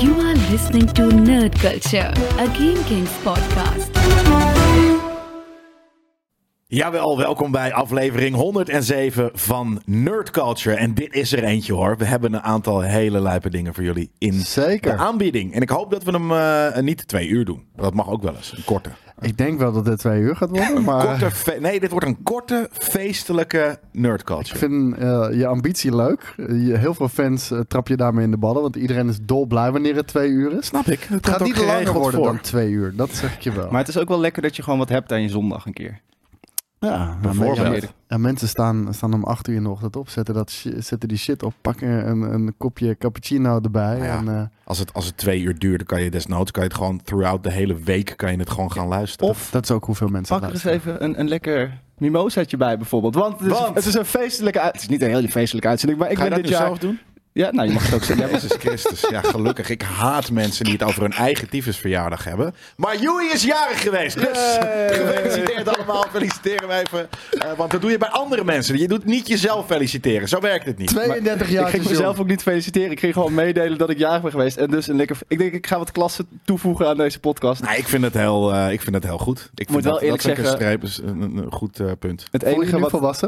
You are listening to Nerd Culture, a Game Kings podcast. Jawel, welkom bij aflevering 107 van Nerd Culture. En dit is er eentje hoor. We hebben een aantal hele lijpe dingen voor jullie in de aanbieding. En ik hoop dat we hem niet 2 uur doen. Dat mag ook wel eens, een korte. Ik denk wel dat het 2 uur gaat worden, maar... dit wordt een korte, feestelijke Nerd Culture. Ik vind je ambitie leuk. Heel veel fans trap je daarmee in de ballen, want iedereen is dolblij wanneer het 2 uur is. Snap ik. Het gaat niet langer worden dan 2 uur, dat zeg ik je wel. Maar het is ook wel lekker dat je gewoon wat hebt aan je zondag een keer. Ja, bijvoorbeeld. Mensen staan om 8 uur in de ochtend op, zetten die shit op, pakken een kopje cappuccino erbij. Nou ja, en, als het 2 uur duurt, dan kan je desnoods het gewoon throughout de hele week kan je het gewoon gaan luisteren. Of dat is ook hoeveel mensen pak er eens even een lekker mimosaatje bij bijvoorbeeld. Want het is een feestelijke Het is niet een hele feestelijke uitzending, maar ik ben dit jaar... zelf doen? Ja, nou je mag het ook zeggen. Jezus Christus. Ja, gelukkig. Ik haat mensen die het over hun eigen tyfusverjaardag hebben. Maar Joey is jarig geweest. Dus gefeliciteerd allemaal. Feliciteer hem even. Want dat doe je bij andere mensen. Je doet niet jezelf feliciteren. Zo werkt het niet. 32 jaar. Ik ging mezelf ook niet feliciteren. Ik ging gewoon meedelen dat ik jarig ben geweest. En dus ik denk ik ga wat klassen toevoegen aan deze podcast. Nou, ik vind het heel goed. Ik moet wel eerlijk zeggen. Streep is een goed punt. Het enige wat volwassen?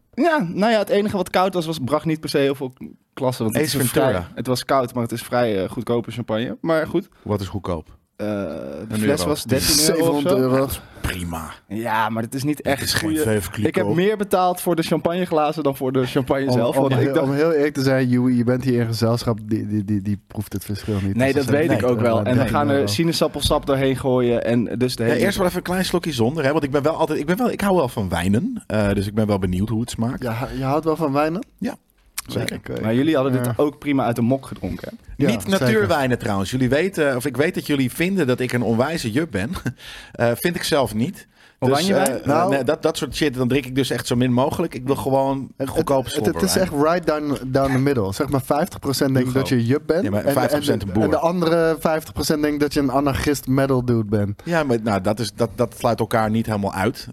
Het enige wat koud was bracht niet per se heel veel klassen. Want het was koud, maar het is vrij goedkope champagne. Maar goed. Wat is goedkoop? De fles was 13 euro of zo. Prima. Ja, maar het is niet echt. Het is geen vijf kliko. Ik heb meer betaald voor de champagneglazen dan voor de champagne zelf. Om heel eerlijk te zijn, Joey, je bent hier in gezelschap, die proeft het verschil niet. Nee, dat weet ik ook wel. En we gaan er sinaasappelsap doorheen gooien. En dus eerst wel even een klein slokje zonder, hè? Want ik hou wel van wijnen. Dus ik ben wel benieuwd hoe het smaakt. Ja, je houdt wel van wijnen? Ja. Zeker. Maar jullie hadden dit ook prima uit de mok gedronken, hè? Ja, niet natuurwijnen trouwens. Jullie weten, of ik weet dat jullie vinden dat ik een onwijze jup ben. Vind ik zelf niet. Oranjewijn? Dat soort shit, dan drink ik dus echt zo min mogelijk. Ik wil gewoon goedkope slobberwijn. Het is echt right down the middle. Zeg maar 50% denkt dat je jup bent. Ja, maar 50% een boer. En de andere 50% denkt dat je een anarchist metal dude bent. Ja, maar dat sluit elkaar niet helemaal uit.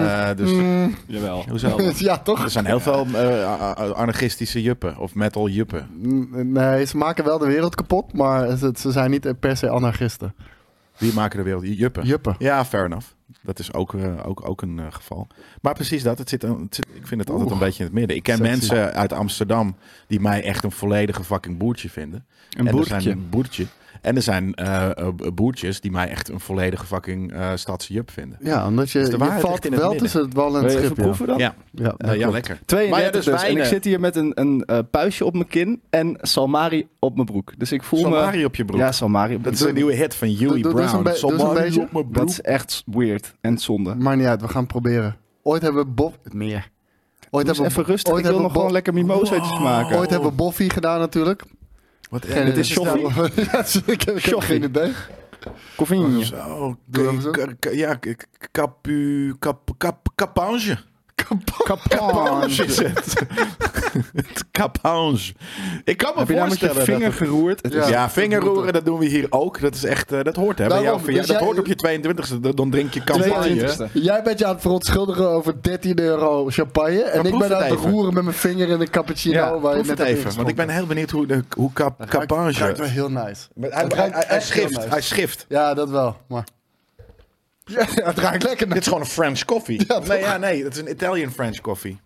Jawel. Hoezo? Ja, toch? Er zijn heel veel anarchistische juppen. Of metal juppen. Nee, ze maken wel de wereld kapot. Maar ze zijn niet per se anarchisten. Wie maken de wereld? Juppen. Ja, fair enough. Dat is ook een geval. Maar precies dat. Ik vind het altijd een beetje in het midden. Ik ken mensen uit Amsterdam die mij echt een volledige fucking boertje vinden. Een boertje. En er zijn boertjes die mij echt een volledige fucking stadse jup vinden. Ja, omdat je valt wel tussen het wal en het schip. Even proeven dan? Ja, lekker. 32 dus. En ik zit hier met een puistje op mijn kin en Salmari op mijn broek. Dus ik voel Salmari op je broek? Ja, Salmari op dat is een nieuwe hit van Huey Brown. Salmari op mijn broek. Dat is echt weird en zonde. Maakt niet uit, we gaan proberen. Ooit hebben we even rustig, ik wil nog gewoon lekker mimosaatjes maken. Ooit hebben we Boffie gedaan natuurlijk. Het is Shoffie? Ik heb geen idee. Koffie. Ja, Capange. Capange is het. Capange. Ik kan me voorstellen. Heb je nou met je vinger geroerd? Ja, vingerroeren, dat doen we hier ook. Dat is echt, dat hoort hè. Dat hoort op je 22e, dan drink je campagne. Jij bent je aan het verontschuldigen over 13 euro champagne. En ik ben aan het roeren met mijn vinger in de cappuccino. Ja, proef het even, want ik ben heel benieuwd hoe Capange... Het ruikt wel heel nice. Hij schift. Ja, dat wel, maar... Ja, het ruikt lekker. Dit is gewoon een French coffee. Nee, dat is een Italian French coffee.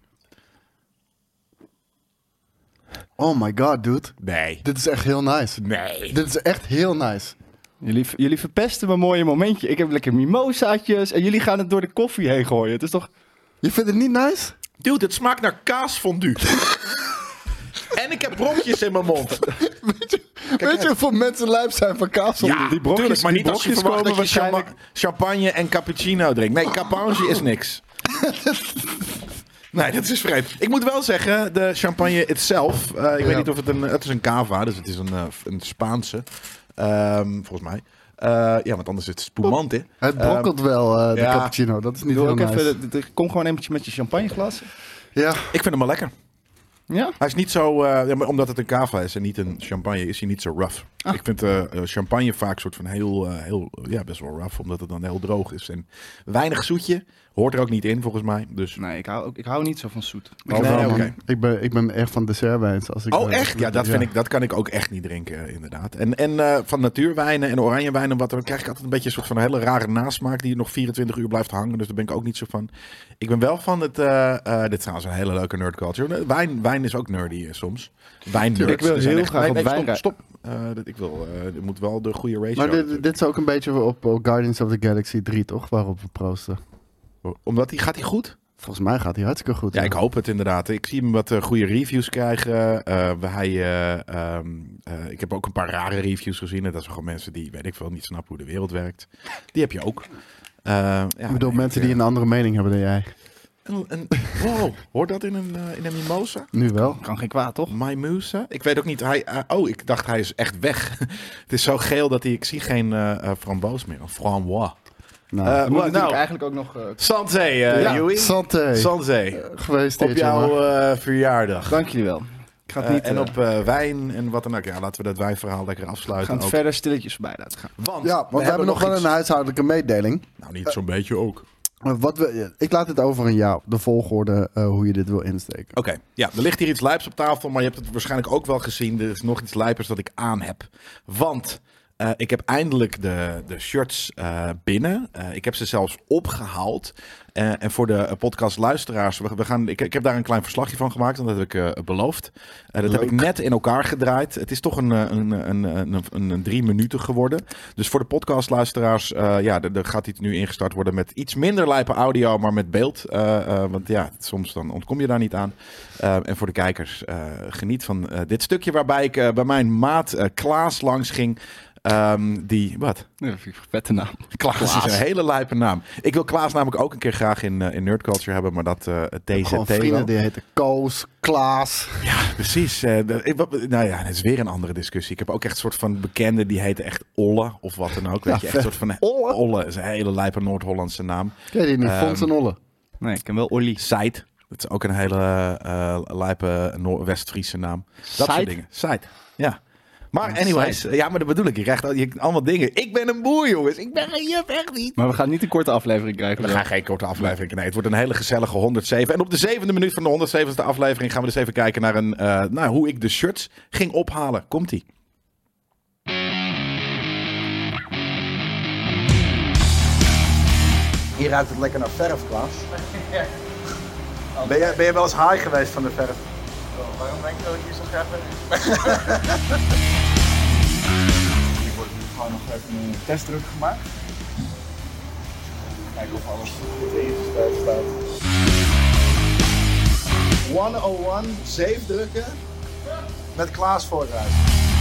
Oh my god, dude. Nee. Dit is echt heel nice. Nee. Dit is echt heel nice. Jullie verpesten mijn mooie momentje. Ik heb lekker mimosaatjes en jullie gaan het door de koffie heen gooien. Het is toch... Je vindt het niet nice? Dude, het smaakt naar kaasfondue. En ik heb brokjes in mijn mond. Weet je hoeveel mensen lijp zijn van kaasfondue? Ja, die brokjes, maar niet als je verwacht dat je champagne en cappuccino drinkt. Nee, Capange is niks. Nee, dat is vreemd. Ik moet wel zeggen, de champagne itself... ik weet niet of het is een cava, dus het is een Spaanse. Volgens mij. Ja, want anders is het spumante. Het brokkelt wel, de cappuccino. Dat is niet heel nice. Kom gewoon eventjes met je champagneglas. Ja. Ik vind hem wel lekker. Ja? Hij is niet zo... omdat het een cava is en niet een champagne, is hij niet zo rough. Ik vind champagne vaak soort van heel best wel rough, omdat het dan heel droog is. En weinig zoetje hoort er ook niet in, volgens mij. Dus... Nee, ik hou niet zo van zoet. Ik ben echt van dessertwijns. Echt? Ja, dat kan ik ook echt niet drinken, inderdaad. En van natuurwijnen en oranjewijnen, dan krijg ik altijd een beetje een soort van een hele rare nasmaak die nog 24 uur blijft hangen. Dus daar ben ik ook niet zo van. Ik ben wel van het... dit is trouwens een hele leuke nerd culture. Wijn is ook nerdy soms. Wijnnerds. Ik wil heel graag op wijn. Stop. Er moet wel de goede ratio. Maar dit is ook een beetje op Guardians of the Galaxy 3, toch? Waarop we proosten. Omdat gaat hij goed? Volgens mij gaat hij hartstikke goed. Ja, ik hoop het inderdaad. Ik zie hem wat goede reviews krijgen. Ik heb ook een paar rare reviews gezien. Dat zijn gewoon mensen die, weet ik veel, niet snappen hoe de wereld werkt. Die heb je ook. Ik bedoel, mensen die een andere mening hebben dan jij. Wow, hoort dat in een mimosa? Nu wel. Kan geen kwaad, toch? Mimosa? Ik weet ook niet. Ik dacht hij is echt weg. Het is zo geel dat ik zie geen framboos meer. Frambois. Eigenlijk ook nog... Santé, Joey. Santé. Gefeliciteerd, op jouw verjaardag. Dank jullie wel. Ik ga het niet, en op wijn en wat dan ook. Ja, laten we dat wijnverhaal lekker afsluiten. We gaan het verder stilletjes voorbij laten gaan. Want we hebben nog wel een huishoudelijke mededeling. Nou, niet zo'n beetje ook. Ik laat het over aan jou, de volgorde, hoe je dit wil insteken. Oké, ja, er ligt hier iets lijps op tafel, maar je hebt het waarschijnlijk ook wel gezien. Er is nog iets lijpers dat ik aan heb. Want ik heb eindelijk de shirts binnen. Ik heb ze zelfs opgehaald. En voor de podcastluisteraars, ik heb daar een klein verslagje van gemaakt, want dat heb ik beloofd. Dat heb ik net in elkaar gedraaid. Het is toch een 3 minuten geworden. Dus voor de podcastluisteraars, er gaat iets nu ingestart worden met iets minder lijpe audio, maar met beeld. Want ja, soms dan ontkom je daar niet aan. En voor de kijkers, geniet van dit stukje waarbij ik bij mijn maat Klaas langs ging. Wat? Ja, vette naam. Klaas is een hele lijpe naam. Ik wil Klaas namelijk ook een keer graag in Nerd Culture hebben, maar dat TZT gewoon vrienden die heten Koos, Klaas. Ja, precies. Het is weer een andere discussie. Ik heb ook echt een soort van bekenden die heten echt Olle of wat dan ook. Weet je, echt een soort van Olle is een hele lijpe Noord-Hollandse naam. Ken je die niet? Fons en Olle? Nee, ik ken wel Olly. Said. Dat is ook een hele lijpe West-Friese naam. Dat soort dingen. Said. Ja. Maar anyways, maar dat bedoel ik. Je krijgt allemaal dingen. Ik ben een boer, jongens. Ik ben geen juf, echt niet. Maar we gaan niet een korte aflevering krijgen. We gaan geen korte aflevering. Nee, het wordt een hele gezellige 107. En op de 7e minuut van de 107e aflevering gaan we dus even kijken naar hoe ik de shirts ging ophalen. Komt-ie. Hier ruikt het lekker naar verf, Klaas. Ben je wel eens high geweest van de verf? Waarom denk je dat ik hier zo graag ben? Hier wordt nu gewoon nog even een testdruk gemaakt. Kijken of alles goed ingesteld staat. 101, zeefdrukken met Klaas vooruit.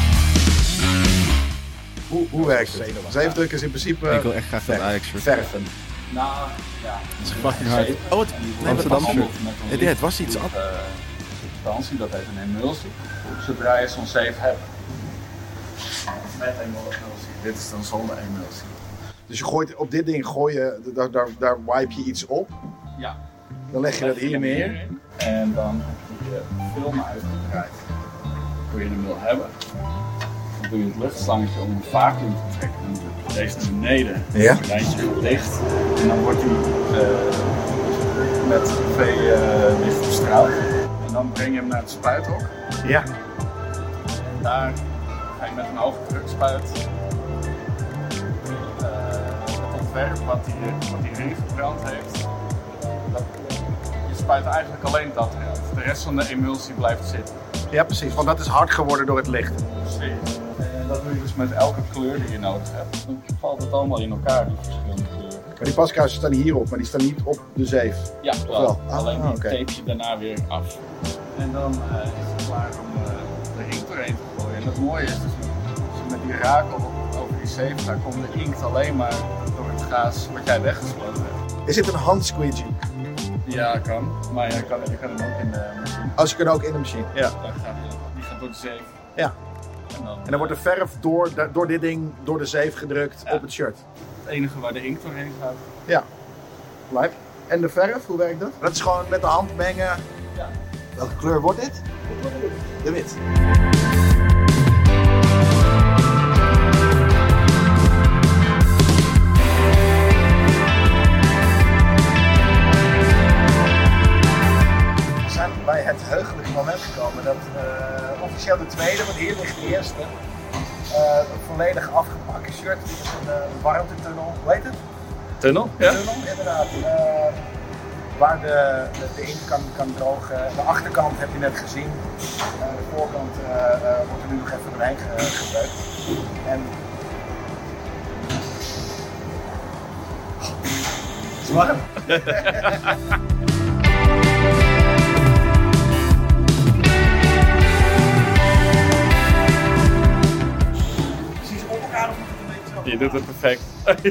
Hoe werkt het? Zeefdrukken is in principe ik wil echt graag van Ajax verven. Nou, ja. Dat is fucking hard. Het was iets af. Substantie, dat heet een emulsie. Zodra je zo'n zeef hebt met emulsie, dit is dan zonder emulsie. Dus je gooit op dit ding, daar wipe je iets op. Ja. Dan leg je dat hier neer. En dan heb je film uitgedraaid. Wil je hem wil hebben, dan doe je het luchtslangetje om een vacuüm te trekken. Dan doe je deze naar beneden, het lijntje dicht. En dan wordt hij met UV-licht bestraald. En dan breng je hem naar het spuithok. Ja. En daar ga je met een hoge drukspuit het ontwerp wat hij erin gebrand heeft. Je spuit eigenlijk alleen dat eruit. De rest van de emulsie blijft zitten. Ja, precies, want dat is hard geworden door het licht. Precies. En dat doe je dus met elke kleur die je nodig hebt. Dan valt het allemaal in elkaar, die verschillende kleuren. Maar die paskruisen staan hierop, maar die staan niet op de zeef. Ja, wel. Alleen die tape je daarna weer af. En dan is het klaar om de inkt doorheen te gooien. En het mooie is dus, als je met die rakel over die zeef gaat, komt de inkt alleen maar door het gaas wat jij weggespoten hebt. Is dit een handsqueegee? Ja, kan. Maar je kan hem ook in de machine. Als je kan ook in de machine? Ja. Die gaat door de zeef. Ja. En dan wordt de verf door dit ding, door de zeef gedrukt op het shirt. Het enige waar de inkt doorheen gaat. Ja. Lijp. En de verf, hoe werkt dat? Dat is gewoon met de hand mengen. Ja. Welke kleur wordt dit? De wit. volledig afgepakken shirt. Dit is een warmtetunnel. Hoe heet het? Tunnel? Ja. Tunnel, inderdaad. Waar de inkt kan drogen. De achterkant heb je net gezien. De voorkant wordt er nu nog even doorheen gebeukt. En... Het is warm. Precies op elkaar of moet het een beetje zo? Je doet het perfect.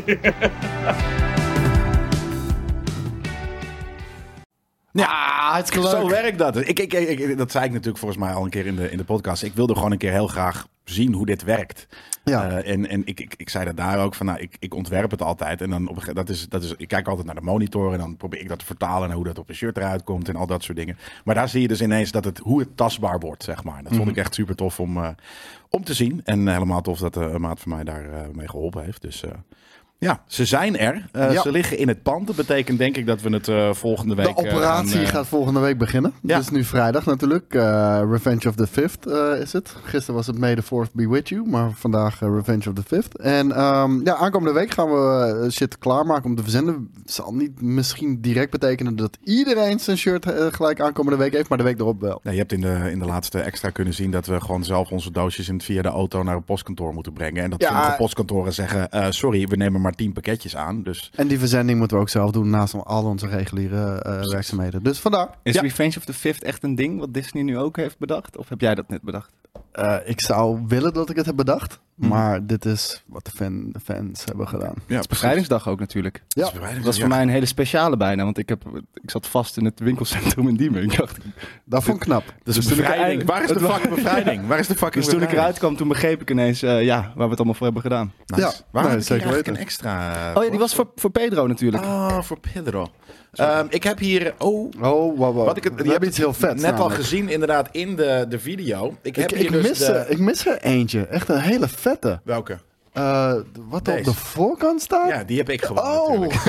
Ja, hartstikke leuk. Zo werkt dat. Dat zei ik natuurlijk volgens mij al een keer in de podcast. Ik wilde gewoon een keer heel graag zien hoe dit werkt. Ja. En ik zei dat daar ook van, nou, ik ontwerp het altijd. En dan ik kijk altijd naar de monitor en dan probeer ik dat te vertalen naar hoe dat op een shirt eruit komt en al dat soort dingen. Maar daar zie je dus ineens hoe het tastbaar wordt, zeg maar. Dat vond ik echt super tof om te zien. En helemaal tof dat een maat van mij daar mee geholpen heeft. Dus... ja, ze zijn er. Ze liggen in het pand. Dat betekent denk ik dat we het volgende week... De operatie gaat volgende week beginnen. Ja. Het is nu vrijdag natuurlijk. Revenge of the Fifth is het. Gisteren was het May the 4th be with you. Maar vandaag Revenge of the Fifth. En aankomende week gaan we shit klaarmaken om te verzenden. Het zal niet misschien direct betekenen dat iedereen zijn shirt gelijk aankomende week heeft. Maar de week erop wel. Ja, je hebt in de laatste extra kunnen zien dat we gewoon zelf onze doosjes via de auto naar een postkantoor moeten brengen. En dat sommige postkantoren zeggen, sorry, we nemen maar 10 pakketjes aan. Dus. En die verzending moeten we ook zelf doen naast al onze reguliere werkzaamheden. Dus vandaar. Is Revenge of the Fifth echt een ding wat Disney nu ook heeft bedacht? Of heb jij dat net bedacht? Ik zou willen dat ik het heb bedacht. Maar dit is wat de fans hebben gedaan. Ja, het is bevrijdingsdag ook natuurlijk. Ja. Dat was voor mij een hele speciale bijna. Want ik zat vast in het winkelcentrum in Diemen. Ik dacht, dat vond ik knap. Dus bevrijding. Waar is de fucking bevrijding? Waar is de fucking toen ik eruit kwam, toen begreep ik ineens waar we het allemaal voor hebben gedaan. Nice. Ja, waar is zeker weten. een extra... die was voor Pedro natuurlijk. Oh, voor Pedro. Ik heb hier... Wat je hebt iets heel vet. Net al gezien inderdaad in de video. Ik mis er eentje. Echt een hele vette. Welke? Wat er op de voorkant staat? Ja, die heb ik gewoon natuurlijk.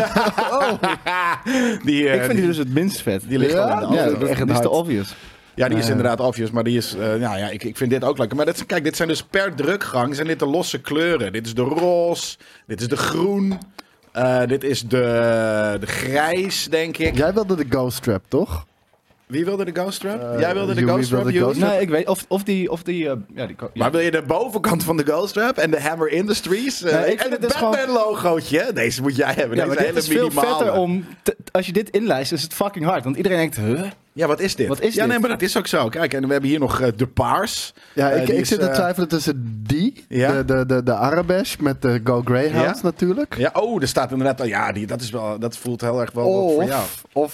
Ik vind die dus het minst vet. Die ligt gewoon in de echt het obvious. Ja, die is inderdaad obvious, maar die is... ik vind dit ook lekker. Maar dit zijn dus per drukgang zijn dit de losse kleuren. Dit is de roze, dit is de groen, dit is de grijs, denk ik. Jij wilde de Ghost Strap, toch? Wie wilde de Ghost Strap? Jij wilde de Ghost Strap? Nee, ik weet die maar wil je de bovenkant van de Ghost Strap en de Hammer Industries? Ik en het Batman-logootje? Deze moet jij hebben. Ja, maar dit is veel vetter om... Als je dit inlijst, is het fucking hard. Want iedereen denkt, Ja, wat is dit? Nee, maar dat is ook zo. Kijk, en we hebben hier nog de paars. Ja, ik zit te twijfelen tussen die, de Arabesh met de Go Greyhounds natuurlijk. Ja, er staat inderdaad... Ja, dat voelt heel erg wel voor jou.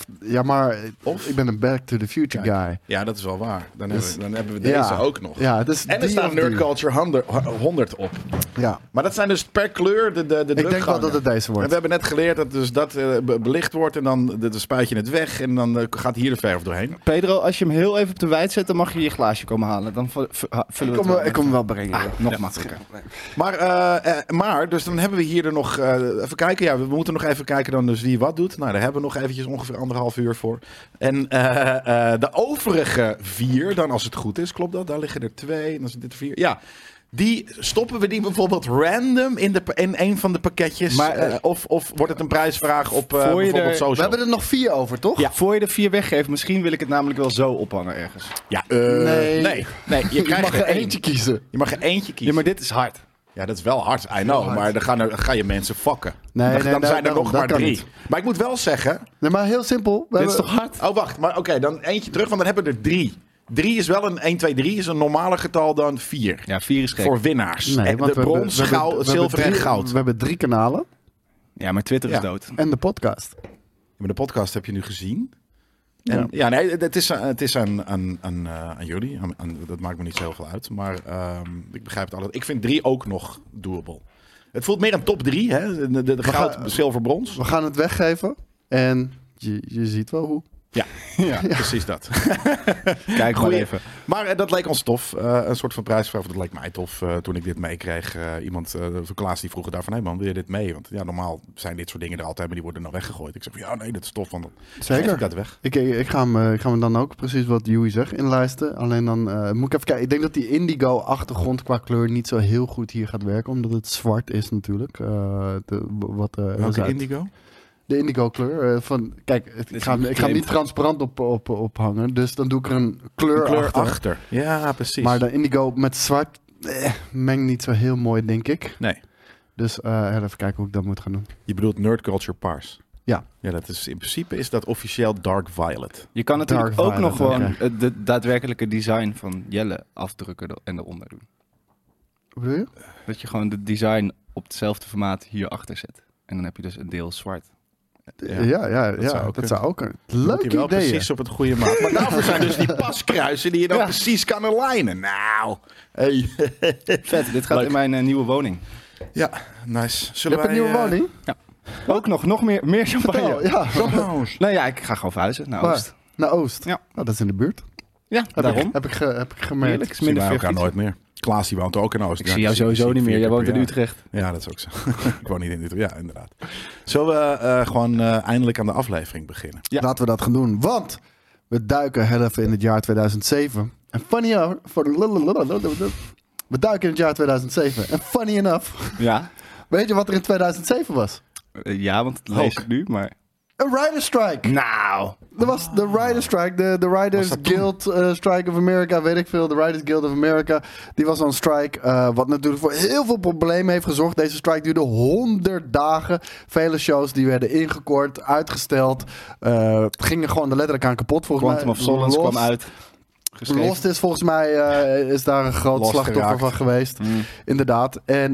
Ik ben een Back to the Future guy. Ja, dat is wel waar. Dan hebben we deze ook nog. Ja, en er staat Nerd Culture 100 op. Ja. Maar dat zijn dus per kleur de drukgangen. Ik denk wel dat het deze wordt. En we hebben net geleerd dat belicht wordt en dan spuit je het weg en dan gaat hier de verf doorheen. Pedro, als je hem heel even op de wijd zet, dan mag je je glaasje komen halen. Dan vullen we het. Ik kom hem wel brengen. Nog makkelijker. Maar, dus dan hebben we hier nog... even kijken, ja, we moeten nog even kijken dan dus wie wat doet. Nou, daar hebben we nog eventjes ongeveer 1,5 uur voor. En de overige 4, dan als het goed is, klopt dat? Daar liggen er 2 en dan zijn dit 4. Ja. Stoppen we die bijvoorbeeld random in een van de pakketjes? Maar, of wordt het een prijsvraag op bijvoorbeeld social? We hebben er nog 4 over, toch? Ja. Voor je de 4 weggeeft, misschien wil ik het namelijk wel zo ophangen ergens. Ja, nee. Je mag er eentje kiezen. Je mag er eentje kiezen. Ja, maar dit is hard. Ja, dat is wel hard, I know. Maar dan ga je mensen fokken. Dan zijn er nog maar 3. Maar ik moet wel zeggen... Nee, maar heel simpel. Dit is toch hard? Oh, wacht. Maar oké, dan eentje terug, want dan hebben we er 3. 3 is wel 1, 2, 3 is een normaler getal dan 4. Ja, 4 is gek. Voor winnaars. Nee, de brons, zilver en goud. We hebben 3 kanalen. Ja, maar Twitter is dood. En de podcast. Maar de podcast heb je nu gezien. En, nee, het is aan jullie. Dat maakt me niet zo heel veel uit. Maar ik begrijp het altijd. Ik vind 3 ook nog doable. Het voelt meer een top 3, hè? De goud, zilver, brons. We gaan het weggeven. En je ziet wel hoe. Ja. Ja, precies dat. Kijk maar even. Maar dat leek ons tof. Een soort van prijsvraag. Dat leek mij tof toen ik dit meekreeg. Iemand, Klaas, die vroeg daar van... Hé man, wil je dit mee? Want ja, normaal zijn dit soort dingen er altijd... maar die worden dan weggegooid. Ik zeg van, ja, nee, dat is tof. Want dan zeker. ik dat weg. Ik ga hem dan ook, precies wat Joey zegt, inlijsten. Alleen dan moet ik even kijken. Ik denk dat die indigo-achtergrond qua kleur... niet zo heel goed hier gaat werken. Omdat het zwart is natuurlijk. Welke indigo? De indigo kleur. Kijk, ik ga hem niet transparant ophangen. Dus dan doe ik er een kleur achter. Ja, precies. Maar de indigo met zwart mengt niet zo heel mooi, denk ik. Nee. Dus even kijken hoe ik dat moet gaan doen. Je bedoelt Nerd Culture Pars? Ja. Ja, dat is, in principe is dat officieel Dark Violet. Je kan natuurlijk ook nog gewoon het daadwerkelijke design van Jelle afdrukken en eronder doen. Wat bedoel je? Dat je gewoon het design op hetzelfde formaat hierachter zet. En dan heb je dus een deel zwart. Ja, dat zou ook een leuk idee. Wel precies op het goede maat. Maar daarvoor zijn dus die paskruisen die je dan precies kan alignen. Nou, hey. Vet, dit gaat in mijn nieuwe woning. Ja, nice. Je hebt een nieuwe woning? Ja. Ook nog meer champagne. Ja. Nou ja, ik ga gewoon verhuizen naar Oost. Naar Oost? Ja. Oh, dat is in de buurt. Ja, daarom. Heb ik gemerkt. Heerlijk, zien wij elkaar nooit meer. Klaas, die woont ook in Oost. Ik zie jou sowieso niet meer. Jij woont in Utrecht. Ja, dat is ook zo. Ik woon niet in Utrecht. Ja, inderdaad. Zullen we gewoon eindelijk aan de aflevering beginnen? Ja. Laten we dat gaan doen. Want we duiken heel even in het jaar 2007. En funny enough... We duiken in het jaar 2007. En funny enough... Ja. Weet je wat er in 2007 was? Ja, want het lees ik nu, maar... Een Writer Strike. Nou. Er was de Writer Strike, de Writers Guild Strike of America, weet ik veel. De Writers Guild of America, die was een strike. Wat natuurlijk voor heel veel problemen heeft gezorgd. Deze strike duurde 100 dagen. Vele shows die werden ingekort, uitgesteld. Het ging er gewoon letterlijk aan kapot volgens mij. Quantum of Solace kwam uit. Geschreven. Lost is volgens mij is daar een groot slachtoffer van geweest. Inderdaad. En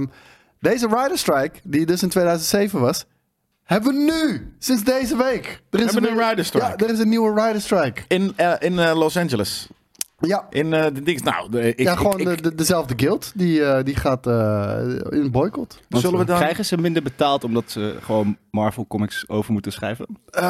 deze Writer Strike, die dus in 2007 was... hebben we nu, sinds deze week. Er is een Rider Strike. Ja, er is een nieuwe Rider Strike. In Los Angeles. Ja. In de dings. Nou, dezelfde guild. Die gaat in boycott. Zullen we dan... Krijgen ze minder betaald omdat ze gewoon Marvel Comics over moeten schrijven?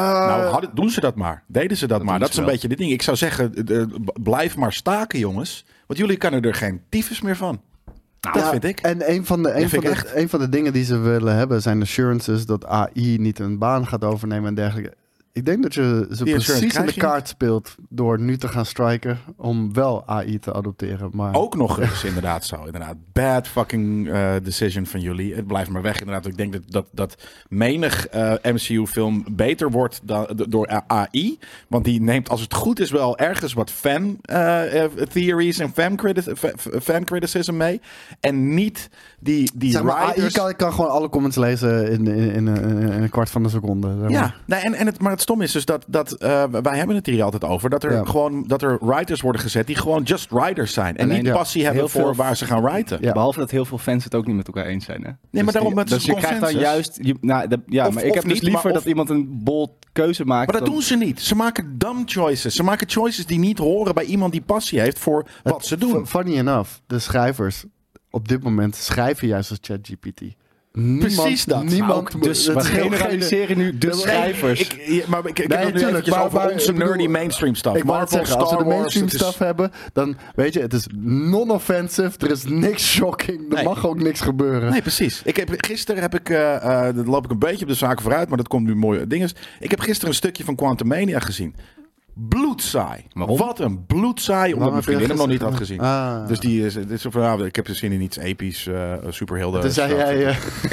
Doen ze dat maar. Deden ze dat maar. Dat is een beetje de ding. Ik zou zeggen, blijf maar staken, jongens. Want jullie kunnen er geen tyfus meer van. Nou, dat vind ik. En een van de dingen die ze willen hebben zijn assurances dat AI niet een baan gaat overnemen en dergelijke. Ik denk dat je ze precies in de kaart speelt door nu te gaan striken om wel AI te adopteren. Maar... Ook nog eens inderdaad zo. Inderdaad. Bad fucking decision van jullie. Het blijft maar weg inderdaad. Ik denk dat menig MCU-film beter wordt door AI. Want die neemt als het goed is wel ergens wat fan theories en fan criticism mee. En niet die zeg maar, writers... AI kan gewoon alle comments lezen in een kwart van een seconde. Zeg maar. Ja, nee, maar het stom is dus dat wij hebben het hier altijd over. Dat er writers worden gezet die gewoon just writers zijn. En niet passie hebben voor waar ze gaan writen. Ja. Behalve dat heel veel fans het ook niet met elkaar eens zijn. Hè? Nee, dus maar daarom met je krijgt dan juist... maar ik heb dus liever dat iemand een bold keuze maakt. Maar dat doen ze niet. Ze maken dumb choices. Ze maken choices die niet horen bij iemand die passie heeft voor wat ze doen. Funny enough, de schrijvers op dit moment schrijven juist als ChatGPT. Precies dat. Niemand dus we generaliseren nu de schrijvers. Ik heb het nu eventjes over onze nerdy mainstream stuff. Marvel, Star als we de mainstream stuff hebben, dan weet je, het is non-offensive. Er is niks shocking. Er mag ook niks gebeuren. Nee, precies. Gisteren heb ik, dat loop ik een beetje op de zaken vooruit, maar dat komt nu mooie dingen. Ik heb gisteren een stukje van Quantumania gezien. Bloedsaai. Waarom? Wat een bloedsaai, omdat mijn vriendin hem nog niet had gezien. Ah. Dus die is van, ik heb er zin in iets episch, superhelden. Dus zei jij...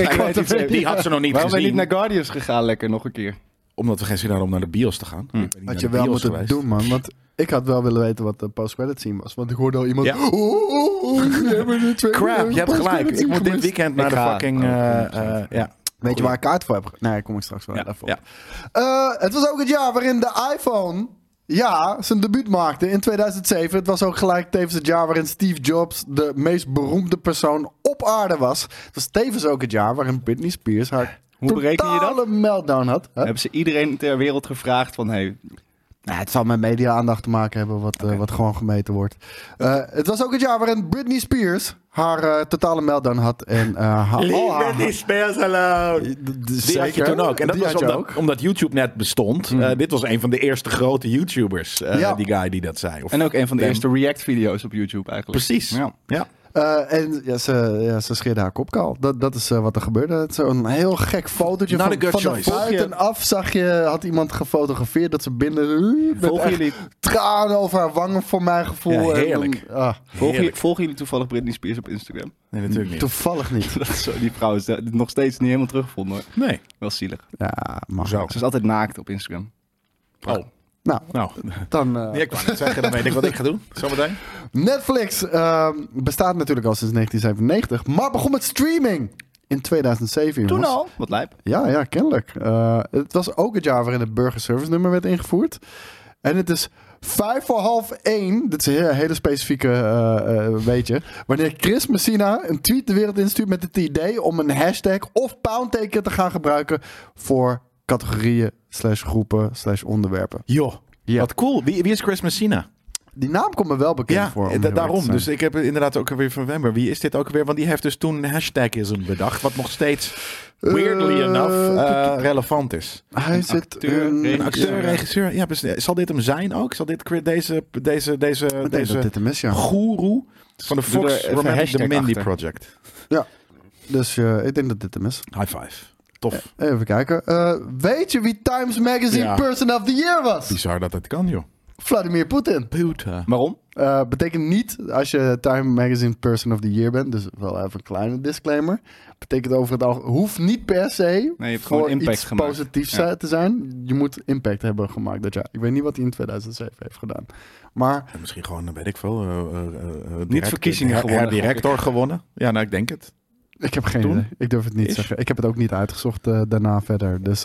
die had ze nog niet gezien. Waarom ben je niet naar Guardians gegaan lekker nog een keer? Omdat we geen zin hadden om naar de bios te gaan. Had je wel moeten doen, man. Want ik had wel willen weten wat de post-credit scene was. Want ik hoorde al iemand... Ja. Crap, je hebt gelijk. Ik moet dit weekend naar de fucking... Weet je waar ik kaart voor heb? Nee, kom ik straks wel even op. Ja. Het was ook het jaar waarin de iPhone... zijn debuut maakte in 2007. Het was ook gelijk tevens het jaar waarin Steve Jobs de meest beroemde persoon op aarde was. Het was tevens ook het jaar waarin Britney Spears haar Hoe bereken je dat? meltdown had. Hebben ze iedereen ter wereld gevraagd van... Nou, het zal met media-aandacht te maken hebben wat gewoon gemeten wordt. Het was ook het jaar waarin Britney Spears haar totale meltdown had. En Britney Spears, hallo! Die had je toen ook. En dat was omdat YouTube net bestond. Dit was een van de eerste grote YouTubers, die guy die dat zei. En ook een van de eerste React-video's op YouTube eigenlijk. Precies, ja. En ze scheerde haar kop kaal. Dat is wat er gebeurde. Zo'n heel gek fotootje van de buitenaf had iemand gefotografeerd dat ze binnen tranen over haar wangen voor mijn gevoel. Ja, heerlijk. Volgen jullie toevallig Britney Spears op Instagram? Nee, natuurlijk niet. Toevallig niet. Die vrouw is nog steeds niet helemaal teruggevonden hoor. Nee. Wel zielig. Ja, maar ze is altijd naakt op Instagram. Oh. Nou, dan... ik kan het zeggen, dan weet ik wat ik ga doen. Zometeen. Netflix bestaat natuurlijk al sinds 1997, maar begon met streaming in 2007. Toen al? Wat lijp. Ja, kennelijk. Het was ook het jaar waarin het burgerservice nummer werd ingevoerd. En het is 1:55. Dit is een hele specifieke weetje. Wanneer Chris Messina een tweet de wereld instuurt met het idee om een hashtag of poundteken te gaan gebruiken voor categorieën /groepen /onderwerpen. Joh, wat cool. Wie is Chris Messina? Die naam komt me wel bekend voor. Ja, daarom. Dus ik heb het inderdaad ook weer van Wember. Wie is dit ook weer? Want die heeft dus toen hashtagism bedacht. Wat nog steeds, weirdly enough, relevant is. Hij zit een acteur, regisseur. Ja, zal dit hem zijn ook? Zal dit deze goeroe van de Fox Romantic The Mindy Project? Ja, dus ik denk dat dit hem is. High five. Tof. Even kijken. Weet je wie Times Magazine Person of the Year was? Bizar dat het kan, joh. Vladimir Poetin. Waarom? Betekent niet als je Time Magazine Person of the Year bent. Dus wel even een kleine disclaimer. Betekent over het algemeen. Hoeft niet per se voor iets positiefs te zijn. Je moet impact hebben gemaakt dat jaar. Ik weet niet wat hij in 2007 heeft gedaan. Maar misschien gewoon, weet ik veel. Niet verkiezingen gewonnen. Director gewonnen. Ja, nou, ik denk het. Ik heb geen idee. Ik durf het niet te zeggen. Ik heb het ook niet uitgezocht daarna verder. Dus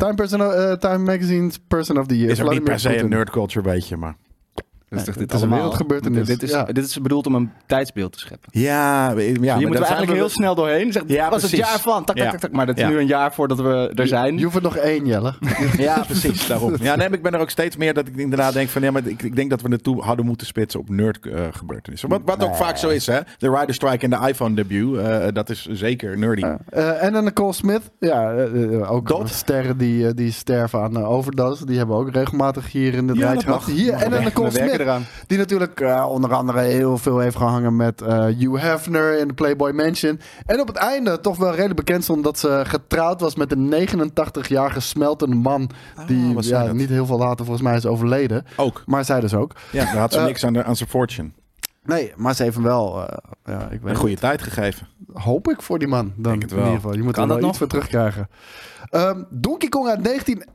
Time Magazine's Person of the Year. Is er niet per se een nerd culture beetje, maar... Dit is een wereldgebeurtenis. Dit is bedoeld om een tijdsbeeld te scheppen. Ja, je moet er eigenlijk heel snel doorheen. Zegt, was het jaar van? Tak. Maar dat is nu een jaar voordat we er zijn. Je hoeft er nog 1, Jelle. Ja, precies. Daarom. Ja, nee, ik ben er ook steeds meer dat ik inderdaad denk van... Ja, maar ik denk dat we naartoe hadden moeten spitsen op nerd gebeurtenissen. Wat ook vaak zo is, hè. De Rider Strike en de iPhone debut. Dat is zeker nerdy. En dan Nicole Smith. Ja, ook sterren die sterven aan overdose. Die hebben we ook regelmatig hier in het rijtje gehad. Hier en dan Nicole Smith. Die natuurlijk onder andere heel veel heeft gehangen met Hugh Hefner in de Playboy Mansion. En op het einde toch wel redelijk bekend stond dat ze getrouwd was met een 89-jarige smeltende man. Die niet heel veel later volgens mij is overleden. Ook. Maar zij dus ook. Ja, daar had ze niks aan zijn fortune. Nee, maar ze heeft hem wel een goede tijd gegeven. Hoop ik voor die man. Dan, denk het wel. In ieder geval. Je moet er wel iets voor terugkrijgen. Donkey Kong uit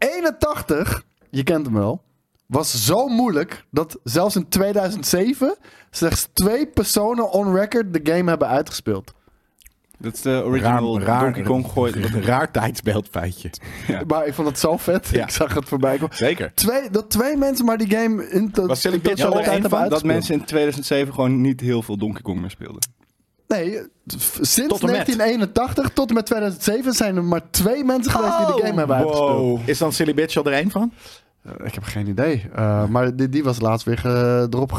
1981, je kent hem wel. Was zo moeilijk dat zelfs in 2007 slechts 2 personen on record de game hebben uitgespeeld. Dat is de original Donkey Kong gooit. Een raar tijdsbeeldfeitje. Ja. Maar ik vond het zo vet. Ja. Ik zag het voorbij komen. Zeker. twee mensen maar die game in totaliteit hebben uitgespeeld. Dat mensen in 2007 gewoon niet heel veel Donkey Kong meer speelden. Nee, sinds 1981 tot en met 2007 zijn er maar 2 mensen geweest die de game hebben uitgespeeld. Is dan Silly Bitch er één van? Ik heb geen idee. Maar die was laatst weer erop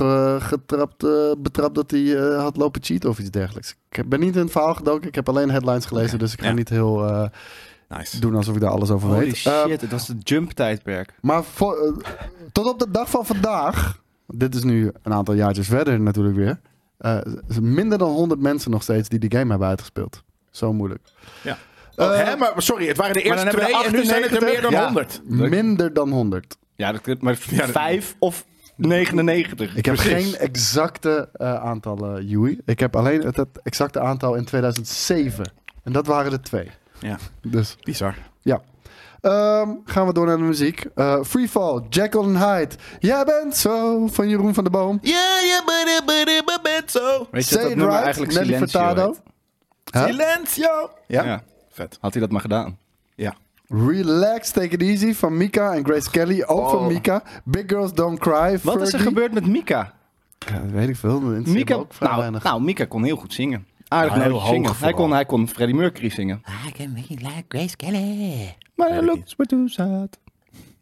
betrapt dat hij had lopen cheaten of iets dergelijks. Ik ben niet in het verhaal gedoken. Ik heb alleen headlines gelezen, dus ik ga niet heel doen alsof ik daar alles over weet. Holy shit, het was de jump-tijdperk. Maar tot op de dag van vandaag, dit is nu een aantal jaartjes verder natuurlijk weer, minder dan 100 mensen nog steeds die de game hebben uitgespeeld. Zo moeilijk. Ja. Maar sorry, het waren de eerste 2 en nu zijn het er meer dan 100. Minder dan 100. Ja, dat klopt. Maar 5 of 99. Ik heb geen exacte aantallen, Joey. Ik heb alleen het exacte aantal in 2007. En dat waren er 2. Ja, dus bizar. Ja. Gaan we door naar de muziek. Freefall, Jekyll and Hyde. Jij bent zo, van Jeroen van der Boom. Ja, bent zo. Weet je dat nummer eigenlijk Silencio heet? Silencio! Ja. Vet. Had hij dat maar gedaan. Ja. Relax, Take It Easy van Mika en Grace Kelly. Ook van Mika. Big Girls Don't Cry. Wat is er gebeurd met Mika? Ja, dat weet ik veel. Mika, Mika kon heel goed zingen. Aardig heel zingen. Hij kon Freddie Mercury zingen. I can make it like Grace Kelly. My looks were too sad.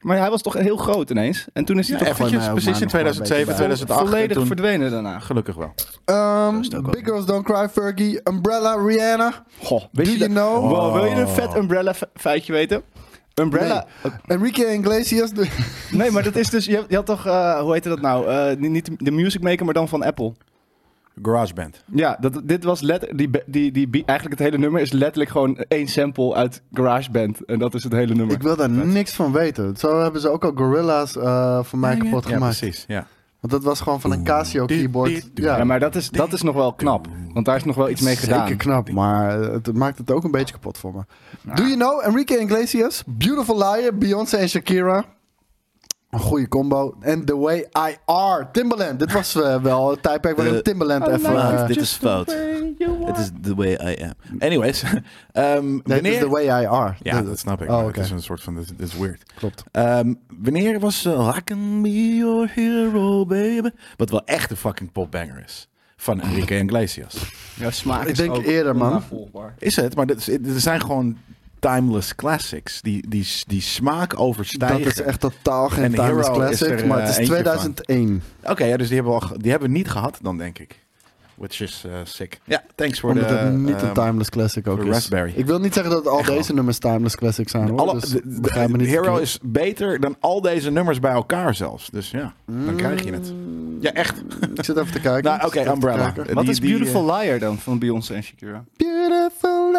Maar hij was toch heel groot ineens. En toen is hij toch eventjes, precies in 2007, 2008. volledig verdwenen daarna. Gelukkig wel. Big Girls Don't Cry, Fergie, Umbrella, Rihanna. Goh, Do you know? Wow, wil je een vet Umbrella feitje weten? Umbrella. Nee. Enrique Iglesias. Nee, maar dat is dus... Je had toch... hoe heette dat nou? Niet de Music Maker, maar dan van Apple. GarageBand. Ja, dit was eigenlijk het hele nummer is letterlijk gewoon één sample uit GarageBand. En dat is het hele nummer. Ik wil daar niks van weten. Zo hebben ze ook al Gorillaz voor mij kapot gemaakt. Ja, precies. Ja. Want dat was gewoon van een Casio keyboard. Ja, maar dat is nog wel knap. Want daar is nog wel iets mee gedaan. Zeker knap, maar het maakt het ook een beetje kapot voor me. Do you know Enrique Iglesias, Beautiful Liar, Beyoncé en Shakira? Een goede combo. En The Way I Are, Timbaland. Dit was wel het tijdperk waarin Timbaland even... dit is fout. Het is The Way I Am. Anyways. Het is The Way I Are. Ja, dat snap ik. Oh, Het is een soort van... Dit is weird. Klopt. Wanneer was I Can Be Your Hero, Baby? Wat wel echt een fucking popbanger is. Van Enrique Iglesias. Ja, smaak Ik is denk ook eerder, man. onnavolgbaar. Is het? Maar er zijn gewoon timeless classics. Die smaak overstijgen. Dat is echt totaal geen En timeless Hero is classic, er, maar het is eentje 2001. Oké, ja, dus die hebben we niet gehad dan, denk ik. Which is sick. Ja, thanks voor Omdat de... het niet een timeless classic ook de is. Raspberry. Ik wil niet zeggen dat al Echt deze nummers timeless classics zijn, hoor. Dus begrijp me niet Hero verkeerd. is beter dan al deze nummers bij elkaar zelfs. Dus ja, dan krijg je het. Ja, echt. Ik zit even te kijken. Nou, oké, Ik zit even te Umbrella. kijken. Wat is Beautiful Liar dan van Beyoncé en Shakira? Beautiful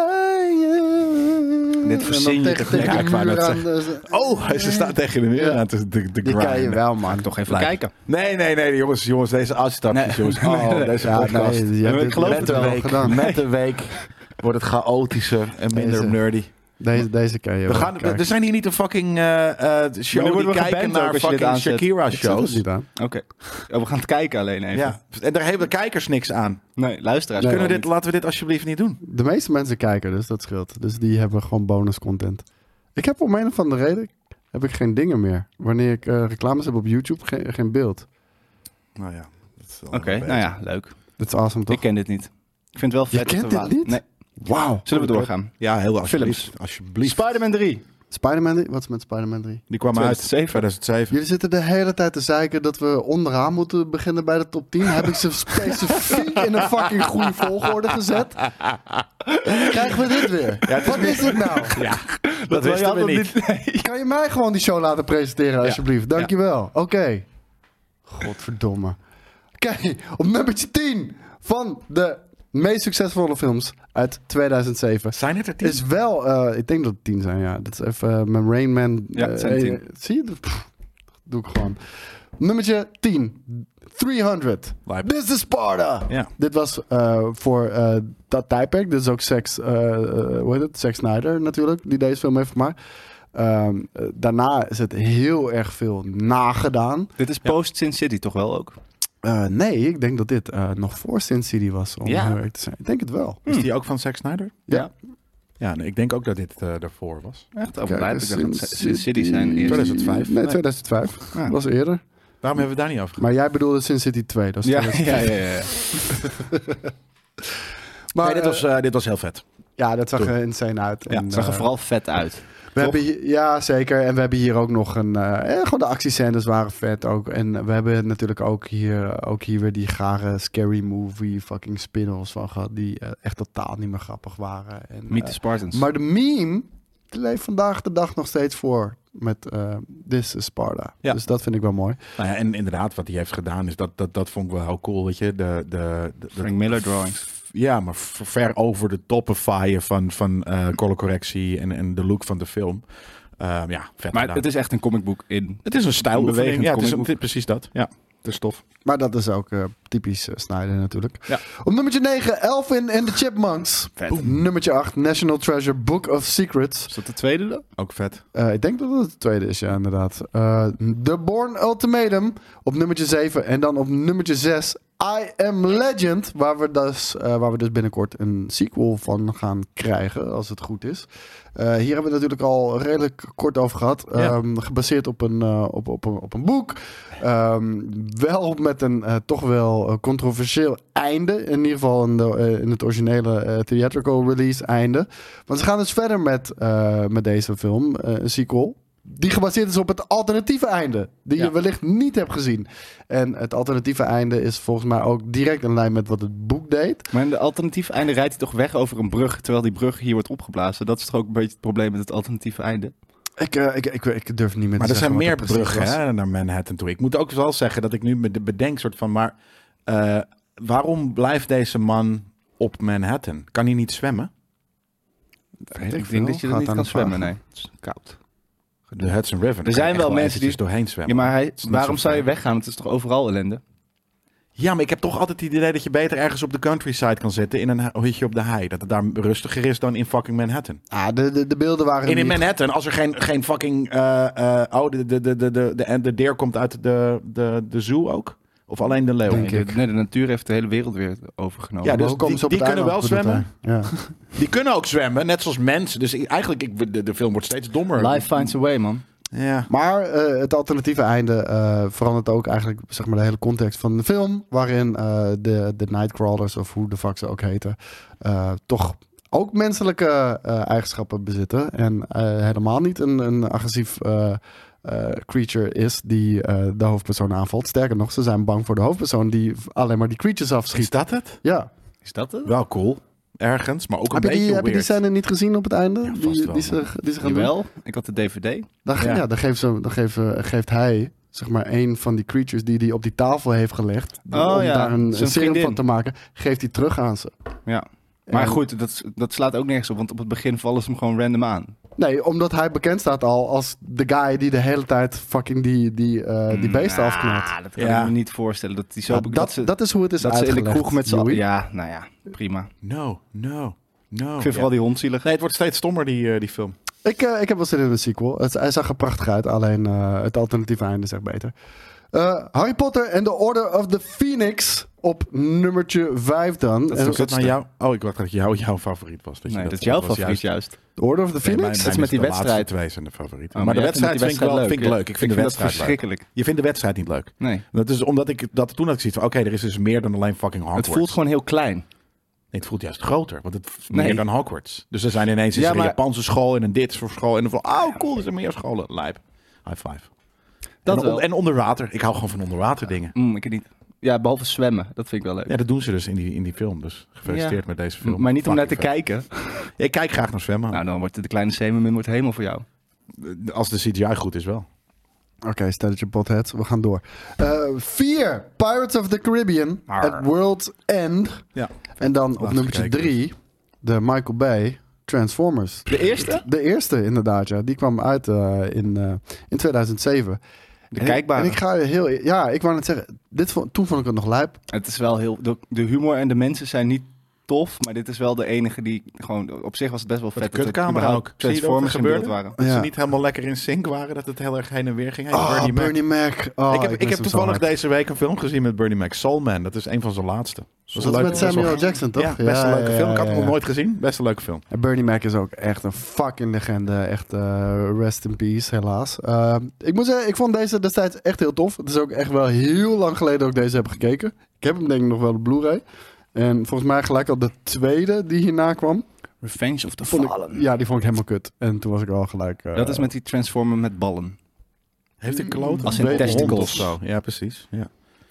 liar. Dit verzin En dan je tegen toch niet? de Ja, ik wou muur net aan Oh, ze staat tegen de muur Ja. aan te Die kan je grinden. wel, man. Toch even Lijp. kijken. Nee, jongens, deze uitstapjes, jongens. Oh, deze Ja, podcast. nee, je hebt Ik dit geloof met het de wel week gedaan. Met de week wordt het chaotischer en minder Deze. nerdy. Deze kan je wel kijken. Er zijn hier niet een fucking show worden die we kijken geband naar ook als je dit fucking aanzet. Shakira Ik zet het shows. niet aan. Oké. Oh, we gaan het kijken alleen even. Ja, en daar hebben de kijkers niks aan. Nee, luisteraars. Nee. kunnen Laten we dit alsjeblieft niet doen. De meeste mensen kijken, dus dat scheelt. Dus die hebben gewoon bonus content. Ik heb om een of andere reden heb ik geen dingen meer. Wanneer ik reclames heb op YouTube, geen beeld. Nou ja. Oké, nou ja, leuk. Dat is awesome, toch? Ik ken dit niet. Ik vind het wel Je vet. kent dat we dit niet? Nee. Wauw. Zullen we doorgaan? Ja, heel alsjeblieft. Films. Alsjeblieft. Spider-Man 3. Spider-Man 3? Wat is met Spider-Man 3? Die kwam uit 2007. Jullie zitten de hele tijd te zeiken dat we onderaan moeten beginnen bij de top 10. Heb ik ze specifiek in een fucking goede volgorde gezet? Krijgen we dit weer? Wat is dit nou? Ja, dat wisten we niet. Kan je mij gewoon die show laten presenteren, alsjeblieft? Dankjewel. Oké. Godverdomme. Oké, op nummertje 10 van de meest succesvolle films uit 2007. Zijn het er 10? Is wel, ik denk dat het 10 zijn, ja. Dat is even mijn Rain Man. Ja, het zijn 10. Zie je? Doe ik gewoon. Nummertje 10. 300. Lijp. This is Sparta. Ja. Dit was voor dat tijdperk. Dit is ook hoe heet het? Zack Snyder natuurlijk, die deze film heeft gemaakt. Daarna is het heel erg veel nagedaan. Dit is post Sin City toch wel ook? Nee, ik denk dat dit nog voor Sin City was, om Ja. heel eerlijk te zijn. Ik denk het wel. Is die ook van Zack Snyder? Ja. Ja, nee, ik denk ook dat dit daarvoor was. Echt? Kijk, Ik dacht Sin dat Sin City zijn eerst. 2005. Nee, 2005. Ja. Dat was eerder. Waarom hebben we daar niet over Maar jij bedoelde Sin City 2. Dat is Ja, 2005. ja. Maar Nee, dit was heel vet. ja, dat zag er insane uit. Ja, En, het zag er vooral vet uit. we hebben hier, ja, zeker. En we hebben hier ook nog gewoon de actiescènes waren vet ook. En we hebben natuurlijk ook hier weer die gare scary movie fucking spin-offs van gehad. Die echt totaal niet meer grappig waren. En, Meet the Spartans. maar de meme die leeft vandaag de dag nog steeds voor met This is Sparta. Ja. Dus dat vind ik wel mooi. Nou ja, en inderdaad, wat hij heeft gedaan, is dat vond ik wel heel cool, weet je. De Frank Miller drawings. Ja, maar ver over de toppifyen van color correctie en de look van de film. Ja, vet Maar gedaan. het is echt een comicboek in. Het is een stijlbeweging. bewegend Ja, het is comicboek. precies dat. Ja, het is tof. Maar dat is ook typisch Snyder natuurlijk. Ja. Op nummertje 9, Elvin and the Chipmunks. Vet. Nummertje 8, National Treasure Book of Secrets. Is dat de tweede dan? Ook vet. Ik denk dat het de tweede is, ja, inderdaad. The Bourne Ultimatum op nummertje 7. En dan op nummertje 6, I Am Legend. Waar we dus binnenkort een sequel van gaan krijgen, als het goed is. Hier hebben we het natuurlijk al redelijk kort over gehad. Ja. Gebaseerd op een boek. Wel met een toch wel controversieel einde. In ieder geval in het originele theatrical release einde. Want ze gaan dus verder met deze film, een sequel. die gebaseerd is op het alternatieve einde. Die je wellicht niet hebt gezien. En het alternatieve einde is volgens mij ook direct in lijn met wat het boek deed. Maar in het alternatieve einde rijdt hij toch weg over een brug, terwijl die brug hier wordt opgeblazen. Dat is toch ook een beetje het probleem met het alternatieve einde. Ik durf niet meer maar te zeggen. Maar er zijn meer bruggen naar Manhattan toe. Ik moet ook wel zeggen dat ik nu me bedenk soort van... Maar waarom blijft deze man op Manhattan? Kan hij niet zwemmen? Ik denk dat je er niet kan zwemmen, nee. Het is koud. De Hudson River. Er zijn wel mensen die doorheen zwemmen. Ja, maar waarom zou je weggaan? Het is toch overal ellende? Ja, maar ik heb toch altijd het idee dat je beter ergens op de countryside kan zitten in een hutje op de hei. Dat het daar rustiger is dan in fucking Manhattan. De beelden waren in Manhattan, als er geen fucking... de deer komt uit de zoo ook? Of alleen de leeuw? Nee, de natuur heeft de hele wereld weer overgenomen. Ja, dus die kunnen wel zwemmen. Ja. Die kunnen ook zwemmen, net zoals mensen. Dus eigenlijk, de film wordt steeds dommer. Life finds a way, man. Ja. Maar het alternatieve einde verandert ook eigenlijk zeg maar, de hele context van de film. Waarin de Nightcrawlers, of hoe de fuck ze ook heten, toch ook menselijke eigenschappen bezitten. En helemaal niet een agressief creature is die de hoofdpersoon aanvalt. Sterker nog, ze zijn bang voor de hoofdpersoon die alleen maar die creatures afschiet. Is dat het? Ja. Is dat het? Wel cool. Ergens, maar ook een beetje weird. Heb je die scène niet gezien op het einde? Ja, die ze gaan wel. doen? Ik had de DVD. Dan geeft hij zeg maar een van die creatures die hij op die tafel heeft gelegd. Om daar een serum van te maken. Geeft hij terug aan ze. Ja. Maar goed, dat slaat ook nergens op. Want op het begin vallen ze hem gewoon random aan. Nee, omdat hij bekend staat al als de guy die de hele tijd fucking die beesten afknalt. Dat kan ik me niet voorstellen. Dat die zo dat is hoe het is dat uitgelegd. Ze in de kroeg met z'n allen. Ja, nou ja, prima. No. Ik vind vooral die hond zielig. Nee, het wordt steeds stommer, die film. Ik heb wel zin in een sequel. Hij zag er prachtig uit, alleen het alternatieve einde is echt beter. Harry Potter and the Order of the Phoenix op nummertje 5 dan. Dat is naar jou. Oh, ik dacht dat jouw favoriet was. Nee, dat is jouw favoriet juist. The Order of the Phoenix? Dat is met die wedstrijd. Twee zijn de favoriet. Oh, maar de wedstrijd vind ik leuk. Ik vind de wedstrijd verschrikkelijk. Je vindt de wedstrijd niet leuk. Nee. Dat is omdat toen had ik zoiets van, oké, er is dus meer dan alleen fucking Hogwarts. Het voelt gewoon heel klein. Nee, het voelt juist groter, want het is meer dan Hogwarts. Dus er zijn ineens een Japanse school en een dit voor school. En dan van, oh cool, er zijn meer scholen. Lijp. High five. En onder water. Ik hou gewoon van onder water dingen. Ik niet. Ja, behalve zwemmen. Dat vind ik wel leuk. Ja, dat doen ze dus in die film. Dus gefeliciteerd met deze film. Maar niet om naar te kijken. Ja, ik kijk graag naar zwemmen. Nou, dan wordt de kleine Semermin helemaal voor jou. Als de CGI goed is wel. Oké, stelletje potheads. We gaan door. 4. Pirates of the Caribbean. At World's End. Ja. En dan op nummertje 3. De Michael Bay Transformers. De eerste? De eerste, inderdaad. Ja. Die kwam uit in 2007. De kijkbare. En ik ga ik wou net zeggen, toen vond ik het nog lijp. Het is wel heel... De humor en de mensen zijn niet tof, maar dit is wel de enige die gewoon... Op zich was het best wel vet. De kutcamera ook. Transformers in beeld waren. Dat ze niet helemaal lekker in sync waren, dat het heel erg heen en weer ging. Bernie Mac. Oh, ik heb toevallig deze week een film gezien met Bernie Mac. Soul Man, dat is een van zijn laatste. Dat is met Samuel Jackson, toch? Ja, best een leuke film. Ik had hem nog nooit gezien. Best een leuke film. En Bernie Mac is ook echt een fucking legende. Echt rest in peace, helaas. Ik moet zeggen, ik vond deze destijds echt heel tof. Het is ook echt wel heel lang geleden dat ik deze heb gekeken. Ik heb hem denk ik nog wel op Blu-ray. En volgens mij gelijk al de tweede die hierna kwam. Revenge of the Fallen. Die vond ik helemaal kut. En toen was ik al gelijk... dat is met die Transformer met ballen. Heeft een kloot? Als in testicles of zo. Ja, precies. Ja.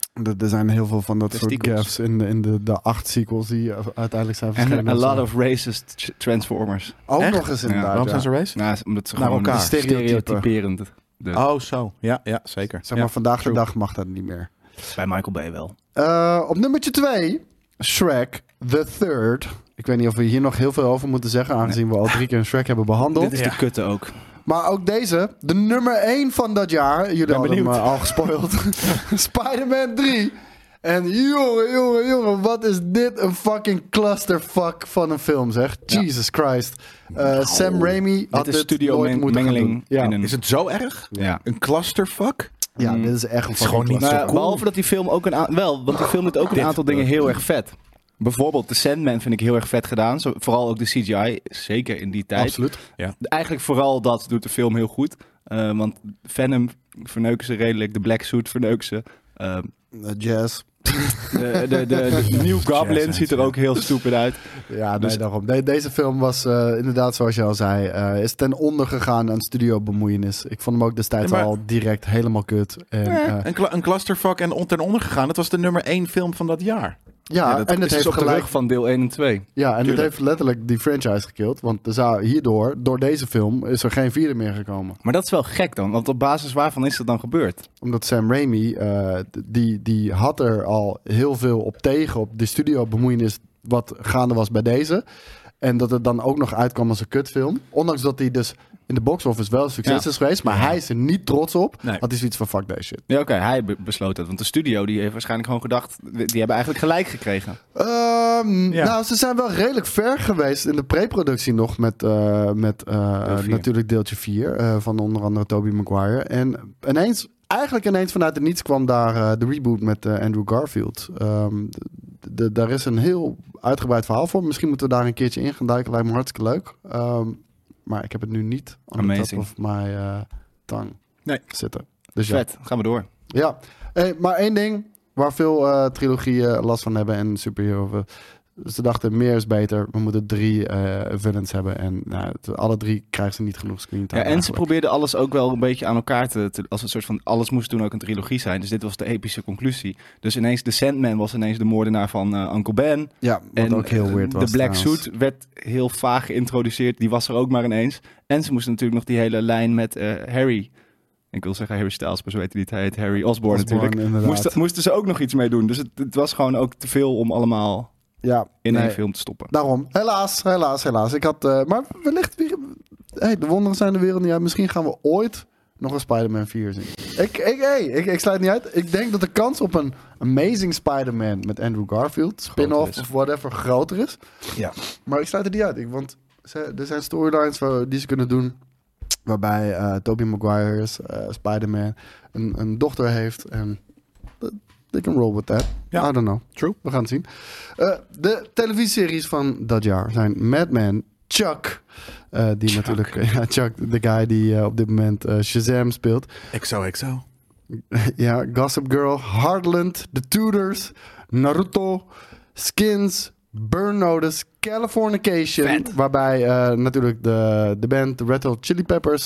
Er zijn heel veel van dat soort gaffes in de 8 sequels die uiteindelijk zijn verschenen. En a lot of racist Transformers. Ook nog eens inderdaad. Waarom zijn ze racist? Nou, omdat ze naar gewoon elkaar stereotyperend. Oh, zo. Ja, zeker. Zeg maar, vandaag de dag mag dat niet meer. Bij Michael Bay wel. Op nummertje 2, Shrek the Third. Ik weet niet of we hier nog heel veel over moeten zeggen, aangezien we al 3 keer een Shrek hebben behandeld. Dit is de kutte ook. Maar ook deze, de nummer 1 van dat jaar. Jullie hadden hem al gespoild. Spider-Man 3. En jongen, wat is dit een fucking clusterfuck van een film, zeg. Ja. Jesus Christ. Sam Raimi had dit studio mengeling. Ja. Is het zo erg? Ja. Een clusterfuck? Ja, dit is echt een gewoon niet zo cool. Behalve dat die film ook want die film doet ook een aantal dingen heel erg vet. Bijvoorbeeld The Sandman vind ik heel erg vet gedaan. Vooral ook de CGI, zeker in die tijd. Absoluut. Ja. Eigenlijk vooral dat doet de film heel goed. Want Venom verneuken ze redelijk. De Black Suit verneuken ze. Jazz. De New Goblin ziet er ook heel stupid uit. Ja, nee, daarom. Deze film was inderdaad, zoals je al zei, is ten onder gegaan aan studiobemoeienis. Ik vond hem ook destijds al direct helemaal kut. En, een clusterfuck en ten onder gegaan. Het was de nummer 1 film van dat jaar. Ja, en het heeft op de rug van deel 1 en 2. Ja, en het heeft letterlijk die franchise gekild. Want door deze film, is er geen 4e meer gekomen. Maar dat is wel gek dan, want op basis waarvan is dat dan gebeurd? Omdat Sam Raimi, die had er al heel veel op tegen op de studiobemoeienis wat gaande was bij deze. En dat het dan ook nog uitkwam als een kutfilm. Ondanks dat hij dus in de box office wel een succes is geweest. Maar hij is er niet trots op. Nee. Had hij zoiets van fuck deze shit. Ja, oké, hij besloot dat. Want de studio die heeft waarschijnlijk gewoon gedacht... Die hebben eigenlijk gelijk gekregen. Nou, ze zijn wel redelijk ver geweest in de pre-productie nog. Met natuurlijk deeltje 4. Van onder andere Tobey Maguire. En ineens vanuit het niets kwam daar de reboot met Andrew Garfield. Daar is een heel uitgebreid verhaal voor. Misschien moeten we daar een keertje in gaan duiken. Lijkt me hartstikke leuk. Maar ik heb het nu niet aan de top of mijn tang zitten. Dus vet, gaan we door. Ja, maar één ding waar veel trilogieën last van hebben en superhero. Ze dachten meer is beter. We moeten 3 villains hebben. En alle 3 krijgen ze niet genoeg screentime. Ja, en ze probeerden alles ook wel een beetje aan elkaar als een soort van alles moest toen ook een trilogie zijn. Dus dit was de epische conclusie. Dus ineens de Sandman was ineens de moordenaar van Uncle Ben. Ja, wat en ook heel weird was. De Black Suit werd heel vaag geïntroduceerd. Die was er ook maar ineens. En ze moesten natuurlijk nog die hele lijn met Harry. Ik wil zeggen Harry Styles, maar zo weet hij niet. Hij heet Harry Osborn natuurlijk. Moesten ze ook nog iets mee doen. Dus het was gewoon ook te veel om allemaal... in één film te stoppen. Daarom. Helaas. Ik had... maar wellicht... de wonderen zijn de wereld niet uit. Misschien gaan we ooit nog een Spider-Man 4 zien. Ik sluit niet uit. Ik denk dat de kans op een Amazing Spider-Man met Andrew Garfield, spin-off of whatever, groter is. Ja. Maar ik sluit het niet uit. Want er zijn storylines die ze kunnen doen. Waarbij Tobey Maguire Spider-Man een dochter heeft. En... They can roll with that. Ja. I don't know. True. We gaan het zien. De televisieseries van dat jaar zijn Mad Men, Chuck. Die Chuck. Natuurlijk... Chuck, de guy die op dit moment Shazam speelt. XOXO. Ja, Gossip Girl, Heartland, The Tudors, Naruto, Skins, Burn Notice, Californication. Waarbij natuurlijk de band, de Red Hot Chili Peppers,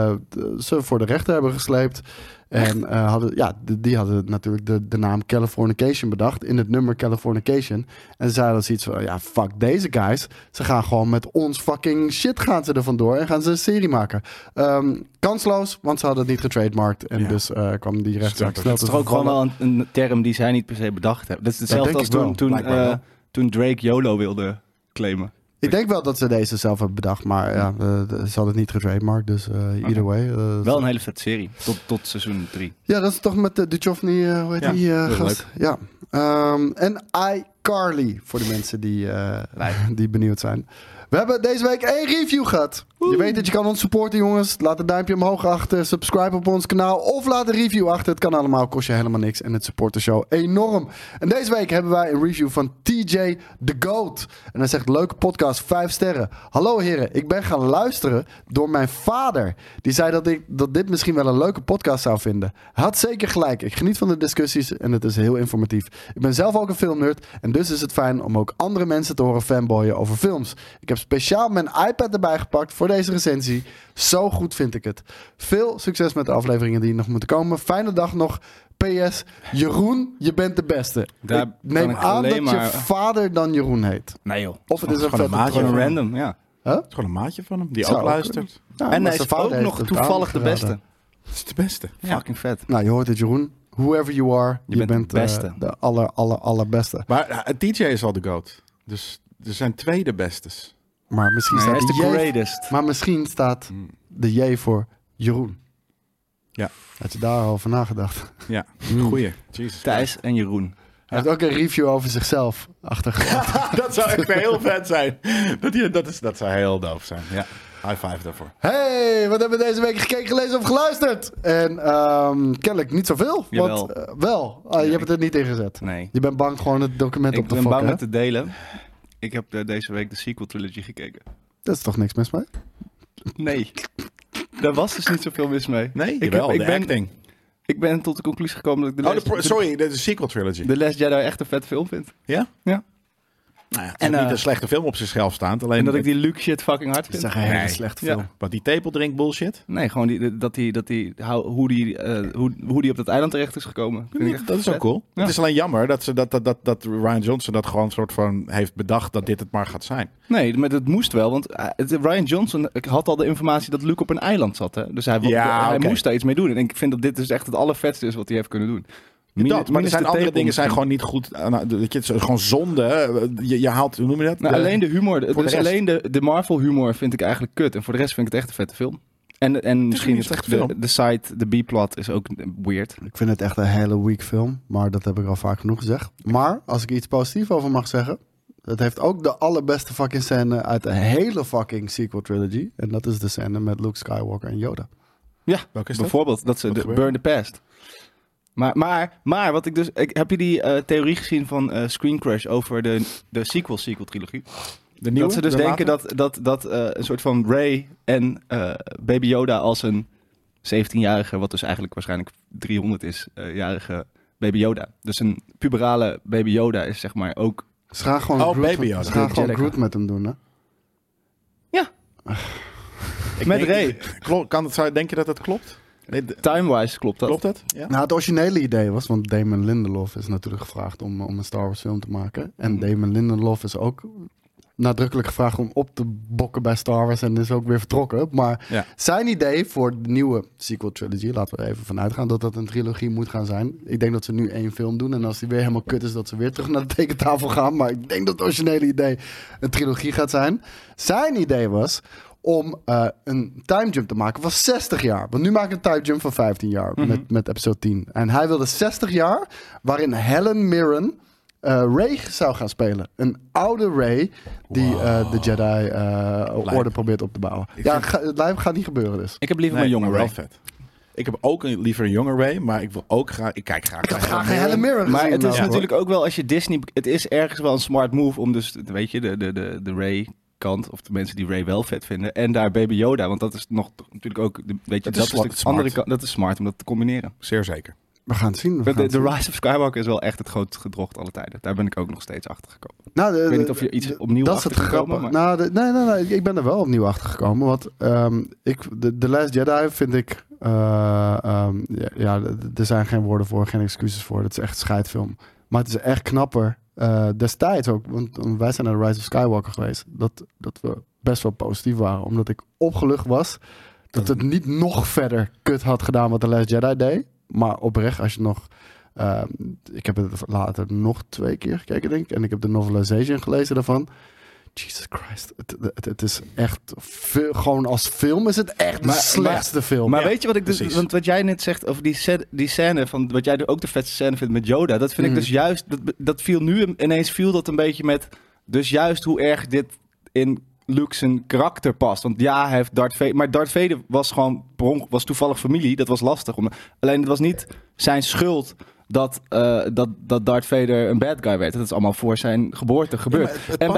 ze voor de rechter hebben gesleept. En die hadden natuurlijk de naam Californication bedacht in het nummer Californication. En ze zeiden zoiets van, fuck deze guys. Ze gaan gewoon met ons fucking shit gaan ze er vandoor en gaan ze een serie maken. Kansloos, want ze hadden het niet getrademarkt. En dus kwam die rechtszaak snel. Dat is toch ook gewoon wel een term die zij niet per se bedacht hebben. Dat is hetzelfde als toen Drake YOLO wilde claimen. Ik denk wel dat ze deze zelf hebben bedacht, maar ze hadden het niet getrademarkt, dus either way. Wel een hele vette serie, tot seizoen 3. Ja, dat is toch met Duchovny, hoe heet die gast? Leuk. Ja. En iCarly, voor de mensen die benieuwd zijn. We hebben deze week 1 review gehad. Je weet dat je kan ons supporten, jongens. Laat een duimpje omhoog achter. Subscribe op ons kanaal. Of laat een review achter. Het kan allemaal. Kost je helemaal niks. En het support de show enorm. En deze week hebben wij een review van TJ The Goat. En hij zegt, leuke podcast, 5 sterren. Hallo heren, ik ben gaan luisteren door mijn vader. Die zei dat dit misschien wel een leuke podcast zou vinden. Hij had zeker gelijk. Ik geniet van de discussies en het is heel informatief. Ik ben zelf ook een filmnerd. En dus is het fijn om ook andere mensen te horen fanboyen over films. Ik heb speciaal mijn iPad erbij gepakt voor deze recensie. Zo goed vind ik het. Veel succes met de afleveringen die nog moeten komen. Fijne dag nog. PS, Jeroen, je bent de beste. Ik neem aan dat je vader dan Jeroen heet. Nee joh. Of het is een vette maatje. Gewoon random, ja. Huh? Het is gewoon een maatje van hem, die ook luistert. En hij is ook nog toevallig de beste. Dat is de beste. Fucking vet. Nou, je hoort het Jeroen. Whoever you are, je bent de beste. De allerbeste. Maar DJ is al de GOAT. Dus er zijn 2 de bestes. Maar misschien staat de greatest. Maar misschien staat de J voor Jeroen. Ja. Had je daarover nagedacht? Ja, goeie. Jesus Thijs en Jeroen. Hij heeft ook een review over zichzelf achtergelaten. Dat zou echt heel vet zijn. Dat zou heel doof zijn. Ja. High five daarvoor. Hey, wat hebben we deze week gekeken, gelezen of geluisterd? En kennelijk niet zoveel. Want je hebt het er niet in gezet. Nee. Je bent bang gewoon het document op te fokken. Ik ben bang het te delen. Ik heb deze week de sequel trilogy gekeken. Dat is toch niks mis mee? Nee. Daar was dus niet zoveel mis mee. Nee, de acting. Ik ben tot de conclusie gekomen dat ik de sequel trilogy. The Last Jedi echt een vette film vind. Ja? Ja. Nou ja, het is niet een slechte film op zichzelf staand. Alleen en dat ik die Luke shit fucking hard vind. Dat is een hele slechte film. Want die tepeldrink bullshit? Nee, gewoon hoe die op dat eiland terecht is gekomen. Dat is ook cool. Ja. Het is alleen jammer dat Rian Johnson dat gewoon soort van heeft bedacht dat dit het maar gaat zijn. Nee, maar dat moest wel. Want Rian Johnson had al de informatie dat Luke op een eiland zat. Hè? Dus hij moest daar iets mee doen. En ik vind dat dit dus echt het allervetste is wat hij heeft kunnen doen. Maar er zijn andere dingen zijn gewoon niet goed. Het is gewoon zonde. Je haalt, hoe noem je dat? Nou, alleen de humor. Dus alleen de Marvel humor vind ik eigenlijk kut. En voor de rest vind ik het echt een vette film. En misschien de B-plot is ook weird. Ik vind het echt een hele weak film. Maar dat heb ik al vaak genoeg gezegd. Maar als ik iets positiefs over mag zeggen. Het heeft ook de allerbeste fucking scène uit de hele fucking sequel trilogy. En dat is de scène met Luke Skywalker en Yoda. Ja, bijvoorbeeld. Dat ze Burn the Past. Maar wat ik dus... heb je die theorie gezien van Screen Crush over de sequel-trilogie? De nieuwe? Dat ze dus denken dat een soort van Rey en Baby Yoda als een 17-jarige, wat dus eigenlijk waarschijnlijk 300 is, jarige Baby Yoda. Dus een puberale Baby Yoda is zeg maar ook... Ze gaan gewoon Baby Yoda. Ze gaan gewoon Groot met hem doen, hè? Ja. Met Rey. Denk je dat dat klopt? Time-wise klopt dat. Klopt dat? Ja? Nou, het originele idee was, want Damon Lindelof is natuurlijk gevraagd om een Star Wars film te maken. En Damon Lindelof is ook nadrukkelijk gevraagd om op te bokken bij Star Wars en is ook weer vertrokken. Maar zijn idee voor de nieuwe sequel trilogy, laten we er even vanuit gaan dat dat een trilogie moet gaan zijn. Ik denk dat ze nu 1 film doen en als die weer helemaal kut is, dat ze weer terug naar de tekentafel gaan. Maar ik denk dat het originele idee een trilogie gaat zijn. Zijn idee was om een time jump te maken van 60 jaar. Want nu maak ik een time jump van 15 jaar met episode 10. En hij wilde 60 jaar waarin Helen Mirren Rey zou gaan spelen. Een oude Rey die de Jedi orde probeert op te bouwen. Het gaat niet gebeuren dus. Ik heb liever een jonge Rey. Vet. Ik heb ook liever een jonge Rey, maar ik wil ook graag... Ik kijk graag naar Helen Mirren. Maar het is natuurlijk ook wel, als je Disney... Het is ergens wel een smart move om dus, weet je, de Rey kant, of de mensen die Rey wel vet vinden, en daar Baby Yoda, want dat is nog natuurlijk ook, weet je, dat is de andere kant. Dat is smart om dat te combineren. Zeer zeker. We gaan het zien. De Rise of Skywalker is wel echt het groot gedrocht alle tijden. Daar ben ik ook nog steeds achter gekomen. Nou, ik weet niet of je iets opnieuw achter gekomen. Maar... Nee, ik ben er wel opnieuw achter gekomen. Want The Last Jedi vind ik... er zijn geen woorden voor, geen excuses voor. Het is echt een scheidfilm. Maar het is echt knapper. Destijds ook, want wij zijn naar The Rise of Skywalker geweest. Dat we best wel positief waren. Omdat ik opgelucht was dat het niet nog verder kut had gedaan wat The Last Jedi deed. Maar oprecht, als je nog... ik heb het later nog 2 keer gekeken, denk ik. En ik heb de novelization gelezen daarvan. Jesus Christ. Het is echt... gewoon als film is het echt de slechtste film. Maar weet je wat ik dus... Want wat jij net zegt over die scène van... Wat jij ook de vetste scène vindt met Yoda. Dat vind ik dus juist... Dat viel nu ineens dat een beetje met... Dus juist hoe erg dit in Luke zijn karakter past. Want ja, hij heeft Darth Vader... Maar Darth Vader was toevallig familie. Dat was lastig. Alleen het was niet zijn schuld... Dat Darth Vader een bad guy werd. Dat is allemaal voor zijn geboorte gebeurd.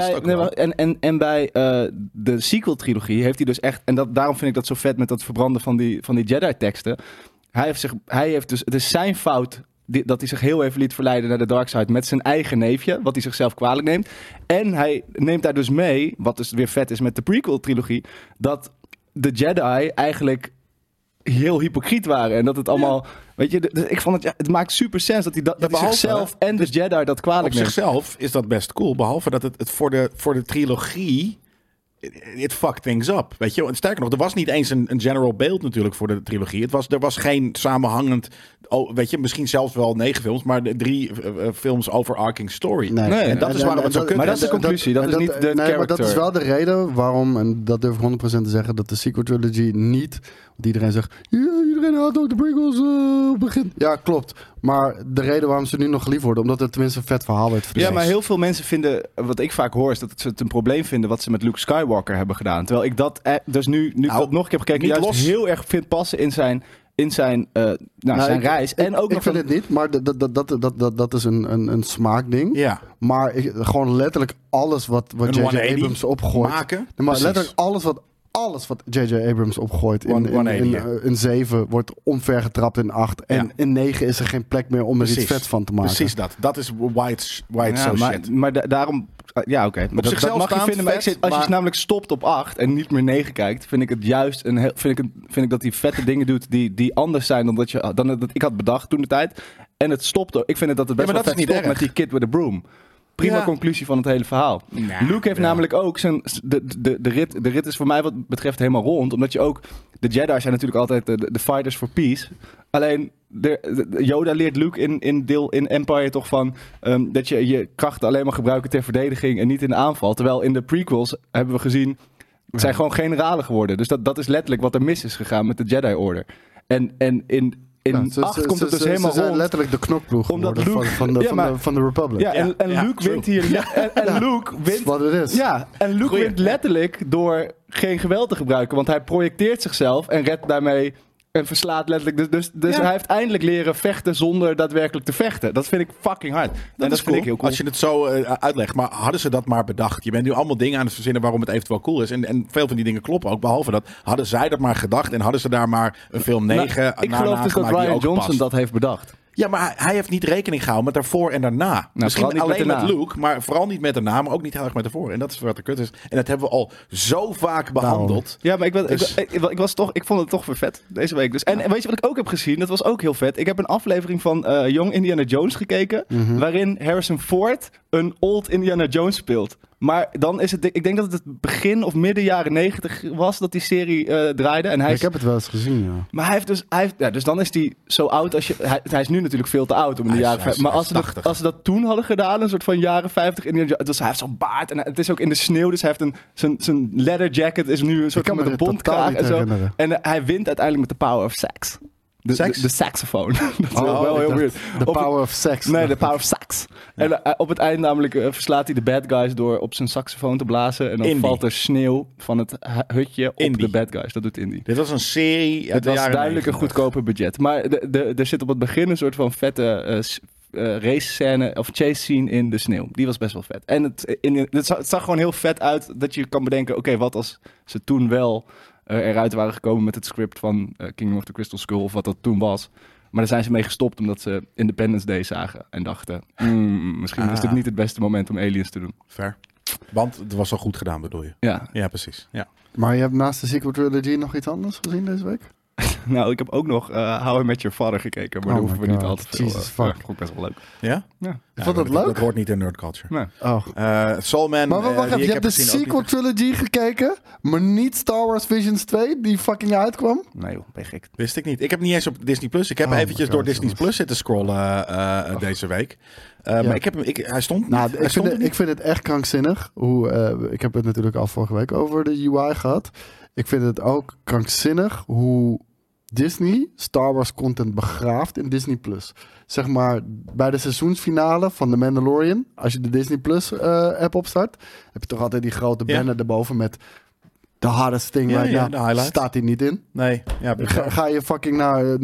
En bij de sequel-trilogie heeft hij dus echt... En daarom vind ik dat zo vet met dat verbranden van die Jedi-teksten. Hij heeft dus... Het is zijn fout dat hij zich heel even liet verleiden naar de dark side met zijn eigen neefje, wat hij zichzelf kwalijk neemt. En hij neemt daar dus mee, wat dus weer vet is met de prequel-trilogie, dat de Jedi eigenlijk heel hypocriet waren. En dat het allemaal... Weet je, ik vond het maakt super sens dat hij zichzelf en de Jedi dat kwalijk neemt. Op zichzelf is dat best cool, behalve dat het voor de trilogie... It fucked things up, weet je. En sterker nog, er was niet eens een general beeld natuurlijk voor de trilogie. Er was geen samenhangend... weet je, misschien zelfs wel 9 films, maar 3 films overarching story. Nee. En dat is waarom het zo kut is. Maar dat is de conclusie, dat is niet de character. Maar dat is wel de reden waarom, en dat durf ik 100% te zeggen, dat de sequel trilogy niet... Want iedereen zegt, iedereen haalt ook de prequels begint. Ja, klopt. Maar de reden waarom ze nu nog geliefd worden, omdat het tenminste een vet verhaal werd verteld. Ja, maar heel veel mensen vinden, wat ik vaak hoor, is dat ze het een probleem vinden wat ze met Luke Skywalker hebben gedaan. Terwijl ik dat, dus nu ik dat nog een keer heb gekeken, juist heel erg vind passen in zijn reis. En ook ik vind het niet, maar dat is een smaakding. Ja. Maar gewoon letterlijk alles wat J.J. Abrams opgooit. Maken. Maar letterlijk alles wat alles wat J.J. Abrams opgooit in 7 wordt omver getrapt in 8. En in 9 is er geen plek meer om er iets vets van te maken. Precies dat. Dat is why it's so shit. Maar daarom... Ja, oké. Maar dat mag je vinden. Maar als je namelijk stopt op 8 en niet meer 9 kijkt, vind ik het juist vind ik dat hij vette dingen doet die anders zijn dan dat ik had bedacht toen de tijd. En het stopt. Ik vind dat het best wel vet stopt met die kid with a broom. Prima conclusie van het hele verhaal. Luke heeft namelijk ook de rit is voor mij wat betreft helemaal rond. Omdat je ook... De Jedi zijn natuurlijk altijd de fighters for peace. Alleen Yoda leert Luke in Empire toch van... dat je je krachten alleen maar gebruiken ter verdediging en niet in de aanval. Terwijl in de prequels hebben we gezien... Het zijn gewoon generalen geworden. Dus dat is letterlijk wat er mis is gegaan met de Jedi Order. En in 8 komt het dus helemaal rond. Ze zijn letterlijk de knokploeg van de Republic. Ja, en Luke wint hier... En Luke wint... wat het is. Ja, en Luke wint letterlijk door geen geweld te gebruiken. Want hij projecteert zichzelf en redt daarmee... En verslaat letterlijk. Dus hij heeft eindelijk leren vechten zonder daadwerkelijk te vechten. Dat vind ik fucking hard. Dat vind ik heel cool. Als je het zo uitlegt. Maar hadden ze dat maar bedacht? Je bent nu allemaal dingen aan het verzinnen waarom het eventueel cool is. En veel van die dingen kloppen ook. Behalve dat. Hadden zij dat maar gedacht en hadden ze daar maar een film 9 ik geloof dus dat Rian Johnson dat heeft bedacht. Ja, maar hij heeft niet rekening gehouden met daarvoor en daarna. Misschien alleen met Luke, maar vooral niet met daarna, maar ook niet heel erg met daarvoor. En dat is wat de kut is. En dat hebben we al zo vaak behandeld. Ja, maar ik vond het toch weer vet deze week. Dus. En weet je wat ik ook heb gezien? Dat was ook heel vet. Ik heb een aflevering van Young Indiana Jones gekeken, waarin Harrison Ford een old Indiana Jones speelt. Maar dan is het... Ik denk dat het begin of midden jaren 90 was dat die serie draaide. En ik heb het wel eens gezien, ja. Maar hij heeft dus dan is hij zo oud als je... Hij is nu natuurlijk veel te oud om in de jaren 50. Maar als ze dat toen hadden gedaan, een soort van jaren 50... Dus hij heeft zo'n baard en het is ook in de sneeuw. Dus hij heeft zijn leather jacket is nu een soort van met een bontkraag en zo. En hij wint uiteindelijk met de power of sex. De saxofoon. Dat is wel heel weird. The power of sex. Nee, de power of sax. Ja. En op het eind namelijk verslaat hij de bad guys door op zijn saxofoon te blazen. En dan valt er sneeuw van het hutje op de bad guys. Dat doet Indy. Dit was een serie uit de jaren 90. Het was duidelijk een goedkoper budget. Maar er zit op het begin een soort van vette race scène of chase scene in de sneeuw. Die was best wel vet. En het zag gewoon heel vet uit dat je kan bedenken, oké, wat als ze toen wel... eruit waren gekomen met het script van Kingdom of the Crystal Skull of wat dat toen was. Maar daar zijn ze mee gestopt omdat ze Independence Day zagen en dachten, misschien is dit niet het beste moment om Aliens te doen. Fair. Want het was al goed gedaan, bedoel je? Ja, precies. Ja. Maar je hebt naast de sequel trilogy nog iets anders gezien deze week? Nou, ik heb ook nog How I Met Your Father gekeken, maar daar hoeven we niet altijd veel. Jesus fuck. Vond best wel leuk. Ja? Ik vond dat leuk? Dat hoort niet in nerd culture. Nee. Soul Man. Maar wacht even, je hebt de sequel trilogy gekeken, maar niet Star Wars Visions 2, die fucking uitkwam? Nee joh, ben je gek. Wist ik niet. Ik heb niet eens op Disney Plus. Ik heb eventjes door Disney Plus zitten scrollen deze week. Maar hij stond niet. Ik vind het echt krankzinnig. Ik heb het natuurlijk al vorige week over de UI gehad. Ik vind het ook krankzinnig hoe Disney Star Wars content begraaft in Disney Plus. Zeg maar, bij de seizoensfinale van The Mandalorian, als je de Disney Plus app opstart, heb je toch altijd die grote banner erboven met the hardest thing right now. Staat die niet in? Nee. Ja, ga je fucking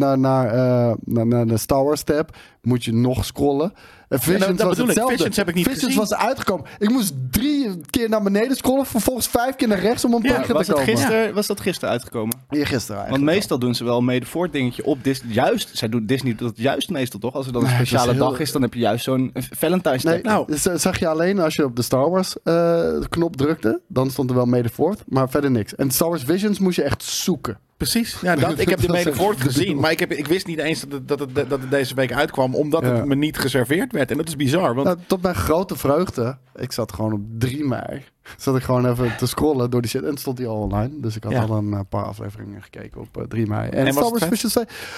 naar de Star Wars tab, moet je nog scrollen. Visions was hetzelfde. Visions heb ik niet gezien. Was uitgekomen. Ik moest 3 keer naar beneden scrollen, vervolgens 5 keer naar rechts om terug te komen. Was dat gisteren uitgekomen? Ja, gisteren. Want meestal doen ze wel een mede voor dingetje op Disney. Zij doen Disney dat juist meestal toch? Als er dan een speciale dag is, dan heb je juist zo'n Valentine's Day. Zag je alleen als je op de Star Wars knop drukte, dan stond er wel mede voort, maar verder niks. En Star Wars Visions moest je echt zoeken. Precies. Ja, ik heb de mede voort gezien, maar ik wist niet eens dat het deze week uitkwam, omdat het me niet geserveerd werd. En dat is bizar. Want... tot mijn grote vreugde, ik zat gewoon op 3 mei, zat ik gewoon even te scrollen door die shit en stond die al online. Dus ik had al een paar afleveringen gekeken op 3 mei. En Star Wars Visions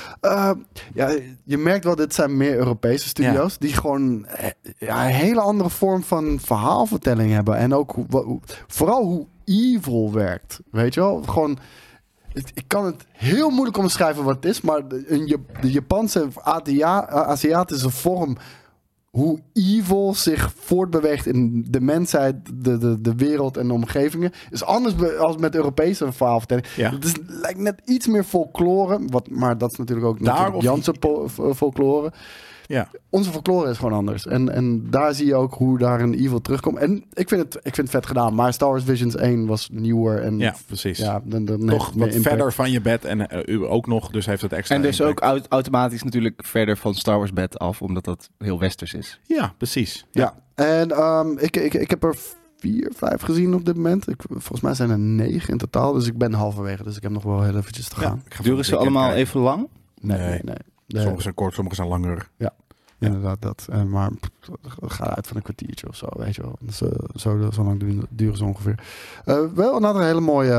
2, je merkt wel, dit zijn meer Europese studio's die gewoon een hele andere vorm van verhaalvertelling hebben. En ook vooral hoe evil werkt. Weet je wel? Gewoon... Ik kan het heel moeilijk omschrijven wat het is, maar de Japanse Aziatische vorm, hoe evil zich voortbeweegt in de mensheid, de wereld en de omgevingen, is anders als met Europese verhaalvertelling. Ja. Het lijkt net iets meer folklore, maar dat is natuurlijk ook Janse folklore. Ja. Onze folklore is gewoon anders. En daar zie je ook hoe daar een evil terugkomt. En ik vind het vet gedaan. Maar Star Wars Visions 1 was nieuwer. En ja, precies. Ja, dan toch wat verder van je bed en u ook nog. Dus heeft het extra En dus impact. ook automatisch natuurlijk verder van Star Wars bed af. Omdat dat heel westers is. Ja, precies. Ja. En ik heb er 4, 5 gezien op dit moment. Volgens mij zijn er 9 in totaal. Dus ik ben halverwege. Dus ik heb nog wel heel eventjes te gaan. Duren ze allemaal even lang? Nee. Sommige zijn kort, sommige zijn langer. Ja. Inderdaad, dat. Maar ga uit van een kwartiertje of zo, weet je wel. Dus, zo lang duren ze ongeveer. Wel een aantal hele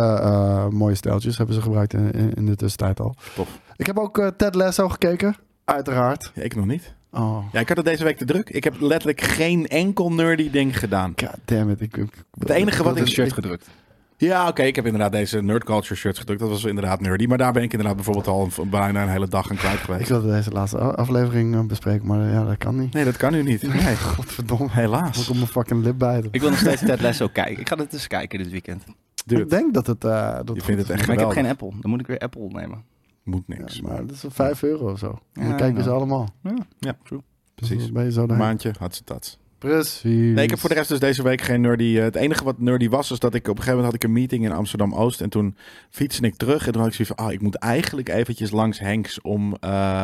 mooie stijltjes hebben ze gebruikt in de tussentijd al. Tof. Ik heb ook Ted Lasso gekeken, uiteraard. Ja, ik nog niet. Oh. Ja, ik had het deze week te druk. Ik heb letterlijk geen enkel nerdy ding gedaan. God damn it. Het enige wat ik... shirt gedrukt. Ja, oké. Ik heb inderdaad deze Nerd Culture shirts gedrukt. Dat was inderdaad nerdy. Maar daar ben ik inderdaad bijvoorbeeld al bijna een hele dag aan kwijt geweest. Ik wilde deze laatste aflevering bespreken, maar ja, dat kan niet. Nee, dat kan nu niet. Nee, godverdomme. Helaas. Ik op mijn fucking lip bijten. Ik wil nog steeds Ted Lasso kijken. Ik ga het eens kijken dit weekend. Ik denk dat het... je vindt het echt maar geweldig. ik heb geen Apple. Dan moet ik weer Apple nemen. Moet niks. Ja, maar dat is €5 of zo. Dan Ja, kijken ze allemaal. Ja, true. Precies. Dus ben je zo Een daarheen. maandje had ze dat. Precies. Nee, ik heb voor de rest dus deze week geen nerdy... het enige wat nerdy was, is dat ik op een gegeven moment had ik een meeting in Amsterdam-Oost. En toen fietste ik terug. En toen had ik zoiets van, ik moet eigenlijk eventjes langs Henks om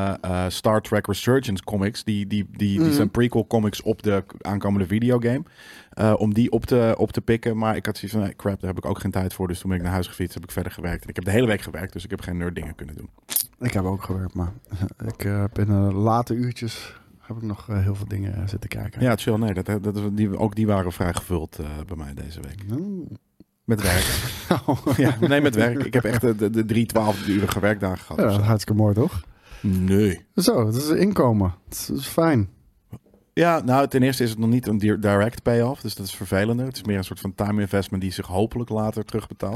Star Trek Resurgence comics. Die zijn prequel comics op de aankomende videogame. Om die op te pikken. Maar ik had zoiets van, crap, daar heb ik ook geen tijd voor. Dus toen ben ik naar huis gefietst, heb ik verder gewerkt. En ik heb de hele week gewerkt, dus ik heb geen nerd dingen kunnen doen. Ik heb ook gewerkt, maar ik heb in de late uurtjes heb ik nog heel veel dingen zitten kijken. Ja, chill. Nee, ook die waren vrij gevuld bij mij deze week. Met werk. Nee, met werk. Ik heb echt de 3 12-urige werkdagen gehad. Ja, dat is hartstikke mooi, toch? Nee. Zo, het is inkomen. Het is fijn. Ja, nou, ten eerste is het nog niet een direct payoff, dus dat is vervelender. Het is meer een soort van time investment die zich hopelijk later terugbetaalt.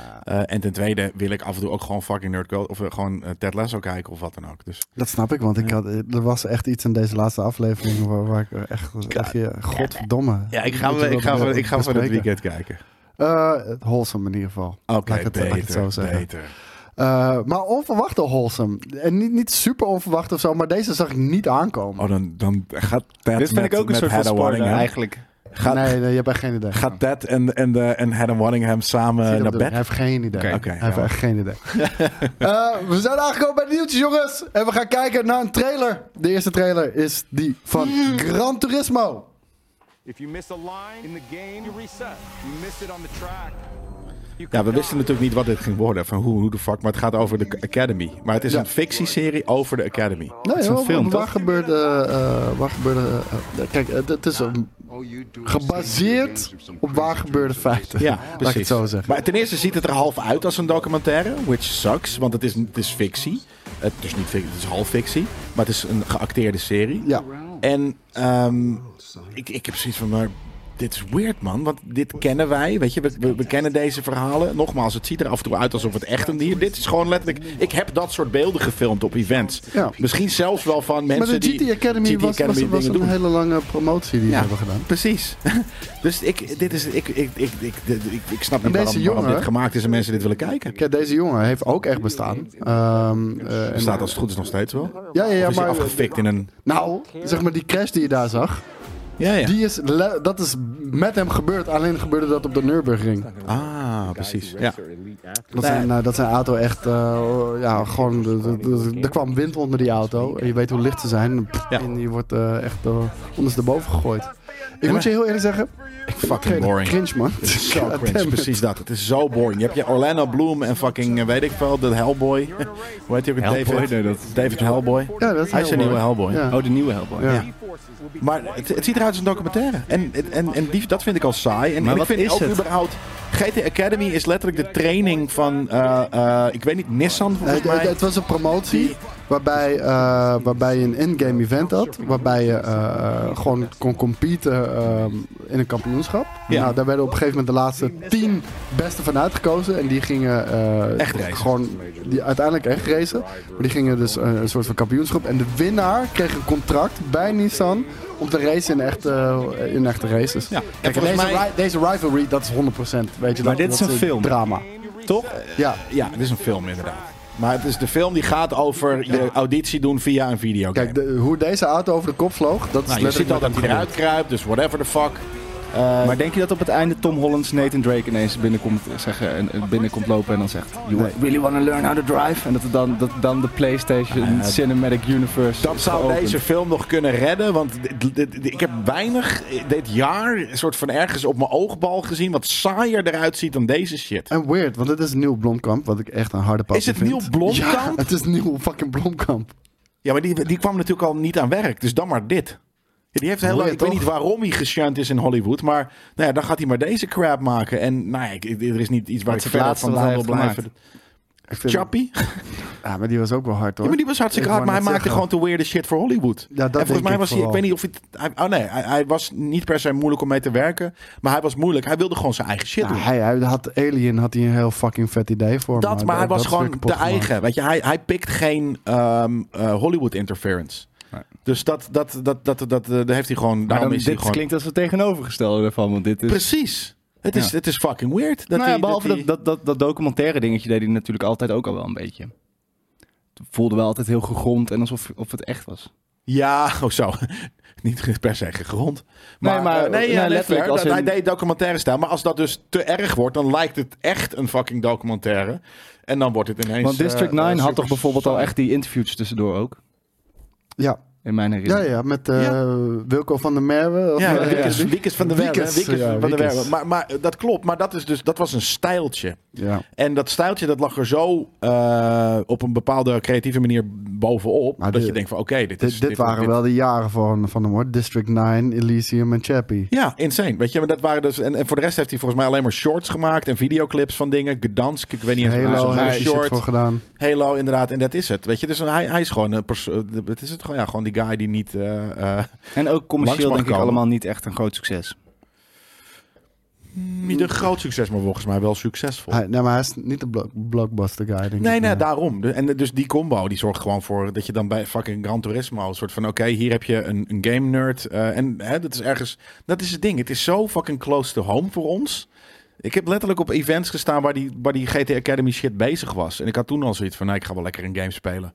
En ten tweede wil ik af en toe ook gewoon fucking Nerd Culture, of gewoon Ted Lasso kijken of wat dan ook. Dus. Dat snap ik, want er was echt iets in deze laatste aflevering waar ik echt godverdomme. Ja, ik ga voor dit weekend kijken. Het wholesome in ieder geval. Oké, laat ik het zo zeggen. Beter. Maar onverwachte wholesome. En niet super onverwacht of zo, maar deze zag ik niet aankomen. Oh, dan gaat Ted dit vind ik ook een soort van spoiler eigenlijk. Nee, je hebt echt geen idee. Gaat Ted en Hannah Waddingham samen naar bed? Hij heeft geen idee. Okay, hij heeft echt geen idee. We zijn aangekomen bij de nieuwtjes, jongens. En we gaan kijken naar een trailer. De eerste trailer is die van Gran Turismo. If you miss a line in the game, you reset. You miss it on the track. Ja, we wisten natuurlijk niet wat dit ging worden. Van hoe de fuck. Maar het gaat over de Academy. Maar het is een fictieserie over de Academy. Nee, het is een film, waar gebeurde... Kijk, het is gebaseerd op waar gebeurde feiten. Ja, precies. precies. Laat ik het zo zeggen. Maar ten eerste ziet het er half uit als een documentaire. Which sucks, want het is fictie. Het is niet fictie, het is half fictie. Maar het is een geacteerde serie. Ja. En ik heb zoiets van... Maar dit is weird, man. Want dit kennen wij. Weet je, we kennen deze verhalen. Nogmaals, het ziet er af en toe uit alsof het echt een dier. Dit is gewoon letterlijk... Ik heb dat soort beelden gefilmd op events. Ja. Misschien zelfs wel van mensen die... Maar de GT Academy was een hele lange promotie die ze hebben gedaan. Precies. Dus ik snap niet waarom dit gemaakt is en mensen dit willen kijken. Kijk, deze jongen heeft ook echt bestaan. Bestaat als het goed is nog steeds wel. Ja, of is maar afgefikt in een... Nou, zeg maar die crash die je daar zag. Ja. Dat is met hem gebeurd. Alleen gebeurde dat op de Nürburgring. Ah, precies. Ja. Dat zijn auto echt... gewoon... Er kwam wind onder die auto. En je weet hoe licht ze zijn. En die wordt echt ondersteboven gegooid. Ik moet je heel eerlijk zeggen... Fucking boring. Cringe, man. Zo cringe, precies dat. Het is zo boring. Je hebt je Orlando Bloom en fucking, weet ik veel, de Hellboy. Hoe heet hij ook? Hellboy? David Hellboy. Ja, dat is hij is een nieuwe Hellboy. Ja. Oh, de nieuwe Hellboy. Ja. Maar het ziet eruit als een documentaire. En dat vind ik al saai. En ik vind ook überhaupt... GT Academy is letterlijk de training van, ik weet niet, Nissan volgens mij. Het was een promotie waarbij je een in-game event had. Waarbij je gewoon kon competen in een kampioenschap. Ja. Nou, daar werden op een gegeven moment de laatste 10 beste van uitgekozen. En die gingen echt racen. Gewoon uiteindelijk echt racen. Maar die gingen dus een soort van kampioenschap. En de winnaar kreeg een contract bij Nissan om te racen in echte races. Ja. Kijk, deze rivalry, dat is 100%. Weet je, maar dit is een film. Drama. Toch? Ja. Ja, dit is een film inderdaad. Maar het is de film die gaat over je auditie doen via een videogame. Kijk, hoe deze auto over de kop vloog, dat is je ziet al dat hij eruit kruipt, dus whatever the fuck. Maar denk je dat op het einde Tom Holland's Nathan Drake ineens binnenkomt lopen en dan zegt... You really want to learn how to drive? En dat dan de PlayStation Cinematic Universe... Dat zou deze film nog kunnen redden, want ik heb weinig dit jaar een soort van ergens op mijn oogbal gezien wat saaier eruit ziet dan deze shit. En weird, want het is Neil Blomkamp, wat ik echt een harde passie vind. Is het Neil Blomkamp? Ja, het is Neil fucking Blomkamp. Ja, maar die kwam natuurlijk al niet aan werk, dus dan maar dit. Ja, die heeft ik weet niet waarom hij geshunt is in Hollywood, maar nou ja, dan gaat hij maar deze crap maken. En nou ja, er is niet iets waar ik verder vandaan wil blijven. Chappie? Ja, maar die was ook wel hard hoor. Ja, maar die was hartstikke hard, maar hij maakte gewoon te weirde shit voor Hollywood. Ja, dat en volgens mij was hij, ik weet niet of hij was niet per se moeilijk om mee te werken, maar hij was moeilijk. Hij wilde gewoon zijn eigen shit doen. Hij had Alien, had hij een heel fucking vet idee voor. Maar hij was gewoon te eigen. Weet je, hij pikt geen Hollywood interference. Nee. Dus dat heeft hij gewoon. Dit klinkt als het tegenovergestelde ervan, want dit is precies. Het is fucking weird. Behalve dat documentaire dingetje deed hij natuurlijk altijd ook al wel een beetje. Het voelde wel altijd heel gegrond en alsof het echt was. Ja, zo. Niet per se gegrond. Maar letterlijk. Als hij deed documentaire stijl. Maar als dat dus te erg wordt, dan lijkt het echt een fucking documentaire. En dan wordt het ineens... Want District 9 had toch bijvoorbeeld al echt die interviews tussendoor ook? Ja. In mijn herinnering. Ja, met Wilco van der Merwe. Wiekes van der Merwe. Maar dat klopt. Maar dat was een stijltje. Ja. En dat stijltje dat lag er zo op een bepaalde creatieve manier bovenop. Maar dat je denkt van oké, dit waren wel de jaren van hem hoor. District 9, Elysium en Chappie. Ja, insane. Weet je, maar dat waren dus... En voor de rest heeft hij volgens mij alleen maar shorts gemaakt en videoclips van dingen. Gdansk, ik weet niet eens Halo, hij short voor gedaan. Halo, inderdaad. En dat is het. Weet je, dus hij is gewoon het is het gewoon, gewoon die guy die niet en ook commercieel denk ik allemaal niet echt een groot succes. Niet een groot succes, maar volgens mij wel succesvol. Maar hij is niet een blockbuster guy, denk ik. Nee, daarom. En dus die combo, die zorgt gewoon voor dat je dan bij fucking Gran Turismo een soort van oké, hier heb je een game nerd. En dat is ergens, dat is het ding. Het is zo fucking close to home voor ons. Ik heb letterlijk op events gestaan waar die GT Academy shit bezig was. En ik had toen al zoiets van, ik ga wel lekker een game spelen.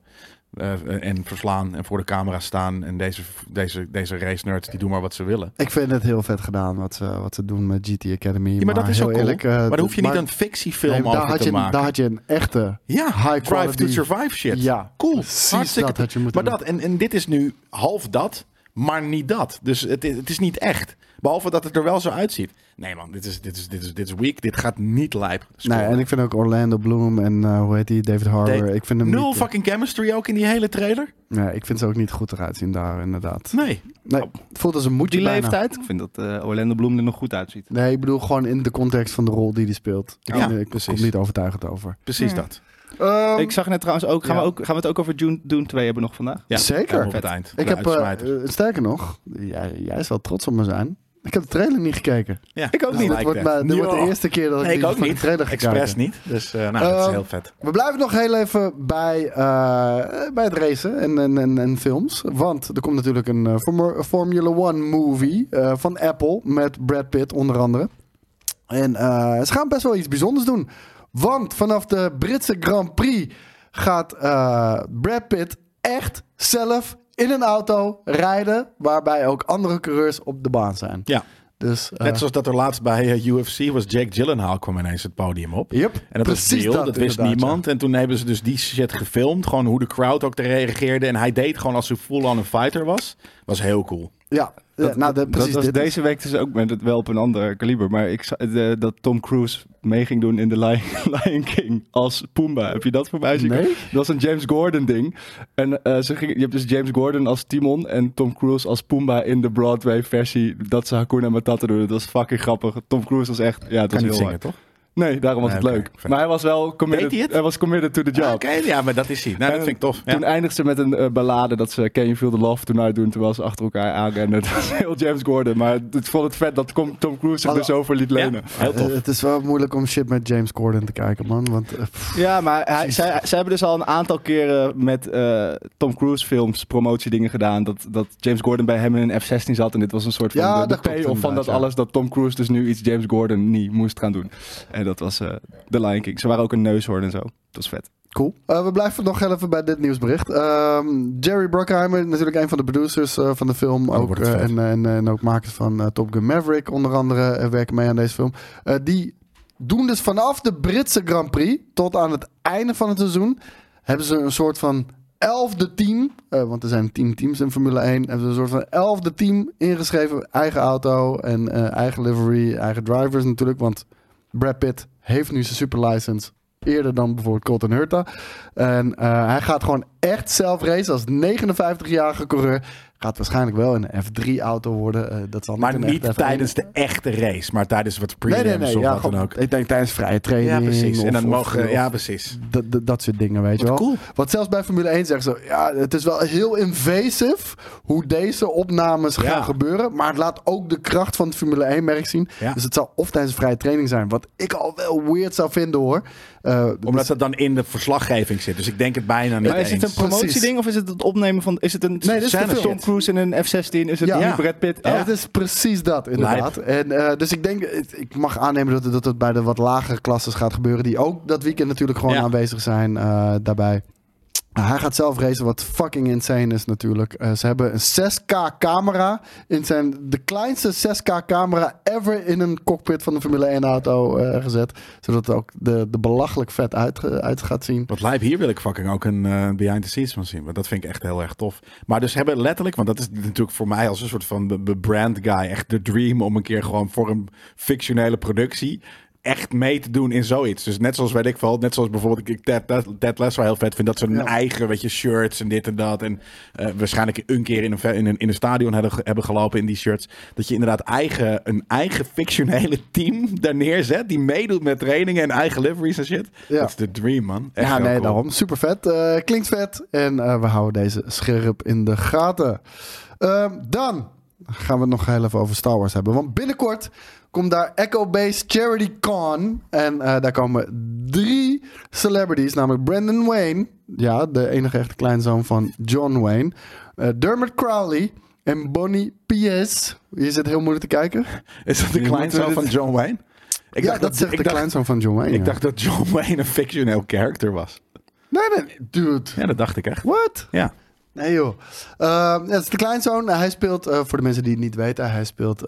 En verslaan en voor de camera staan. En deze race nerds, die doen maar wat ze willen. Ik vind het heel vet gedaan wat ze doen met GT Academy. Ja, maar dat is ook cool. Eerlijk, maar dan hoef je niet een fictiefilm over te maken. Daar had je een echte high Drive to Survive shit. Ja, cool. Hartstikke. Dat had je moeten doen. En dit is nu half dat, maar niet dat. Dus het is niet echt. Behalve dat het er wel zo uitziet. Nee man, dit is weak. Dit gaat niet lijp. Nee, en ik vind ook Orlando Bloom en hoe heet die? David Harbour. Ik vind hem nul fucking chemistry ook in die hele trailer. Nee, ik vind ze ook niet goed eruit zien daar inderdaad. Nee. Het voelt als een moedje die bijna. Leeftijd? Ik vind dat Orlando Bloom er nog goed uitziet. Nee, ik bedoel gewoon in de context van de rol die hij speelt. Ik kom niet overtuigend over. Precies dat. Ik zag net trouwens ook, gaan we het ook over Dune 2 hebben nog vandaag? Ja, zeker. Op het eind. Ik heb, sterker nog, jij zal trots op me zijn. Ik heb de trailer niet gekeken. Ja, ik ook niet. Dit wordt de eerste keer dat ik ook de trailer ga kijken. Expres niet. Dus dat is heel vet. We blijven nog heel even bij het racen en films. Want er komt natuurlijk een Formula One movie van Apple met Brad Pitt onder andere. En ze gaan best wel iets bijzonders doen. Want vanaf de Britse Grand Prix gaat Brad Pitt echt zelf in een auto rijden, waarbij ook andere coureurs op de baan zijn. Ja. Dus, net zoals dat er laatst bij UFC was, Jake Gyllenhaal kwam ineens het podium op. Yep, en dat was real, dat wist niemand. Ja. En toen hebben ze dus die shit gefilmd, gewoon hoe de crowd ook reageerde. En hij deed gewoon als hij full-on een fighter was. Was heel cool. Ja. Dat was deze week dus ook met het wel op een ander kaliber. Maar ik zag dat Tom Cruise mee ging doen in The Lion King als Pumbaa. Heb je dat voorbij zien? Nee. Dat was een James Gordon ding. En je hebt dus James Gordon als Timon en Tom Cruise als Pumbaa in de Broadway versie. Dat ze Hakuna Matata doen. Dat was fucking grappig. Tom Cruise was echt... Ja, het was heel zingen, toch? Nee, daarom was het leuk. Maar hij was wel committed to the job. Oké, ja, maar dat is hij. Nou, dat vind ik tof. Toen eindigde ze met een ballade dat ze Can You Feel the Love Tonight doen, terwijl ze achter elkaar aanrennen. Dat was heel James Gordon. Maar ik vond het vet dat Tom Cruise zich er zo voor liet lenen. Ja, heel tof. Het is wel moeilijk om shit met James Gordon te kijken, man. Want, ja, maar zij hebben dus al een aantal keren met Tom Cruise films promotiedingen gedaan. Dat James Gordon bij hem in een F-16 zat. En dit was een soort van de payoff van dat alles. Dat Tom Cruise dus nu iets James Gordon niet moest gaan doen. En dat was... The Lion King. Ze waren ook een neushoorn en zo. Dat was vet. Cool. We blijven nog even bij dit nieuwsbericht. Jerry Bruckheimer, natuurlijk een van de producers van de film. Ook, en ook makers van Top Gun Maverick onder andere werken mee aan deze film. Die doen dus vanaf de Britse Grand Prix tot aan het einde van het seizoen... hebben ze een soort van 11e team. Want er zijn 10 teams in Formule 1. Hebben ze een soort van 11e team ingeschreven. Eigen auto en eigen livery, eigen drivers natuurlijk. Want Brad Pitt heeft nu zijn superlicense eerder dan bijvoorbeeld Colton Herta. En hij gaat gewoon echt zelf racen als 59-jarige coureur. Gaat waarschijnlijk wel een F3-auto worden. Dat zal maar niet tijdens de echte race, maar tijdens wat prelims of wat dan ook. Ik denk tijdens vrije training. Ja, precies. En dan mogen, precies. Dat soort dingen, weet je wel. Cool. Want zelfs bij Formule 1 zeggen ze, ja, het is wel heel invasive hoe deze opnames gaan gebeuren. Maar het laat ook de kracht van het Formule 1-merk zien. Ja. Dus het zal of tijdens vrije training zijn, wat ik al wel weird zou vinden, hoor. Omdat het dan in de verslaggeving zit. Dus ik denk het bijna niet. Maar is het een promotieding of is het opnemen van... Is het een Tom Cruise in een F-16? Is het nu Brad Pitt? Ja, het is precies dat, inderdaad. En, dus ik denk, ik mag aannemen dat het bij de wat lagere klasses gaat gebeuren. Die ook dat weekend natuurlijk gewoon aanwezig zijn daarbij. Hij gaat zelf racen, wat fucking insane is natuurlijk. Ze hebben een 6K camera. De kleinste 6K camera ever in een cockpit van de Formule 1 auto gezet. Zodat het ook de belachelijk vet uit gaat zien. Wat lijp, hier wil ik fucking ook een behind the scenes van zien. Want dat vind ik echt heel erg tof. Maar dus hebben letterlijk, want dat is natuurlijk voor mij als een soort van brand guy echt de dream om een keer gewoon voor een fictionele productie echt mee te doen in zoiets. Dus net zoals, weet ik wel, net zoals bijvoorbeeld ik Ted Lasso heel vet vind, dat ze een eigen, weet je, shirts en dit en dat. En waarschijnlijk een keer in een stadion hebben gelopen in die shirts. Dat je inderdaad een eigen fictionele team daar neerzet, die meedoet met trainingen en eigen liveries en shit. Dat is de dream, man. Echt cool. Daarom. Super vet. Klinkt vet. En we houden deze scherp in de gaten. Dan gaan we het nog heel even over Star Wars hebben. Want binnenkort komt daar Echo Base Charity Con. En daar komen 3 celebrities, namelijk Brandon Wayne. Ja, de enige echte kleinzoon van John Wayne. Dermot Crowley en Bonnie P.S. Je zit heel moeilijk te kijken. Is dat de kleinzoon van John Wayne? Dat zegt de kleinzoon van John Wayne. Ik dacht dat John Wayne een fictioneel character was. Nee, dude. Ja, dat dacht ik echt. What? Ja. Nee joh. Het is de kleinzoon. Hij speelt, voor de mensen die het niet weten, hij speelt...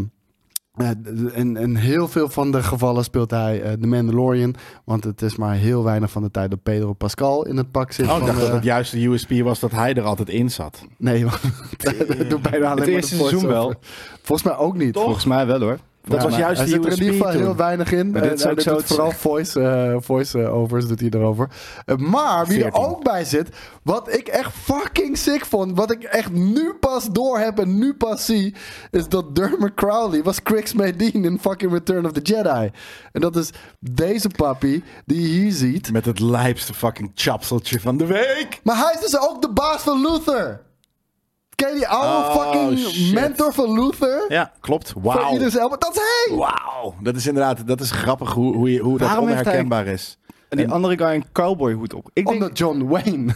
in heel veel van de gevallen speelt hij de Mandalorian. Want het is maar heel weinig van de tijd dat Pedro Pascal in het pak zit. Ik dacht dat het juist de USP was dat hij er altijd in zat. Nee, man. Dat doet bijna alleen het eerste seizoen wel. Volgens mij ook niet. Toch? Volgens mij wel, hoor. Dat was juist hij zit er in ieder geval heel weinig in. Maar dit is ook zo vooral voice-overs doet hij erover. Maar wie 14. Er ook bij zit, wat ik echt fucking sick vond, wat ik echt nu pas door heb en nu pas zie, is dat Dermot Crowley was Crix Medine in fucking Return of the Jedi. En dat is deze papi die je hier ziet. Met het lijpste fucking chapseltje van de week. Maar hij is dus ook de baas van Luther. Ken je die oude fucking mentor van Luther? Ja, klopt. Wauw. Dat is hij! Wauw. Dat is inderdaad, dat is grappig hoe dat onherkenbaar is. En die andere guy een cowboyhoed op. Omdat John Wayne.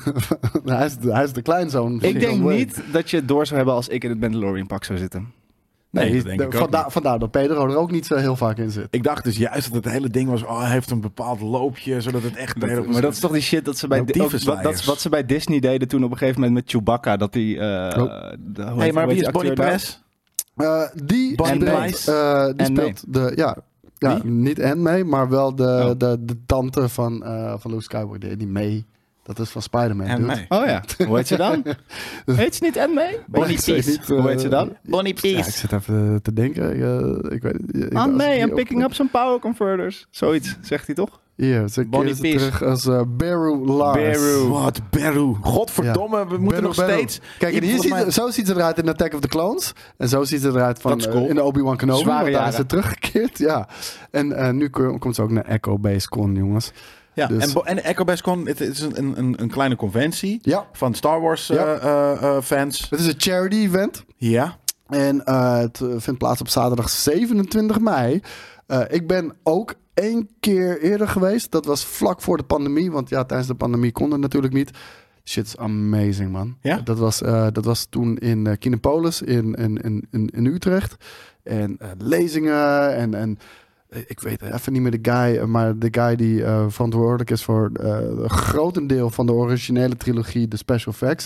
hij is de kleinzoon van Ik denk John Wayne. niet dat je het door zou hebben als ik in het Mandalorian pak zou zitten. Nee, dat denk ik ook vandaar dat Pedro er ook niet zo heel vaak in zit. Ik dacht dus juist dat het hele ding was, hij heeft een bepaald loopje, zodat het echt... Maar dat is toch die shit dat ze bij wat ze bij Disney deden toen op een gegeven moment met Chewbacca, dat die... maar wie is Bonnie Press? Die speelt de... Ja, niet Anne-May, maar wel de tante van Luke Skywalker, die May. Dat is van Spider-Man, dude. Oh ja, hoe heet ze dan? Heet ze niet Anne-May? Bonnie Peace. Hoe heet ze dan? Bonnie Peace. Ja, ik zit even te denken. Ik weet Anne-May, I'm picking up some power converters. Zoiets, zegt hij toch? Ja, ze keert terug als Beru Lars. Wat, Beru. Godverdomme, we moeten nog steeds... Kijk, en hier zo ziet ze eruit in Attack of the Clones. En zo ziet ze eruit van in de Obi-Wan Kenobi. Want daar is ze teruggekeerd, ja. En nu komt ze ook naar Echo Base Con, jongens. Ja, dus. en Echo Base Con, het is een kleine conventie van Star Wars fans. Het is een charity event. Ja. En het vindt plaats op zaterdag 27 mei. Ik ben ook 1 keer eerder geweest. Dat was vlak voor de pandemie. Want ja, tijdens de pandemie kon het natuurlijk niet. Shit is amazing, man. Ja? Dat was toen in Kinepolis in Utrecht. En lezingen en Ik weet even niet meer de guy, maar de guy die verantwoordelijk is voor een grotendeel van de originele trilogie, de special effects.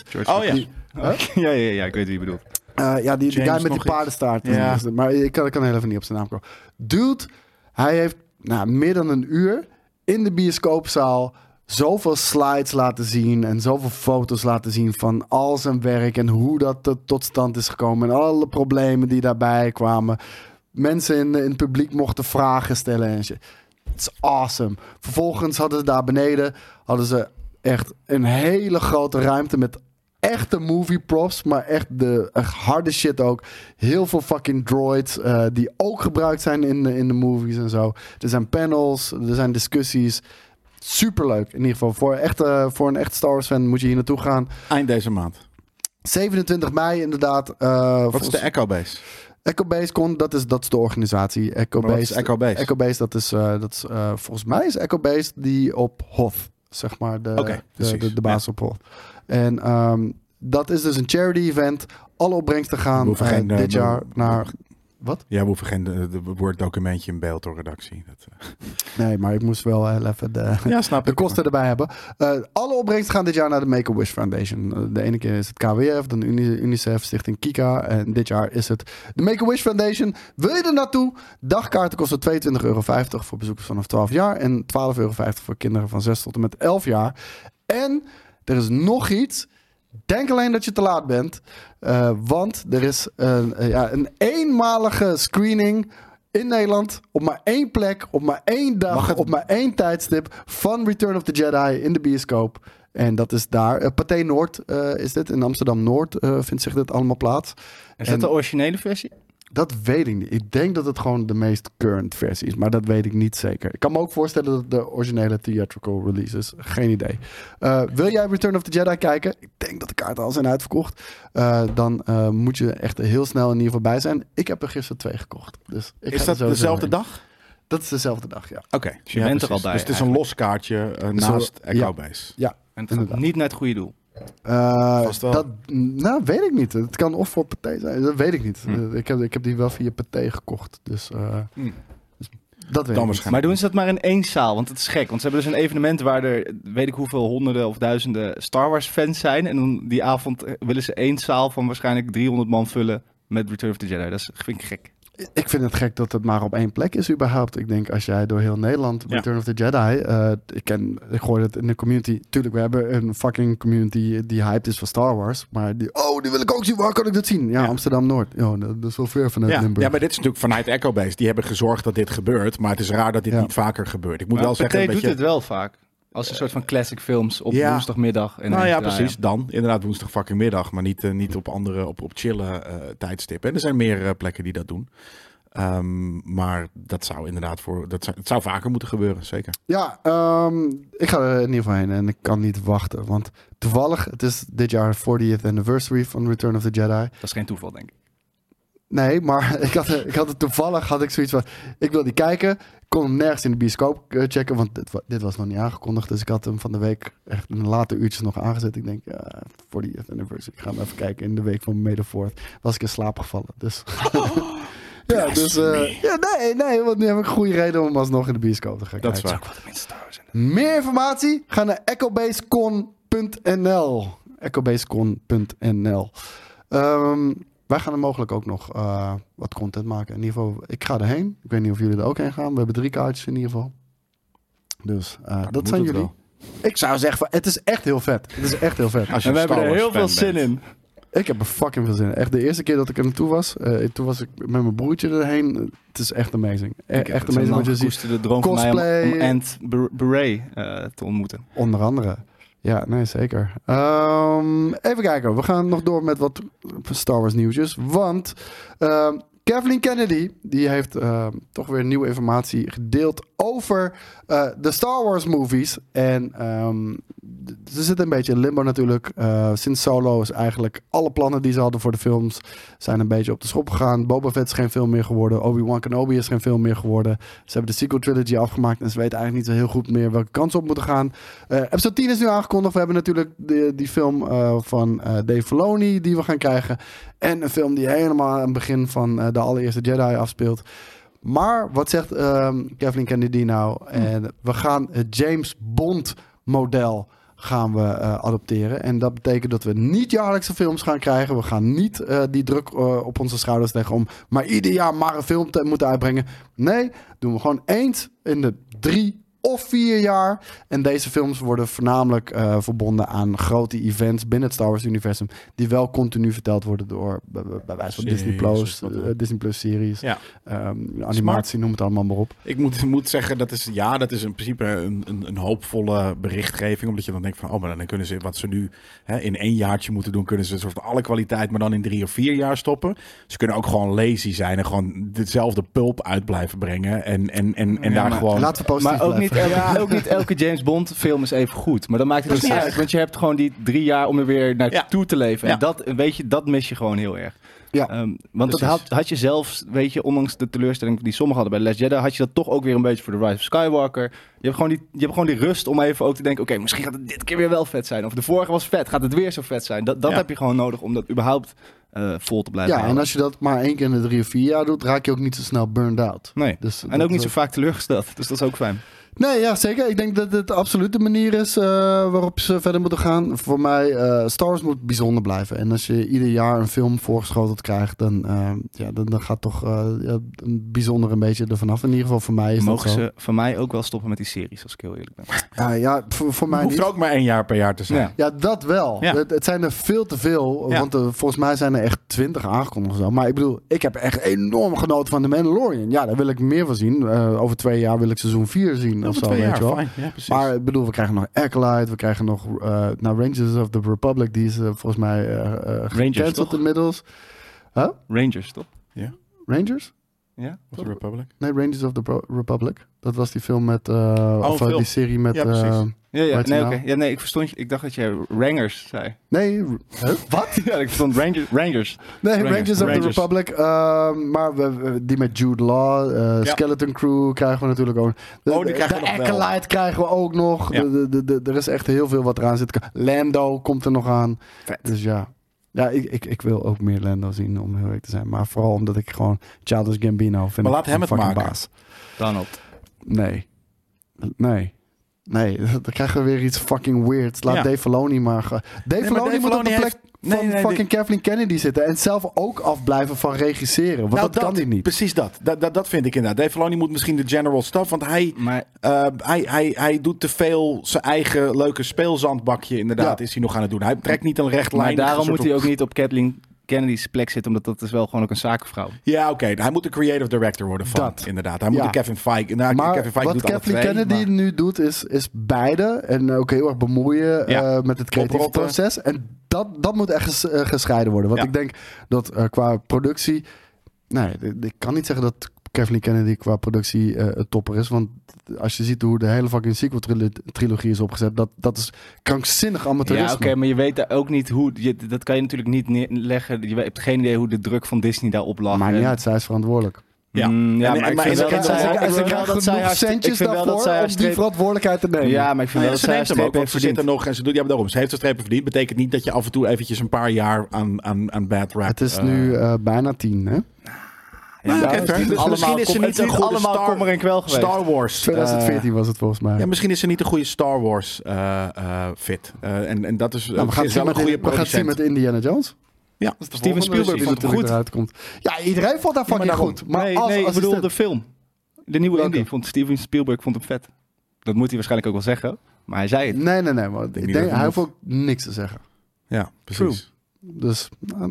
Ja, ik weet wie je bedoelt. Die guy met die paardenstaart. Ja. Maar ik kan heel even niet op zijn naam komen. Dude, hij heeft meer dan een uur in de bioscoopzaal zoveel slides laten zien en zoveel foto's laten zien van al zijn werk en hoe dat tot stand is gekomen en alle problemen die daarbij kwamen. Mensen in het publiek mochten vragen stellen en shit. Het is awesome. Vervolgens hadden ze daar beneden echt een hele grote ruimte met echte movie props, maar echt de harde shit ook. Heel veel fucking droids die ook gebruikt zijn in de movies en zo. Er zijn panels, er zijn discussies. Superleuk in ieder geval. Voor een echt Star Wars fan moet je hier naartoe gaan. Eind deze maand. 27 mei inderdaad. Wat is de Echo Base? Echo Base Con, dat is de organisatie. Echo Base, dat is volgens mij is Echo Base die op Hoth, zeg maar, de basis op Hoth. En dat is dus een charity event. Alle opbrengsten gaan dit jaar naar... Wat? Ja, we hoeven geen Word-documentje in beeld door redactie. Nee, maar ik moest wel even de kosten erbij hebben. Alle opbrengsten gaan dit jaar naar de Make-A-Wish Foundation. De ene keer is het KWF, dan UNICEF, Stichting Kika. En dit jaar is het de Make-A-Wish Foundation. Wil je er naartoe? Dagkaarten kosten €22,50 voor bezoekers vanaf 12 jaar. En €12,50 voor kinderen van 6 tot en met 11 jaar. En er is nog iets. Denk alleen dat je te laat bent. Want er is een eenmalige screening in Nederland. Op maar één plek, op maar één dag, op maar één tijdstip. Van Return of the Jedi in de bioscoop. En dat is daar. Pathé Noord is dit. In Amsterdam-Noord vindt zich dit allemaal plaats. Is dat de originele versie? Dat weet ik niet. Ik denk dat het gewoon de meest current versie is. Maar dat weet ik niet zeker. Ik kan me ook voorstellen dat het de originele theatrical release is. Geen idee. Wil jij Return of the Jedi kijken? Ik denk dat de kaarten al zijn uitverkocht. Dan moet je echt heel snel in ieder geval bij zijn. Ik heb er gisteren 2 gekocht. Dus is dat dezelfde dag? Dat is dezelfde dag, ja. Oké. Dus je bent er al bij. Dus het is een los kaartje naast Echo Base. Ja. En het gaat niet naar het goede doel. Dat weet ik niet. Het kan of voor Pathé zijn. Dat weet ik niet. Ik heb die wel via Pathé gekocht. Dus dat weet ik niet. Maar doen ze dat maar in één zaal? Want het is gek. Want ze hebben dus een evenement waar er weet ik hoeveel honderden of duizenden Star Wars fans zijn. En dan die avond willen ze één zaal van waarschijnlijk 300 man vullen met Return of the Jedi. Dat vind ik gek. Ik vind het gek dat het maar op één plek is überhaupt. Ik denk als jij door heel Nederland Return of the Jedi... ik gooi het in de community. Tuurlijk, we hebben een fucking community die hyped is voor Star Wars. Maar die wil ik ook zien. Waar kan ik dat zien? Ja. Amsterdam-Noord. Ja, dat is wel ver vanuit Limburg. Ja, maar dit is natuurlijk vanuit Echo Base. Die hebben gezorgd dat dit gebeurt. Maar het is raar dat dit niet vaker gebeurt. Ik moet wel zeggen doet het wel vaak. Als een soort van classic films op woensdagmiddag. Precies. Dan inderdaad woensdag fucking middag. Maar niet op andere, op chillen tijdstippen. En er zijn meer plekken die dat doen. Maar dat zou inderdaad het zou vaker moeten gebeuren, zeker. Ja, ik ga er in ieder geval heen en ik kan niet wachten. Want toevallig, het is dit jaar 40th anniversary van Return of the Jedi. Dat is geen toeval, denk ik. Nee, maar ik had het toevallig, had ik zoiets van, ik wil die kijken. Ik kon hem nergens in de bioscoop checken, want dit was nog niet aangekondigd. Dus ik had hem van de week echt in de late uurtjes nog aangezet. Ik denk, 40th anniversary, ik ga hem even kijken in de week van May the 4th. Was ik in slaap gevallen, dus... Ja, dus nee, want nu heb ik een goede reden om alsnog in de bioscoop te gaan kijken. Dat is waar. Wat de minste Star Wars. Meer informatie? Ga naar echobasecon.nl. echobasecon.nl. Wij gaan er mogelijk ook nog wat content maken. In ieder geval, ik ga erheen. Ik weet niet of jullie er ook heen gaan. We hebben 3 kaartjes in ieder geval. Dus dat zijn jullie. Wel. Ik zou zeggen, het is echt heel vet. Het is echt heel vet. En we hebben er heel veel zin in. Ik heb er fucking veel zin in. Echt de eerste keer dat ik er naartoe was. Toen was ik met mijn broertje erheen. Het is echt amazing. Echt amazing wat je ziet. De droom cosplay. Van mij om Ant Beret te ontmoeten. Onder andere. Ja, nee, zeker. Even kijken. We gaan nog door met wat Star Wars nieuwtjes. Want Kathleen Kennedy, die heeft toch weer nieuwe informatie gedeeld over de Star Wars movies. En ze zitten een beetje in limbo natuurlijk. Sinds Solo is eigenlijk alle plannen die ze hadden voor de films zijn een beetje op de schop gegaan. Boba Fett is geen film meer geworden. Obi-Wan Kenobi is geen film meer geworden. Ze hebben de sequel trilogy afgemaakt en ze weten eigenlijk niet zo heel goed meer welke kant ze op moeten gaan. Episode 10 is nu aangekondigd. We hebben natuurlijk die film van Dave Filoni die we gaan krijgen. En een film die helemaal aan het begin van de allereerste Jedi afspeelt. Maar wat zegt Kathleen Kennedy nou? En we gaan het James Bond model gaan we adopteren. En dat betekent dat we niet jaarlijkse films gaan krijgen. We gaan niet die druk op onze schouders leggen om maar ieder jaar maar een film te moeten uitbrengen. Nee, doen we gewoon eens in de 3 of 4 jaar. En deze films worden voornamelijk verbonden aan grote events binnen het Star Wars-universum, die wel continu verteld worden door bij wijze van Disney Plus series, animatie, noem het allemaal maar op. Ik moet zeggen, dat is in principe een hoopvolle berichtgeving, omdat je dan denkt van, maar dan kunnen ze wat ze nu in 1 jaartje moeten doen, kunnen ze een soort van alle kwaliteit, maar dan in 3 of 4 jaar stoppen. Ze kunnen ook gewoon lazy zijn en gewoon dezelfde pulp uit blijven brengen en daar gewoon. Laten we positief blijven. Ook niet elke James Bond film is even goed. Maar dan maakt het dus niet uit. Want je hebt gewoon die 3 jaar om er weer naartoe te leven. En dat mis je gewoon heel erg. Ja, want dat had je zelfs, ondanks de teleurstelling die sommigen hadden bij The Last Jedi, had je dat toch ook weer een beetje voor The Rise of Skywalker. Je hebt gewoon die rust om even ook te denken, oké, misschien gaat het dit keer weer wel vet zijn. Of de vorige was vet, gaat het weer zo vet zijn. Dat heb je gewoon nodig om dat überhaupt vol te blijven houden. En als je dat maar 1 keer in de 3 of 4 jaar doet, raak je ook niet zo snel burned out. Nee, dus en ook niet zo vaak teleurgesteld. Dus dat is ook fijn. Nee, ja, zeker. Ik denk dat het absoluut de manier is waarop ze verder moeten gaan. Voor mij, Star Wars moet bijzonder blijven. En als je ieder jaar een film voorgeschoteld krijgt, dan gaat toch een bijzonder een beetje er vanaf. In ieder geval voor mij is Mogen dat zo. Ze voor mij ook wel stoppen met die series, als ik heel eerlijk ben. Ja, voor mij hoeft niet. er ook maar 1 jaar per jaar te zijn. Ja, dat wel. Ja. Het zijn er veel te veel. Ja. Want volgens mij zijn er echt 20 aangekondigd. Zo. Maar ik bedoel, ik heb echt enorm genoten van The Mandalorian. Ja, daar wil ik meer van zien. Over 2 jaar wil ik seizoen 4 zien. Of zo, weet je wel. Ja, maar ik bedoel, we krijgen nog Acolyte, we krijgen nog Rangers of the Republic, die is volgens mij gecanceld inmiddels. Huh? Rangers, toch? Ja. Rangers? Ja. Of the Republic? Nee, Rangers of the Republic. Dat was die film met, film. die serie met... Nee, ik verstond je. Ik dacht dat je Rangers zei. Nee, wat? Ja, ik verstond Rangers. Nee, Rangers of the Republic. Maar die met Jude Law, Skeleton Crew krijgen we natuurlijk ook. De Acolyte krijgen we ook nog. Ja. Er is echt heel veel wat eraan zit. Lando komt er nog aan. Vet. Dus ja. Ja, ik wil ook meer Lando zien, om heel eerlijk te zijn. Maar vooral omdat ik gewoon Childish Gambino vind. Maar laat hem het maken. Baas. Donald. Nee, dan krijgen we weer iets fucking weirds. Laat Dave Filoni maar... Dave Filoni moet op de plek van fucking Kathleen Kennedy zitten. En zelf ook afblijven van regisseren. Want dat kan hij niet. Precies dat vind ik inderdaad. Dave Filoni moet misschien de general stuff. Want hij doet te veel zijn eigen leuke speelzandbakje. Inderdaad, is hij nog aan het doen. Hij trekt niet een recht lijn. Maar daarom moet hij ook niet op Kathleen Kennedy's plek zit, omdat dat is wel gewoon ook een zakenvrouw. Ja, oké. Hij moet de creative director worden van, inderdaad. Hij moet de Kevin Feige... maar Kevin Feige wat Kathleen Kennedy nu doet, is beide. En ook heel erg bemoeien met het creatieve proces. En dat moet echt gescheiden worden. Want ik denk dat qua productie... Nee, ik kan niet zeggen dat Kathleen Kennedy qua productie topper is. Want als je ziet hoe de hele fucking sequel-trilogie is opgezet, dat is krankzinnig amateurisme. Ja, oké, maar je weet ook niet hoe... dat kan je natuurlijk niet neerleggen. Je hebt geen idee hoe de druk van Disney daarop lag. Maar niet uit, zij is verantwoordelijk. Ja, maar ik vind wel dat zij haar centjes daarvoor om die verantwoordelijkheid te nemen. Ja, maar ik vind wel dat zij haar streep heeft verdiend. Nog en ze doet, daarom. Ze heeft haar strepen verdiend. Betekent niet dat je af en toe eventjes een paar jaar aan bad rap... Het is nu bijna 10, hè? Misschien is ze niet een goede kommer en kwel geweest. Star Wars. 2014 was het volgens mij. Ja, misschien is ze niet een goede Star Wars fit. En dat is, we gaan het zien met Indiana Jones. Ja, Steven Spielberg vond het goed. Eruit komt. Ja, iedereen vond dat fucking goed. Maar ik bedoel de film. De nieuwe Indie vond Steven Spielberg hem vet. Dat moet hij waarschijnlijk ook wel zeggen. Maar hij zei het. Nee. Maar ik denk hij hoeft ook niks te zeggen. Ja, precies. Dus,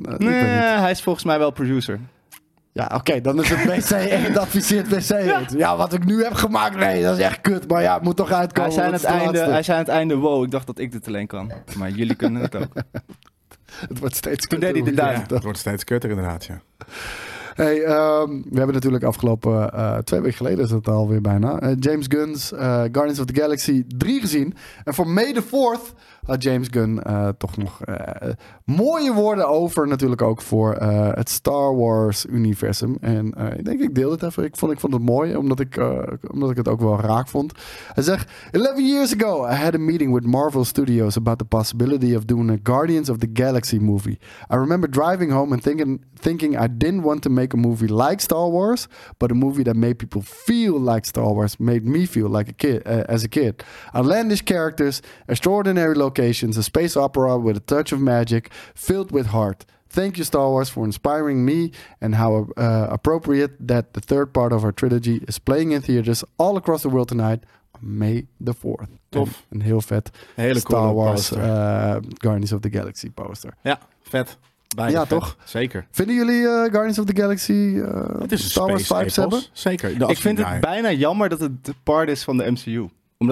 hij is volgens mij wel producer. Ja, oké, dan is het WC en adviseert WC. Ja, wat ik nu heb gemaakt, nee, dat is echt kut. Maar ja, het moet toch uitkomen. Hij zei aan het einde, wow, ik dacht dat ik dit alleen kan. Maar jullie kunnen het ook. Het wordt steeds kutter. Het wordt steeds kutter inderdaad, ja. Hey, we hebben natuurlijk afgelopen 2 weken geleden is het alweer bijna. James Gunn's Guardians of the Galaxy 3 gezien. En voor May the 4th had James Gunn toch nog mooie woorden over. Natuurlijk ook voor het Star Wars universum. En ik deel het even. Ik vond het mooi, omdat ik het ook wel raak vond. Hij zegt, 11 years ago I had a meeting with Marvel Studios about the possibility of doing a Guardians of the Galaxy movie. I remember driving home and thinking I didn't want to make make a movie like Star Wars, but a movie that made people feel like Star Wars made me feel like a kid, as a kid. Outlandish characters, extraordinary locations, a space opera with a touch of magic, filled with heart. Thank you, Star Wars, for inspiring me and how appropriate that the third part of our trilogy is playing in theaters all across the world tonight. May the 4th. Tof. Een heel vet hele Star Wars Guardians of the Galaxy poster. Ja, vet. Ja, vet. Toch? Zeker. Vinden jullie Guardians of the Galaxy het is een Star Wars vibes hebben? Zeker. Ik vind het bijna jammer dat het part is van de MCU.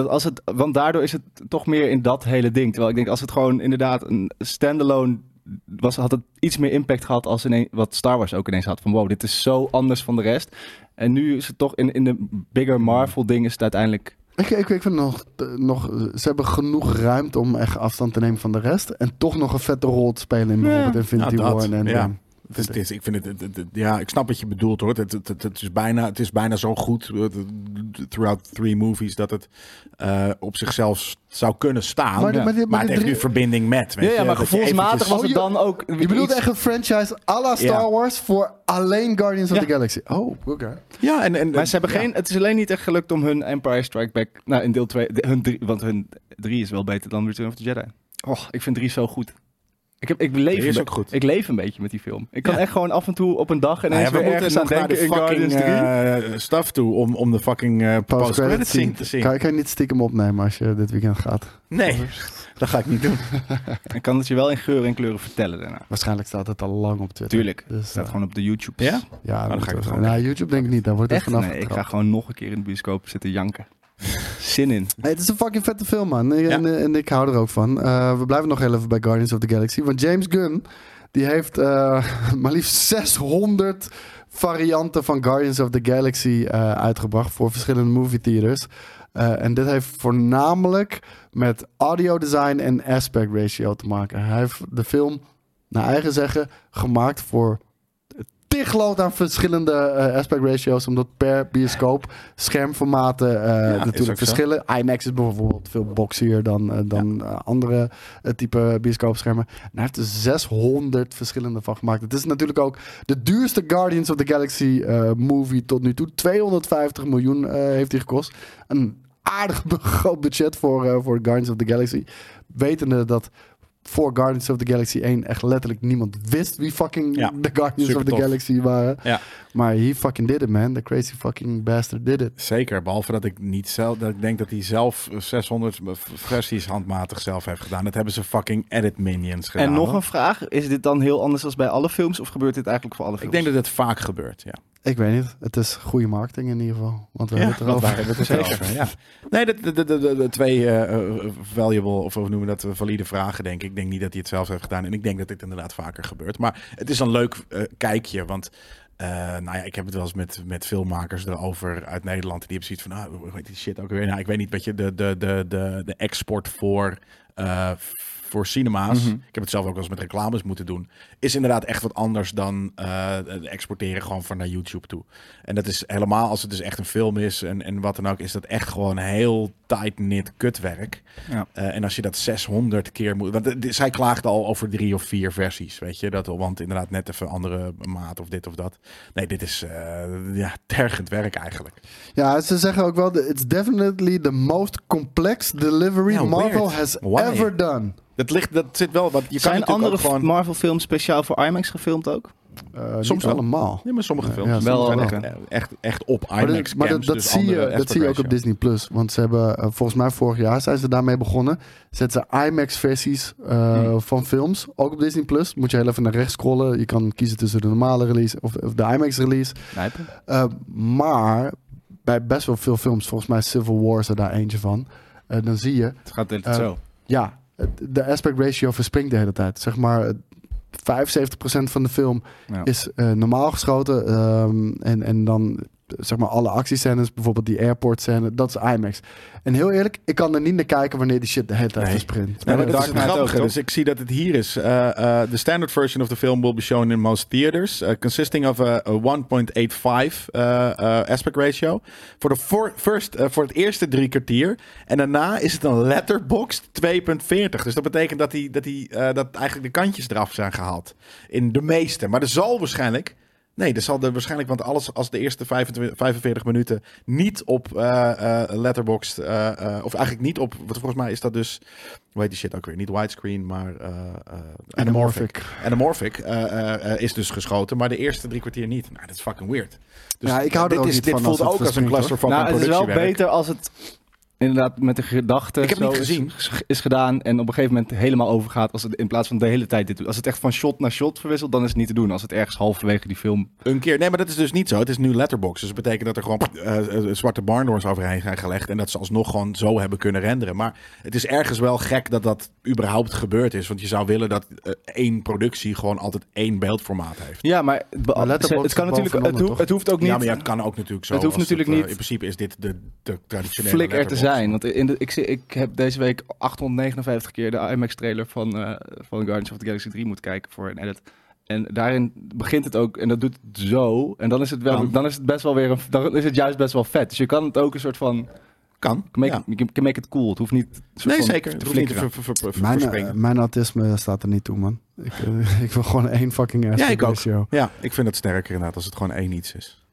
Want daardoor is het toch meer in dat hele ding. Terwijl ik denk, als het gewoon inderdaad een standalone was, had het iets meer impact gehad als wat Star Wars ook ineens had. Van wow, dit is zo anders van de rest. En nu is het toch in de bigger Marvel ding is het uiteindelijk... Ik vind nog, ze hebben genoeg ruimte om echt afstand te nemen van de rest. En toch nog een vette rol te spelen in bijvoorbeeld Infinity War en Endgame. Ik vind het, ik snap wat je bedoelt hoor. Het is bijna zo goed throughout 3 movies dat het op zichzelf zou kunnen staan. Maar het heeft nu verbinding met. Maar gevoelsmatig was het dan ook... Je bedoelt echt een franchise à la Star Wars voor alleen Guardians of the Galaxy. Oh, oké. Ja, maar ze hebben het is alleen niet echt gelukt om hun Empire Strikes Back... Nou, in deel 2... Want hun 3 is wel beter dan Return of the Jedi. Oh, ik vind 3 zo goed. Ik leef een beetje met die film. Ik kan echt gewoon af en toe op een dag ineens weer ergens aan denken in Guardians 3. Stuff toe om de fucking post-credits scene te zien. Kan je niet stiekem opnemen als je dit weekend gaat? Nee, dat ga ik niet doen. Ik kan het je wel in geuren en kleuren vertellen daarna. Waarschijnlijk staat het al lang op Twitter. Tuurlijk, het staat gewoon op de YouTube. Ja? Ja, dan ga ik het gewoon. Nou, YouTube denk ik niet, daar wordt het vanaf. Nee, ik ga gewoon nog een keer in de bioscoop zitten janken. Zin in. Hey, het is een fucking vette film, man. En ik hou er ook van. We blijven nog heel even bij Guardians of the Galaxy. Want James Gunn, die heeft maar liefst 600 varianten van Guardians of the Galaxy uitgebracht voor verschillende movie theaters. En dit heeft voornamelijk met audio design en aspect ratio te maken. Hij heeft de film, naar eigen zeggen, gemaakt voor tiglood aan verschillende aspect ratio's, omdat per bioscoop schermformaten natuurlijk verschillen. IMAX is bijvoorbeeld veel boxier dan andere type bioscoopschermen. En hij heeft er 600 verschillende van gemaakt. Het is natuurlijk ook de duurste Guardians of the Galaxy movie tot nu toe. 250 miljoen heeft hij gekost. Een aardig groot budget voor Guardians of the Galaxy. Wetende dat voor Guardians of the Galaxy 1 echt letterlijk niemand wist wie fucking de Guardians of the Galaxy waren. Ja. Maar he fucking did it, man. The crazy fucking bastard did it. Zeker, behalve dat ik denk dat hij zelf 600 versies handmatig zelf heeft gedaan. Dat hebben ze fucking edit minions gedaan. En nog een vraag, is dit dan heel anders dan bij alle films of gebeurt dit eigenlijk voor alle films? Ik denk dat het vaak gebeurt, ja. Ik weet niet. Het is goede marketing in ieder geval. Want we hebben het erover. Daar hebben we het zeker. Ja. Nee, de twee valuable, of hoe noemen we dat, valide vragen, denk ik. Ik denk niet dat hij het zelf heeft gedaan. En ik denk dat dit inderdaad vaker gebeurt. Maar het is een leuk kijkje, want ik heb het wel eens met filmmakers erover uit Nederland. Die hebben zoiets van, hoe heet die shit ook weer? Nou, ik weet niet, weet je, de export voor cinema's. Mm-hmm. Ik heb het zelf ook wel eens met reclames moeten doen. Is inderdaad echt wat anders dan exporteren gewoon van naar YouTube toe. En dat is helemaal als het dus echt een film is en wat dan ook, is dat echt gewoon heel tight-knit kutwerk. Ja. En als je dat 600 keer moet... Want zij klaagde al over 3 of 4 versies, weet je. Want inderdaad net even andere maat of dit of dat. Nee, dit is tergend werk eigenlijk. Ja, ze zeggen ook wel, it's definitely the most complex delivery Marvel has ever done. Dat zit wel wat. Je zijn kan andere gewoon Marvel films speciaal voor IMAX gefilmd ook? Soms wel allemaal. Nee, maar sommige films zijn echt op IMAX. Maar dat zie je ook op Disney Plus. Want ze hebben volgens mij vorig jaar zijn ze daarmee begonnen. Zetten ze IMAX versies van films. Ook op Disney Plus. Moet je heel even naar rechts scrollen. Je kan kiezen tussen de normale release of de IMAX release. Maar bij best wel veel films, volgens mij Civil War is er daar eentje van. Dan zie je... Het gaat altijd zo. Ja, de aspect ratio verspringt de hele tijd. Zeg maar 75% van de film is normaal geschoten. En dan zeg maar alle actiescènes, bijvoorbeeld die airport scène, dat is IMAX. En heel eerlijk, ik kan er niet naar kijken wanneer die shit de hele tijd versprint. Nee, maar dat is het grappige. Dus ik zie dat het hier is. The standard version of the film will be shown in most theaters, consisting of a 1.85 aspect ratio. Voor het eerste 3 kwartier. En daarna is het een letterboxd 2.40. Dus dat betekent dat eigenlijk de kantjes eraf zijn gehaald. In de meeste. Maar er zal waarschijnlijk Nee, er zal er waarschijnlijk, want alles als de eerste 45 minuten niet op Letterboxd, of eigenlijk niet op, wat volgens mij is dat dus, hoe heet die shit ook weer, niet widescreen, maar Anamorphic is dus geschoten, maar de eerste 3 kwartier niet. Nou, dat is fucking weird. Dus ja, ik hou er ook niet van. Dit voelt ook als een clusterfuck aan productiewerk. Het is wel beter als het inderdaad met de gedachte is gedaan en op een gegeven moment helemaal overgaat als het in plaats van de hele tijd dit doet. Als het echt van shot naar shot verwisselt, dan is het niet te doen. Als het ergens halverwege die film... Een keer. Nee, maar dat is dus niet zo. Het is nu Letterboxd. Dus dat betekent dat er gewoon zwarte barndoors overheen zijn gelegd en dat ze alsnog gewoon zo hebben kunnen renderen. Maar het is ergens wel gek dat dat überhaupt gebeurd is. Want je zou willen dat één productie gewoon altijd één beeldformaat heeft. Ja, maar het kan natuurlijk... Het hoeft ook niet... Ja, maar het kan ook natuurlijk zo. Het hoeft natuurlijk niet... In principe is dit de traditionele flik er te zijn. Want ik heb deze week 859 keer de IMAX-trailer van Guardians of the Galaxy 3 moeten kijken voor een edit. En daarin begint het ook, en dat doet het zo. En dan is het wel, dan is het best wel weer dan is het juist best wel vet. Dus je kan het ook een soort van... Kan. Make it cool. Het hoeft niet... Nee, zeker. Het hoeft niet mijn autisme staat er niet toe, man. Ik wil gewoon 1 fucking aspect ratio. Ja, ik vind het sterker inderdaad als het gewoon 1 iets is.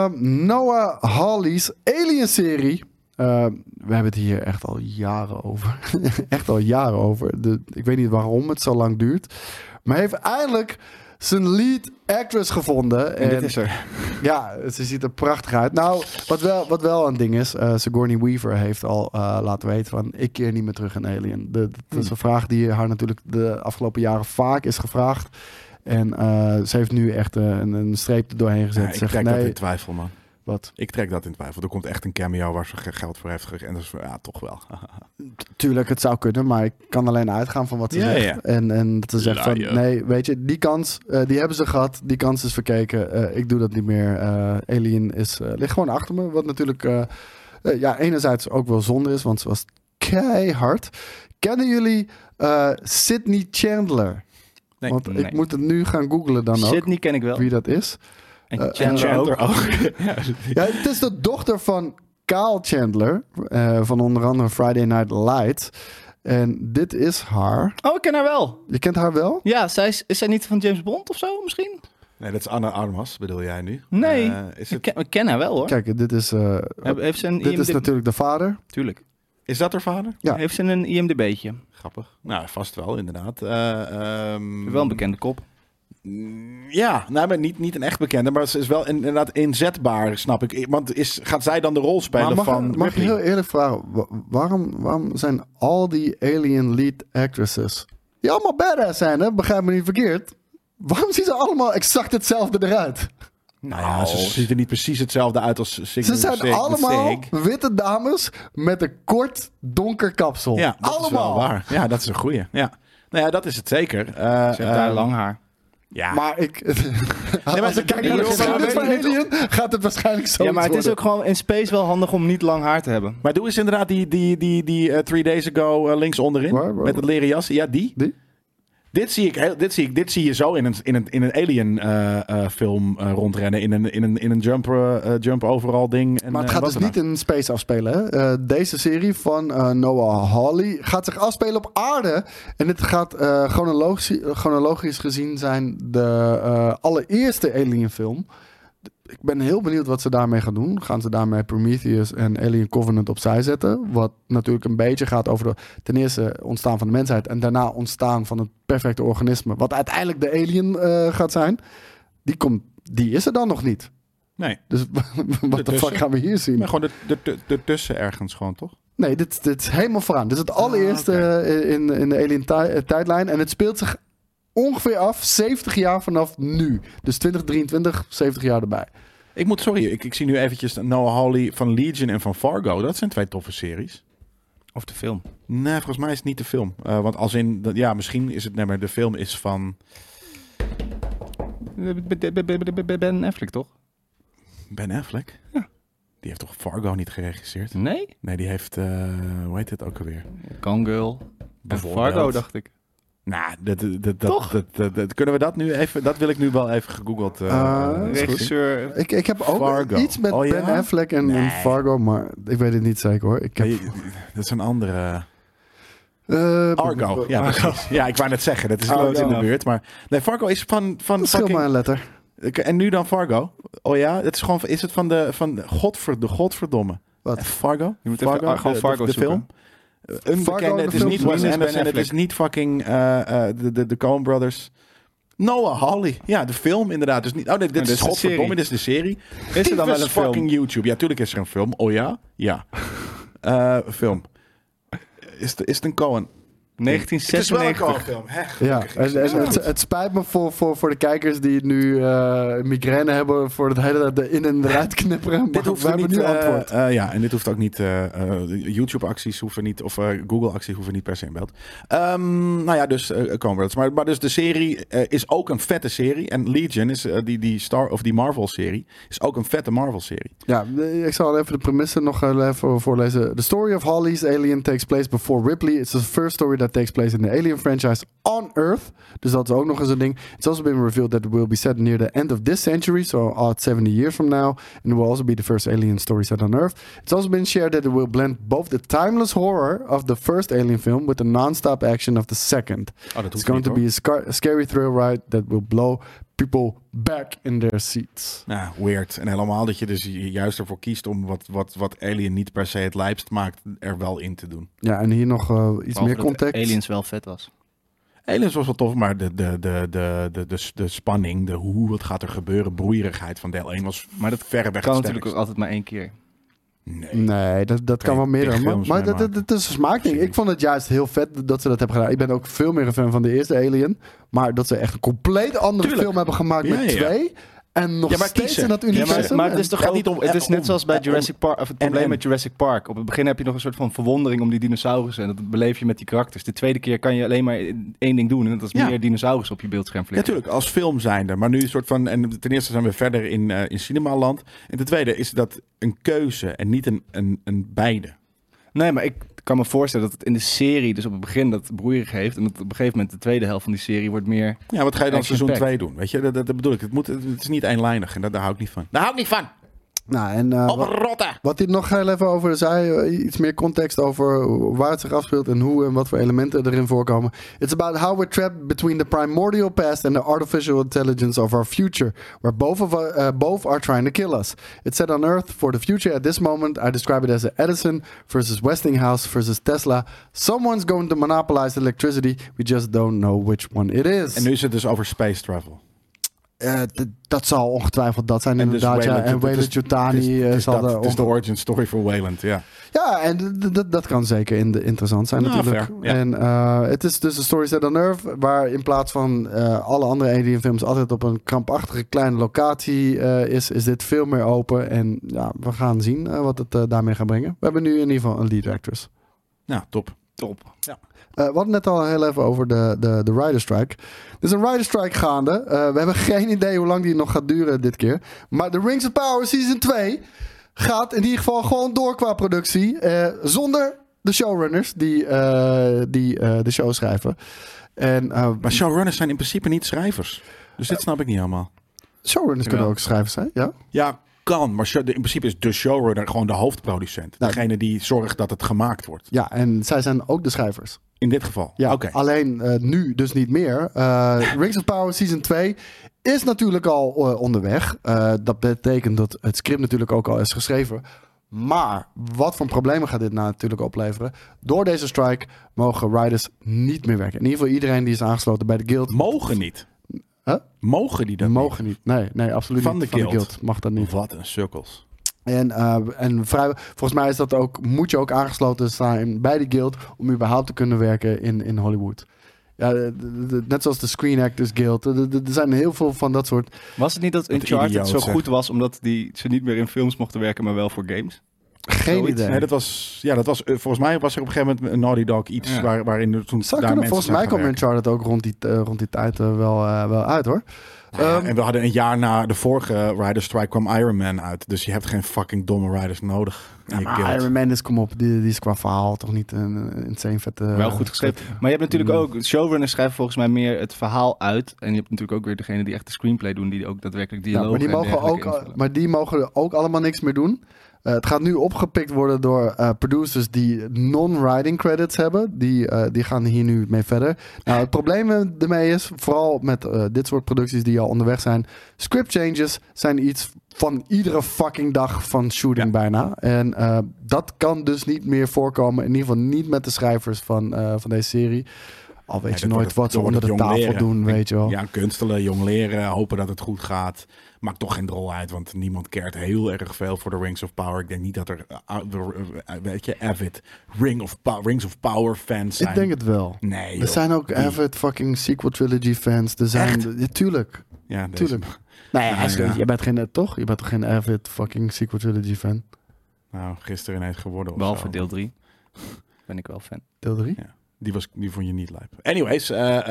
Noah Hawley's Alien-serie. We hebben het hier echt al jaren over. Echt al jaren over. Ik weet niet waarom het zo lang duurt. Maar hij heeft eindelijk zijn lead actress gevonden. En dit is er. Ja, ze ziet er prachtig uit. Nou, wat wel een ding is. Sigourney Weaver heeft al laten weten van... ik keer niet meer terug in Alien. Dat is een vraag die haar natuurlijk de afgelopen jaren vaak is gevraagd. En ze heeft nu echt een streep er doorheen gezet. Ja, ik trek dat in twijfel, man. Wat? Ik trek dat in twijfel. Er komt echt een cameo waar ze geld voor heeft gegeven. En dat is ja, toch wel. Tuurlijk, het zou kunnen, maar ik kan alleen uitgaan van wat ze zegt. Ja. En dat ze zegt van, nee, weet je, die kans, die hebben ze gehad. Die kans is verkeken. Ik doe dat niet meer. Alien ligt gewoon achter me. Wat natuurlijk, enerzijds ook wel zonde is, want ze was keihard. Kennen jullie Sydney Chandler? Nee. Want ik moet het nu gaan googlen dan ook. Sydney ken ik wel. Wie dat is. En Chandler ook. Ja, het is de dochter van Kyle Chandler. Van onder andere Friday Night Lights. En dit is haar. Oh, ik ken haar wel. Je kent haar wel? Ja, is zij niet van James Bond of zo misschien? Nee, dat is Anna Armas, bedoel jij nu? Nee, ik ken haar wel hoor. Kijk, dit is... heeft ze een dit is natuurlijk de vader. Tuurlijk. Is dat haar vader? Ja. Heeft ze een IMDb'tje? Grappig. Nou, vast wel, inderdaad. Wel een bekende kop. Ja, nou, maar niet een echt bekende, maar ze is wel inderdaad inzetbaar, snap ik. Want gaat zij dan de rol spelen van... Mag ik heel eerlijk vragen, waarom zijn al die Alien lead actresses, die allemaal badass zijn, hè? Begrijp me niet verkeerd, waarom zien ze allemaal exact hetzelfde eruit? Nou ja, ze ziet er niet precies hetzelfde uit als Ze zijn allemaal witte dames met een kort donker kapsel. Ja, dat allemaal. is wel waar. Ja, dat is een goeie. Ja. Nou ja, dat is het zeker. Ze heeft daar lang haar. Ja. Maar als ik kijk naar de geschiedenis van Alien, gaat het waarschijnlijk zo. Ja, maar het is ook gewoon in space wel handig om niet lang haar te hebben. Maar doe eens inderdaad die 3 Days Ago links onderin. Waar? Met het leren jas. Ja, die? Dit zie je zo in een Alien film rondrennen. In een jump overall ding. En, maar het gaat dus niet in space afspelen. Hè? Deze serie van Noah Hawley gaat zich afspelen op aarde. En dit gaat chronologisch gezien zijn de allereerste Alien film. Ik ben heel benieuwd wat ze daarmee gaan doen. Gaan ze daarmee Prometheus en Alien Covenant opzij zetten? Wat natuurlijk een beetje gaat over ten eerste ontstaan van de mensheid en daarna ontstaan van het perfecte organisme. Wat uiteindelijk de Alien gaat zijn. Die is er dan nog niet. Nee. Dus wat de fuck gaan we hier zien? Maar gewoon ertussen ergens gewoon, toch? Nee, dit is helemaal vooraan. Dit is het allereerste in de Alien tijdlijn. En het speelt zich ongeveer af 70 jaar vanaf nu. Dus 2023, 70 jaar erbij. Ik zie nu eventjes Noah Hawley van Legion en van Fargo. Dat zijn 2 toffe series. Of de film? Nee, volgens mij is het niet de film. Want als in, ja, misschien is het, nee, maar de film is van... Ben Affleck, toch? Ben Affleck? Ja. Die heeft toch Fargo niet geregisseerd? Nee? Nee, die heeft, hoe heet het ook alweer? Gone Girl. Fargo, dacht ik. Nou, kunnen we dat nu even... Dat wil ik nu wel even gegoogeld. Regisseur. Ik heb ook Fargo. iets met Ben Affleck en Fargo, maar ik weet het niet zeker hoor. Dat is een andere... Argo, ja precies. Ja, ik wou net zeggen, dat is in de buurt. Maar nee, Fargo is van Schil maar een letter. En nu dan Fargo. Oh ja, het is gewoon... Is het van de godverdomme. Wat? Fargo? Je moet Fargo? even gewoon Fargo de zoeken. film. Unbekende, het is film niet zoeken. Wes Anderson, het is niet fucking de Coen Brothers. Noah Hawley. Ja, de film inderdaad. Dus niet, oh nee, dit is godverdomme, dit is de serie. Is er dan wel een film? Fucking YouTube. Ja, tuurlijk is er een film. Oh ja? Ja. Film. Is het een Coen? 1996. Ja, het spijt me voor de kijkers die nu migraine hebben voor het hele in en eruit knipperen. Dit hoeft we hebben niet, nu antwoord. En dit hoeft ook niet. YouTube-acties hoeven niet, of Google-acties hoeven niet per se in beeld. Nou ja, dus Converts. Maar dus de serie is ook een vette serie. En Legion is die Marvel-serie is ook een vette Marvel-serie. Ja, ik zal even de premisse nog even voorlezen. The story of Hawley's alien takes place before Ripley. It's the first story that takes place in the Alien franchise on Earth. Dus dat is ook nog eens een ding. It's also been revealed that it will be set near the end of this century, so odd 70 years from now, and it will also be the first alien story set on Earth. It's also been shared that it will blend both the timeless horror of the first Alien film with the non-stop action of the second. It's going to be a scary thrill ride that will blow people back in their seats. Nou, weird. En helemaal dat je dus juist ervoor kiest om wat Alien niet per se het lijpst maakt, er wel in te doen. Ja, en hier nog iets meer context. Aliens wel vet was. Aliens was wel tof, maar de spanning, wat gaat er gebeuren, broeierigheid van deel 1 was maar dat verreweg kan natuurlijk ook altijd maar 1 keer. Nee, dat kan wel meer. Maar dat is een smaakding. Ik vond het juist heel vet dat ze dat hebben gedaan. Ik ben ook veel meer een fan van de eerste Alien. Maar dat ze echt een compleet andere film hebben gemaakt met 2... En nog steeds in dat universum. Maar het is toch ook, het is net zoals bij Jurassic Park, of het probleem met Jurassic Park. Op het begin heb je nog een soort van verwondering om die dinosaurussen. En dat beleef je met die karakters. De tweede keer kan je alleen maar 1 ding doen. En dat is meer dinosaurussen op je beeldscherm flikken. Natuurlijk, als film zijnde. Maar nu een soort van... En ten eerste zijn we verder in cinemaland. En ten tweede is dat een keuze en niet een beide. Nee, maar ik kan me voorstellen dat het in de serie dus op het begin dat broeierig heeft. En dat op een gegeven moment de tweede helft van die serie wordt meer... Ja, wat ga je dan seizoen 2 doen? Weet je, dat bedoel ik. Het is niet eenlijnig en daar hou ik niet van. Daar hou ik niet van! Nou, en wat hij nog heel even over zei, iets meer context over waar het zich afspeelt en hoe en wat voor elementen erin voorkomen. It's about how we're trapped between the primordial past and the artificial intelligence of our future, where both are trying to kill us. It's set on Earth for the future at this moment. I describe it as a Edison versus Westinghouse versus Tesla. Someone's going to monopolize electricity. We just don't know which one it is. En nu is het dus over space travel. Dat zal ongetwijfeld dat zijn, inderdaad. Dus Weyland, en Weyland-Yutani zal het is de origin story voor Weyland, ja. Ja, en dat kan zeker interessant zijn natuurlijk. Fair, ja. En het is dus een story set on Earth, waar in plaats van alle andere Alien films altijd op een krampachtige kleine locatie is dit veel meer open. En ja, we gaan zien wat het daarmee gaat brengen. We hebben nu in ieder geval een lead actress. Ja, top. Ja. We hadden net al heel even over de Rider Strike. Er is een Rider Strike gaande. We hebben geen idee hoe lang die nog gaat duren dit keer. Maar The Rings of Power Season 2 gaat in ieder geval gewoon door qua productie. Zonder de showrunners die de show schrijven. Maar showrunners zijn in principe niet schrijvers. Dus dit snap ik niet helemaal. Showrunners kunnen ook schrijvers zijn, ja? Ja, kan. Maar in principe is de showrunner gewoon de hoofdproducent. Degene die zorgt dat het gemaakt wordt. Ja, en zij zijn ook de schrijvers. In dit geval? Ja, okay. Alleen nu dus niet meer. Rings of Power Season 2 is natuurlijk al onderweg. Dat betekent dat het script natuurlijk ook al is geschreven. Maar wat voor problemen gaat dit nou natuurlijk opleveren? Door deze strike mogen writers niet meer werken. In ieder geval iedereen die is aangesloten bij de guild. Mogen niet? Huh? Mogen die dat mogen niet? Nee, absoluut niet. Van de guild mag dat niet. Wat een sukkels. En volgens mij is dat ook, moet je ook aangesloten zijn bij de guild om überhaupt te kunnen werken in Hollywood. Ja, net zoals de Screen Actors Guild. Er zijn heel veel van dat soort... Was het niet dat Uncharted zo goed was omdat ze niet meer in films mochten werken, maar wel voor games? Geen idee. Nee, dat was volgens mij was er op een gegeven moment een Naughty Dog iets waarin toen daar mensen volgens mij kwam Uncharted ook rond die tijd wel uit, hoor. En we hadden een jaar na de vorige Rider Strike kwam Iron Man uit. Dus je hebt geen fucking domme riders nodig. Ja, maar Iron Man is, kom op, die is qua verhaal toch niet een insane vette... Wel goed geschreven. Maar je hebt natuurlijk ook... Showrunners schrijven volgens mij meer het verhaal uit. En je hebt natuurlijk ook weer degene die echt de screenplay doen. Die ook daadwerkelijk dialogen maar die mogen ook allemaal niks meer doen. Het gaat nu opgepikt worden door producers die non-writing credits hebben. Die gaan hier nu mee verder. Nou, het probleem ermee is, vooral met dit soort producties die al onderweg zijn, script changes zijn iets van iedere fucking dag van shooting bijna. En dat kan dus niet meer voorkomen. In ieder geval niet met de schrijvers van deze serie. Al weet je nooit wat ze onder de tafel doen, weet je wel. Ja, kunstelen, jong leren, hopen dat het goed gaat. Maakt toch geen drol uit, want niemand cared heel erg veel voor de Rings of Power. Ik denk niet dat er, weet je, avid Rings of Power fans zijn. Ik denk het wel. Nee, er zijn ook avid fucking sequel trilogy fans. Er zijn, ja, tuurlijk. Ja, tuurlijk. Nee, je bent geen, toch? Je bent toch geen avid fucking sequel trilogy fan? Nou, gisteren ineens geworden. Behalve deel 3. Ben ik wel fan. Deel 3? Ja. Die vond je niet lijp. Anyways,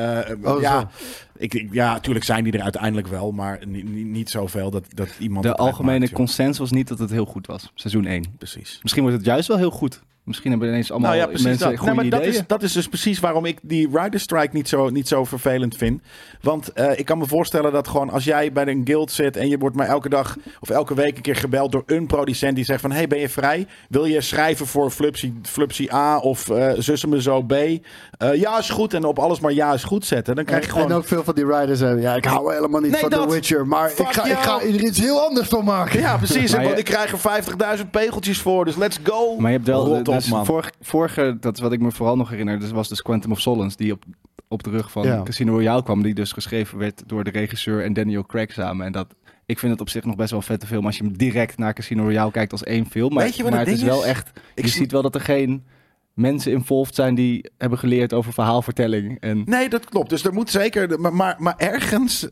tuurlijk zijn die er uiteindelijk wel, maar niet zoveel dat iemand... De algemene consensus was niet dat het heel goed was. Seizoen 1. Precies. Misschien wordt het juist wel heel goed. Misschien hebben ineens allemaal mensen goede ideeën. Dat is dus precies waarom ik die Rider Strike niet zo vervelend vind. Want ik kan me voorstellen dat gewoon als jij bij een guild zit en je wordt maar elke dag of elke week een keer gebeld door een producent die zegt van hey, ben je vrij? Wil je schrijven voor Flupsy A of Zussen zo B? Ja, is goed. En op alles maar ja is goed zetten. Dan krijg je gewoon... En ook veel van die writers hebben. Ja, ik hou helemaal niet van The Witcher. Maar ik ga er iets heel anders van maken. Ja, precies. Want ik krijg er 50.000 pegeltjes voor. Dus let's go. Maar je hebt wel... Vorige, dat is wat ik me vooral nog herinner, dus was dus Quantum of Solace, die op de rug van Casino Royale kwam, die dus geschreven werd door de regisseur en Daniel Craig samen. En ik vind het op zich nog best wel een vette film als je hem direct naar Casino Royale kijkt als één film. Maar, het is wel echt, je ziet wel dat er geen mensen involved zijn die hebben geleerd over verhaalvertelling. Nee, dat klopt. Dus er moet zeker, maar ergens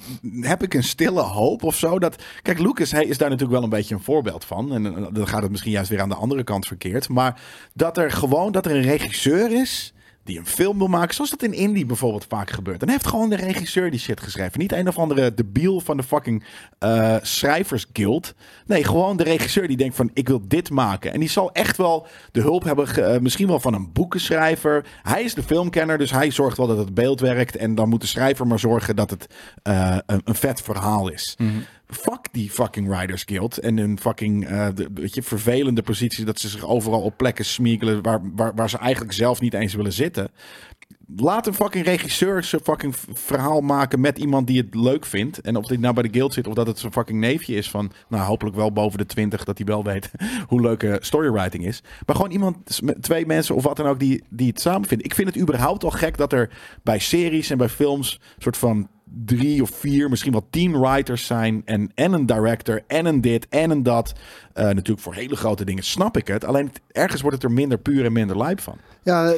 heb ik een stille hoop of zo. Kijk, Lucas is daar natuurlijk wel een beetje een voorbeeld van. En dan gaat het misschien juist weer aan de andere kant verkeerd. Maar dat er een regisseur is die een film wil maken, zoals dat in Indie bijvoorbeeld vaak gebeurt. Dan heeft gewoon de regisseur die shit geschreven. Niet een of andere debiel van de fucking schrijversguild. Nee, gewoon de regisseur die denkt van, ik wil dit maken. En die zal echt wel de hulp hebben, misschien wel van een boekenschrijver. Hij is de filmkenner, dus hij zorgt wel dat het beeld werkt. En dan moet de schrijver maar zorgen dat het een vet verhaal is. Mm-hmm. Fuck die fucking Writers Guild en hun fucking vervelende positie dat ze zich overal op plekken smiekelen waar ze eigenlijk zelf niet eens willen zitten. Laat een fucking regisseur zijn fucking verhaal maken met iemand die het leuk vindt. En of dit nou bij de guild zit of dat het zijn fucking neefje is van, nou hopelijk wel boven de 20, dat hij wel weet hoe leuke storywriting is. Maar gewoon iemand, 2 mensen of wat dan ook die het samen vinden. Ik vind het überhaupt al gek dat er bij series en bij films soort van 3 of 4, misschien wel 10 writers zijn en een director en een dit en een dat. Natuurlijk voor hele grote dingen snap ik het. Alleen ergens wordt het er minder puur en minder lijp van. Ja,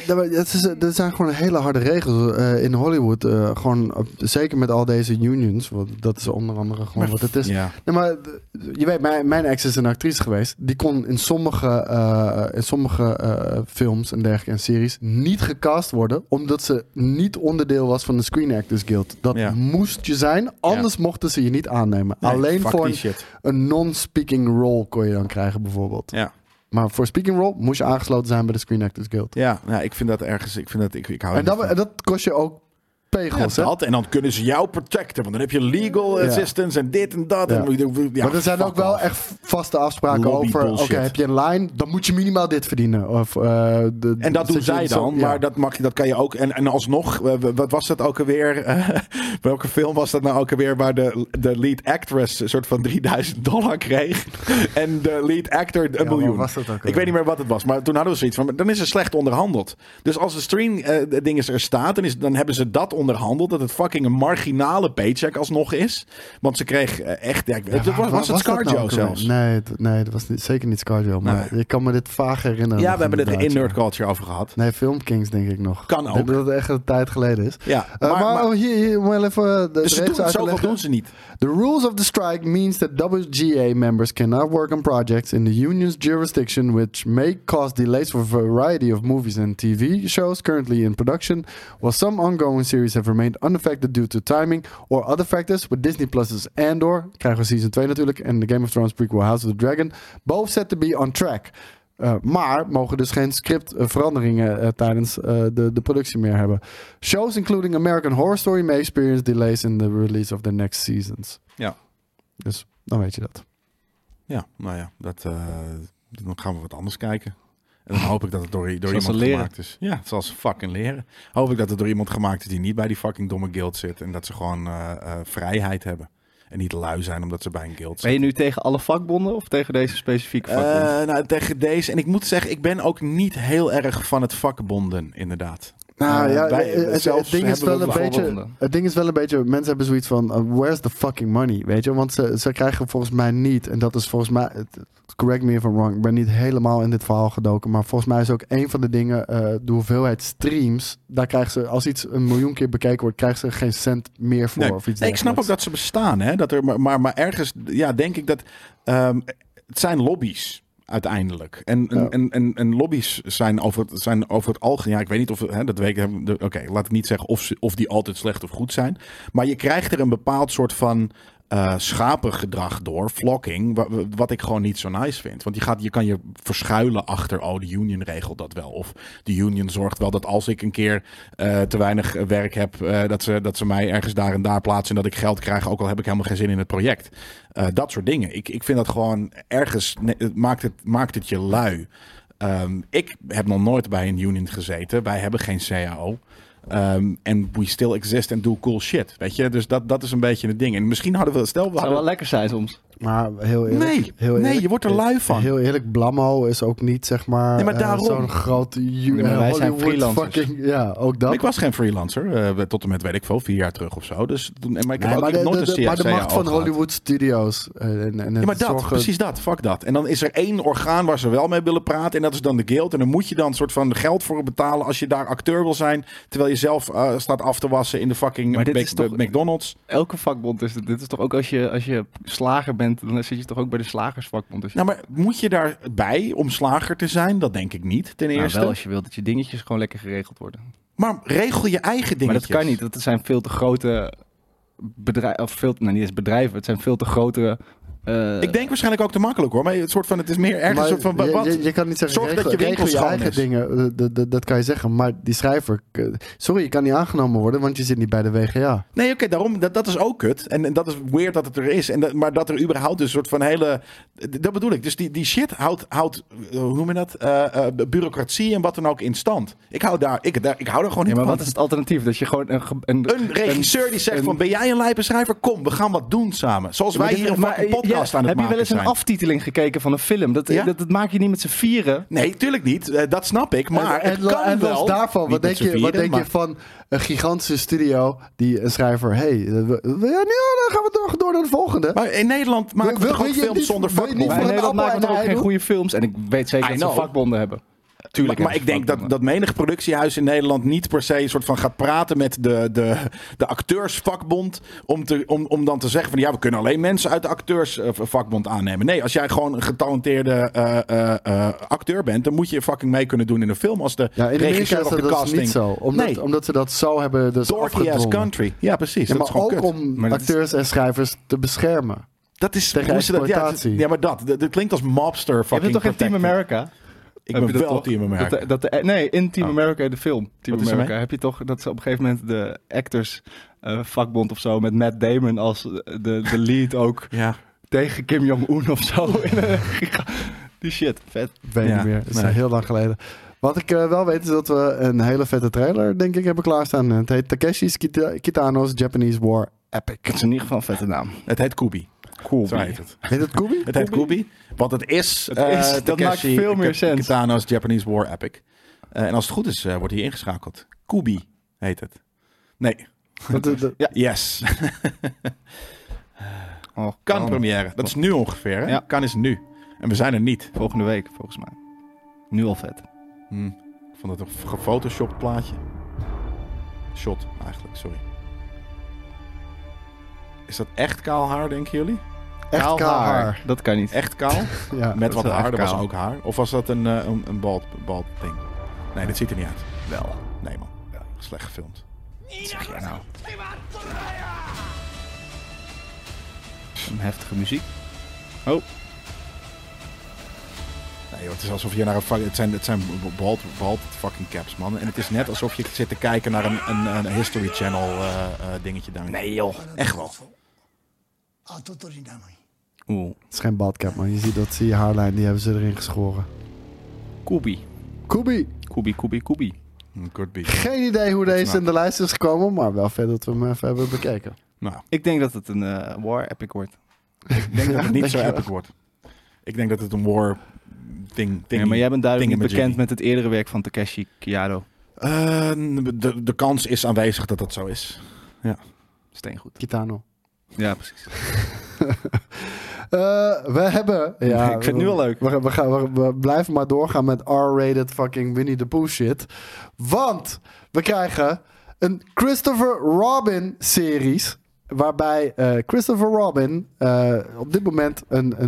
er zijn gewoon hele harde regels in Hollywood. Gewoon, zeker met al deze unions. Want dat is onder andere gewoon wat het is. Ja. Nee, maar je weet, mijn ex is een actrice geweest. Die kon in sommige films en dergelijke en series niet gecast worden. Omdat ze niet onderdeel was van de Screen Actors Guild. Dat moest je zijn. Anders mochten ze je niet aannemen. Nee, alleen voor een non-speaking role kon je dan krijgen bijvoorbeeld. Ja. Maar voor speaking role moest je aangesloten zijn bij de Screen Actors Guild. Ja, ik vind dat ergens. Ik hou en dat kost je ook pegels. Ja, en dan kunnen ze jou protecten. Want dan heb je legal assistance en dit en dat. Ja. Maar er zijn ook wel echt vaste afspraken over. Oké, heb je een line, dan moet je minimaal dit verdienen. Of, en dat doen zij dan. Maar dat kan je ook. En alsnog, wat was dat ook alweer? Welke film was dat nou ook alweer? Waar de lead actress een soort van $3,000 kreeg. En de lead actor $1 miljoen. Was dat ook ik weet niet meer wat het was. Maar toen hadden we zoiets van, dan is er slecht onderhandeld. Dus als de stream ding er staat, dan hebben ze dat onderhandeld, dat het fucking een marginale paycheck alsnog is. Want ze kreeg echt... was het ScarJo zelfs? Nee, dat was zeker niet ScarJo. Maar ik kan me dit vaag herinneren. Ja, we hebben het er in Nerd Culture over gehad. Nee, Film Kings denk ik nog. Kan ook. Ik denk dat het echt een tijd geleden is. Ja, maar hier wel even... Dus zoveel doen ze niet. The rules of the strike means that WGA members cannot work on projects in the union's jurisdiction, which may cause delays for a variety of movies and TV shows currently in production, while some ongoing series have remained unaffected due to timing or other factors. With Disney Plus's Andor, krijgen we season 2 natuurlijk, en de Game of Thrones prequel House of the Dragon, both set to be on track. Maar mogen dus geen scriptveranderingen tijdens de productie meer hebben. Shows including American Horror Story may experience delays in the release of the next seasons. Ja. Dus dan weet je dat. Ja, nou ja, dan gaan we wat anders kijken. En dan hoop ik dat het door iemand gemaakt is. Ja, het zal ze fucking leren. Hoop ik dat het door iemand gemaakt is die niet bij die fucking domme guild zit. En dat ze gewoon vrijheid hebben. En niet lui zijn omdat ze bij een guild zitten. Ben je nu tegen alle vakbonden of tegen deze specifieke vakbond? Nou, tegen deze. En ik moet zeggen, ik ben ook niet heel erg van het vakbonden, inderdaad. Nou ja, het ding is wel een beetje, mensen hebben zoiets van, where's the fucking money, weet je? Want ze krijgen volgens mij niet, en dat is volgens mij, correct me if I'm wrong, ik ben niet helemaal in dit verhaal gedoken, maar volgens mij is ook een van de dingen, de hoeveelheid streams, daar krijgen ze, als iets 1 miljoen keer bekeken wordt, krijgen ze geen cent meer voor. Nee, of iets ik snap ook dat ze bestaan, hè? Dat er, maar ergens, ja, denk ik dat, het zijn lobby's. Uiteindelijk. En lobby's zijn over het algemeen... Ja, ik weet niet of... dat weet ik... Oké, laat ik niet zeggen of die altijd slecht of goed zijn. Maar je krijgt er een bepaald soort van... schapengedrag door, flocking, wat ik gewoon niet zo nice vind. Want je kan je verschuilen achter, de union regelt dat wel. Of de union zorgt wel dat als ik een keer te weinig werk heb, dat ze mij ergens daar en daar plaatsen en dat ik geld krijg, ook al heb ik helemaal geen zin in het project. Dat soort dingen. Ik vind dat gewoon ergens, maakt het je lui. Ik heb nog nooit bij een union gezeten. Wij hebben geen CAO. En we still exist and do cool shit. Weet je, dus dat is een beetje het ding. En misschien hadden we... Zou wel lekker zijn soms. Maar heel eerlijk... Nee, je wordt er lui van. Heel eerlijk, Blammo is ook niet, zeg maar... zo'n groot... wij zijn freelancers. Ja, ook dat. Ik was geen freelancer. Tot en met, weet ik veel, 4 jaar terug of zo. Dus, maar ik heb ook nooit een CAO Maar de macht van Hollywood Studios. Precies dat. Fuck dat. En dan is er 1 orgaan waar ze wel mee willen praten. En dat is dan de guild. En dan moet je dan een soort van geld voor betalen als je daar acteur wil zijn. Terwijl je zelf staat af te wassen in de fucking McDonald's. Elke vakbond is dit is toch ook als je slager bent, dan zit je toch ook bij de slagersvakbond. Dus nou, maar moet je daarbij om slager te zijn? Dat denk ik niet, ten eerste. Wel als je wilt dat je dingetjes gewoon lekker geregeld worden. Maar regel je eigen dingetjes. Maar dat kan niet. Dat zijn veel te grote bedrijven, of niet eens bedrijven. Het zijn veel te grote... ik denk waarschijnlijk ook te makkelijk hoor. Maar het is meer ergens een soort van... Je kan niet zeggen, zorg dat je winkel je eigen is. dingen. Dat kan je zeggen. Maar die schrijver... Sorry, je kan niet aangenomen worden, want je zit niet bij de WGA. Nee, oké, daarom... Dat is ook kut. En dat is weird dat het er is. Maar dat er überhaupt dus een soort van hele... Dat bedoel ik. Dus die shit houdt hoe noem je dat? Bureaucratie en wat dan ook in stand. Ik hou daar gewoon niet van. Maar wat is het alternatief? Dat je gewoon een regisseur die zegt van... Ben jij een lijpe schrijver? Kom, we gaan wat doen samen. Zoals wij hier een fucking podcast aan het maken zijn. Heb je wel eens een aftiteling gekeken van een film? Dat maak je niet met z'n vieren. Nee, tuurlijk niet. Dat snap ik. Maar het kan wel. Los daarvan, wat denk je van een gigantische studio die een schrijver... dan gaan we door naar de volgende. Maar in Nederland maken we toch ook films zonder vakbonden? In Nederland maken we toch ook geen goede films? En ik weet zeker dat ze vakbonden hebben. Tuurlijk, maar ik denk dat menig productiehuis in Nederland niet per se een soort van gaat praten met de acteursvakbond om dan te zeggen van we kunnen alleen mensen uit de acteursvakbond aannemen. Nee, als jij gewoon een getalenteerde acteur bent, dan moet je fucking mee kunnen doen in een film als de regisseur of de casting. Is niet zo, omdat ze dat zo hebben dus afgedwongen. Country. Ja, precies. Ja, maar dat is ook om acteurs en schrijvers te beschermen. Dat is tegen exploitatie. Ja, maar dat klinkt als mobster fucking. Je bent toch in Team America? Ik ben wel Team America. In Team America, de film Team America, heb je toch dat ze op een gegeven moment de actors vakbond of zo met Matt Damon als de lead ook tegen Kim Jong-un of zo. Die shit, vet. Ik weet niet meer, het is heel lang geleden. Wat ik wel weet is dat we een hele vette trailer, denk ik, hebben klaarstaan. Het heet Takeshi's Kitano's Japanese War Epic. Het is in ieder geval een vette naam. Het heet Kubi. Zo heet het. Heet het Kubi? Het heet Kubi. Want het is dat maakt veel meer sens. Kitano's Japanese War Epic. En als het goed is, wordt hij ingeschakeld. Kubi heet het. Nee. Yes. Kan première. Dat is nu ongeveer. Hè? Ja. Kan is nu. En we zijn er niet. Volgende week, volgens mij. Nu al vet. Ik vond het een gefotoshopt plaatje. Shot, eigenlijk. Sorry. Is dat echt kaal haar, denken jullie? Echt kaal haar. Dat kan niet. Echt kaal? Ja, met wat haar, dat was ook haar. Of was dat een bald ding? Nee, dit ziet er niet uit. Wel. Nee man, slecht gefilmd. Wat zeg jij nou? Een heftige muziek. Oh. Nee joh, het is alsof je naar een... Het zijn bald fucking caps, man. En het is net alsof je zit te kijken naar een History Channel dingetje daar. Nee joh. Echt wel. Het is geen badcap, man. Je ziet dat zie je haarlijn, die hebben ze erin geschoren. Kubi. Could be. Geen idee hoe deze in de lijst is gekomen, maar wel vet dat we hem even hebben bekeken. Nou, Ik denk dat het een war epic wordt. ik denk dat het niet zo epic wordt. Ik denk dat het een war thing Ja, maar jij bent duidelijk niet thingamajiggy. bekend met het eerdere werk van Takeshi Kitano. De kans is aanwezig dat dat zo is. Steengoed. Kitano. Ja, precies. We hebben... Ja, Ik vind het nu al leuk. We blijven maar doorgaan met R-rated fucking Winnie the Pooh shit. Want we krijgen een Christopher Robin series. Waarbij Christopher Robin op dit moment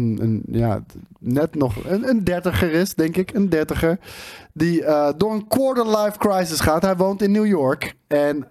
net nog een dertiger is, denk ik. Een dertiger. Die door een quarter-life crisis gaat. Hij woont in New York. En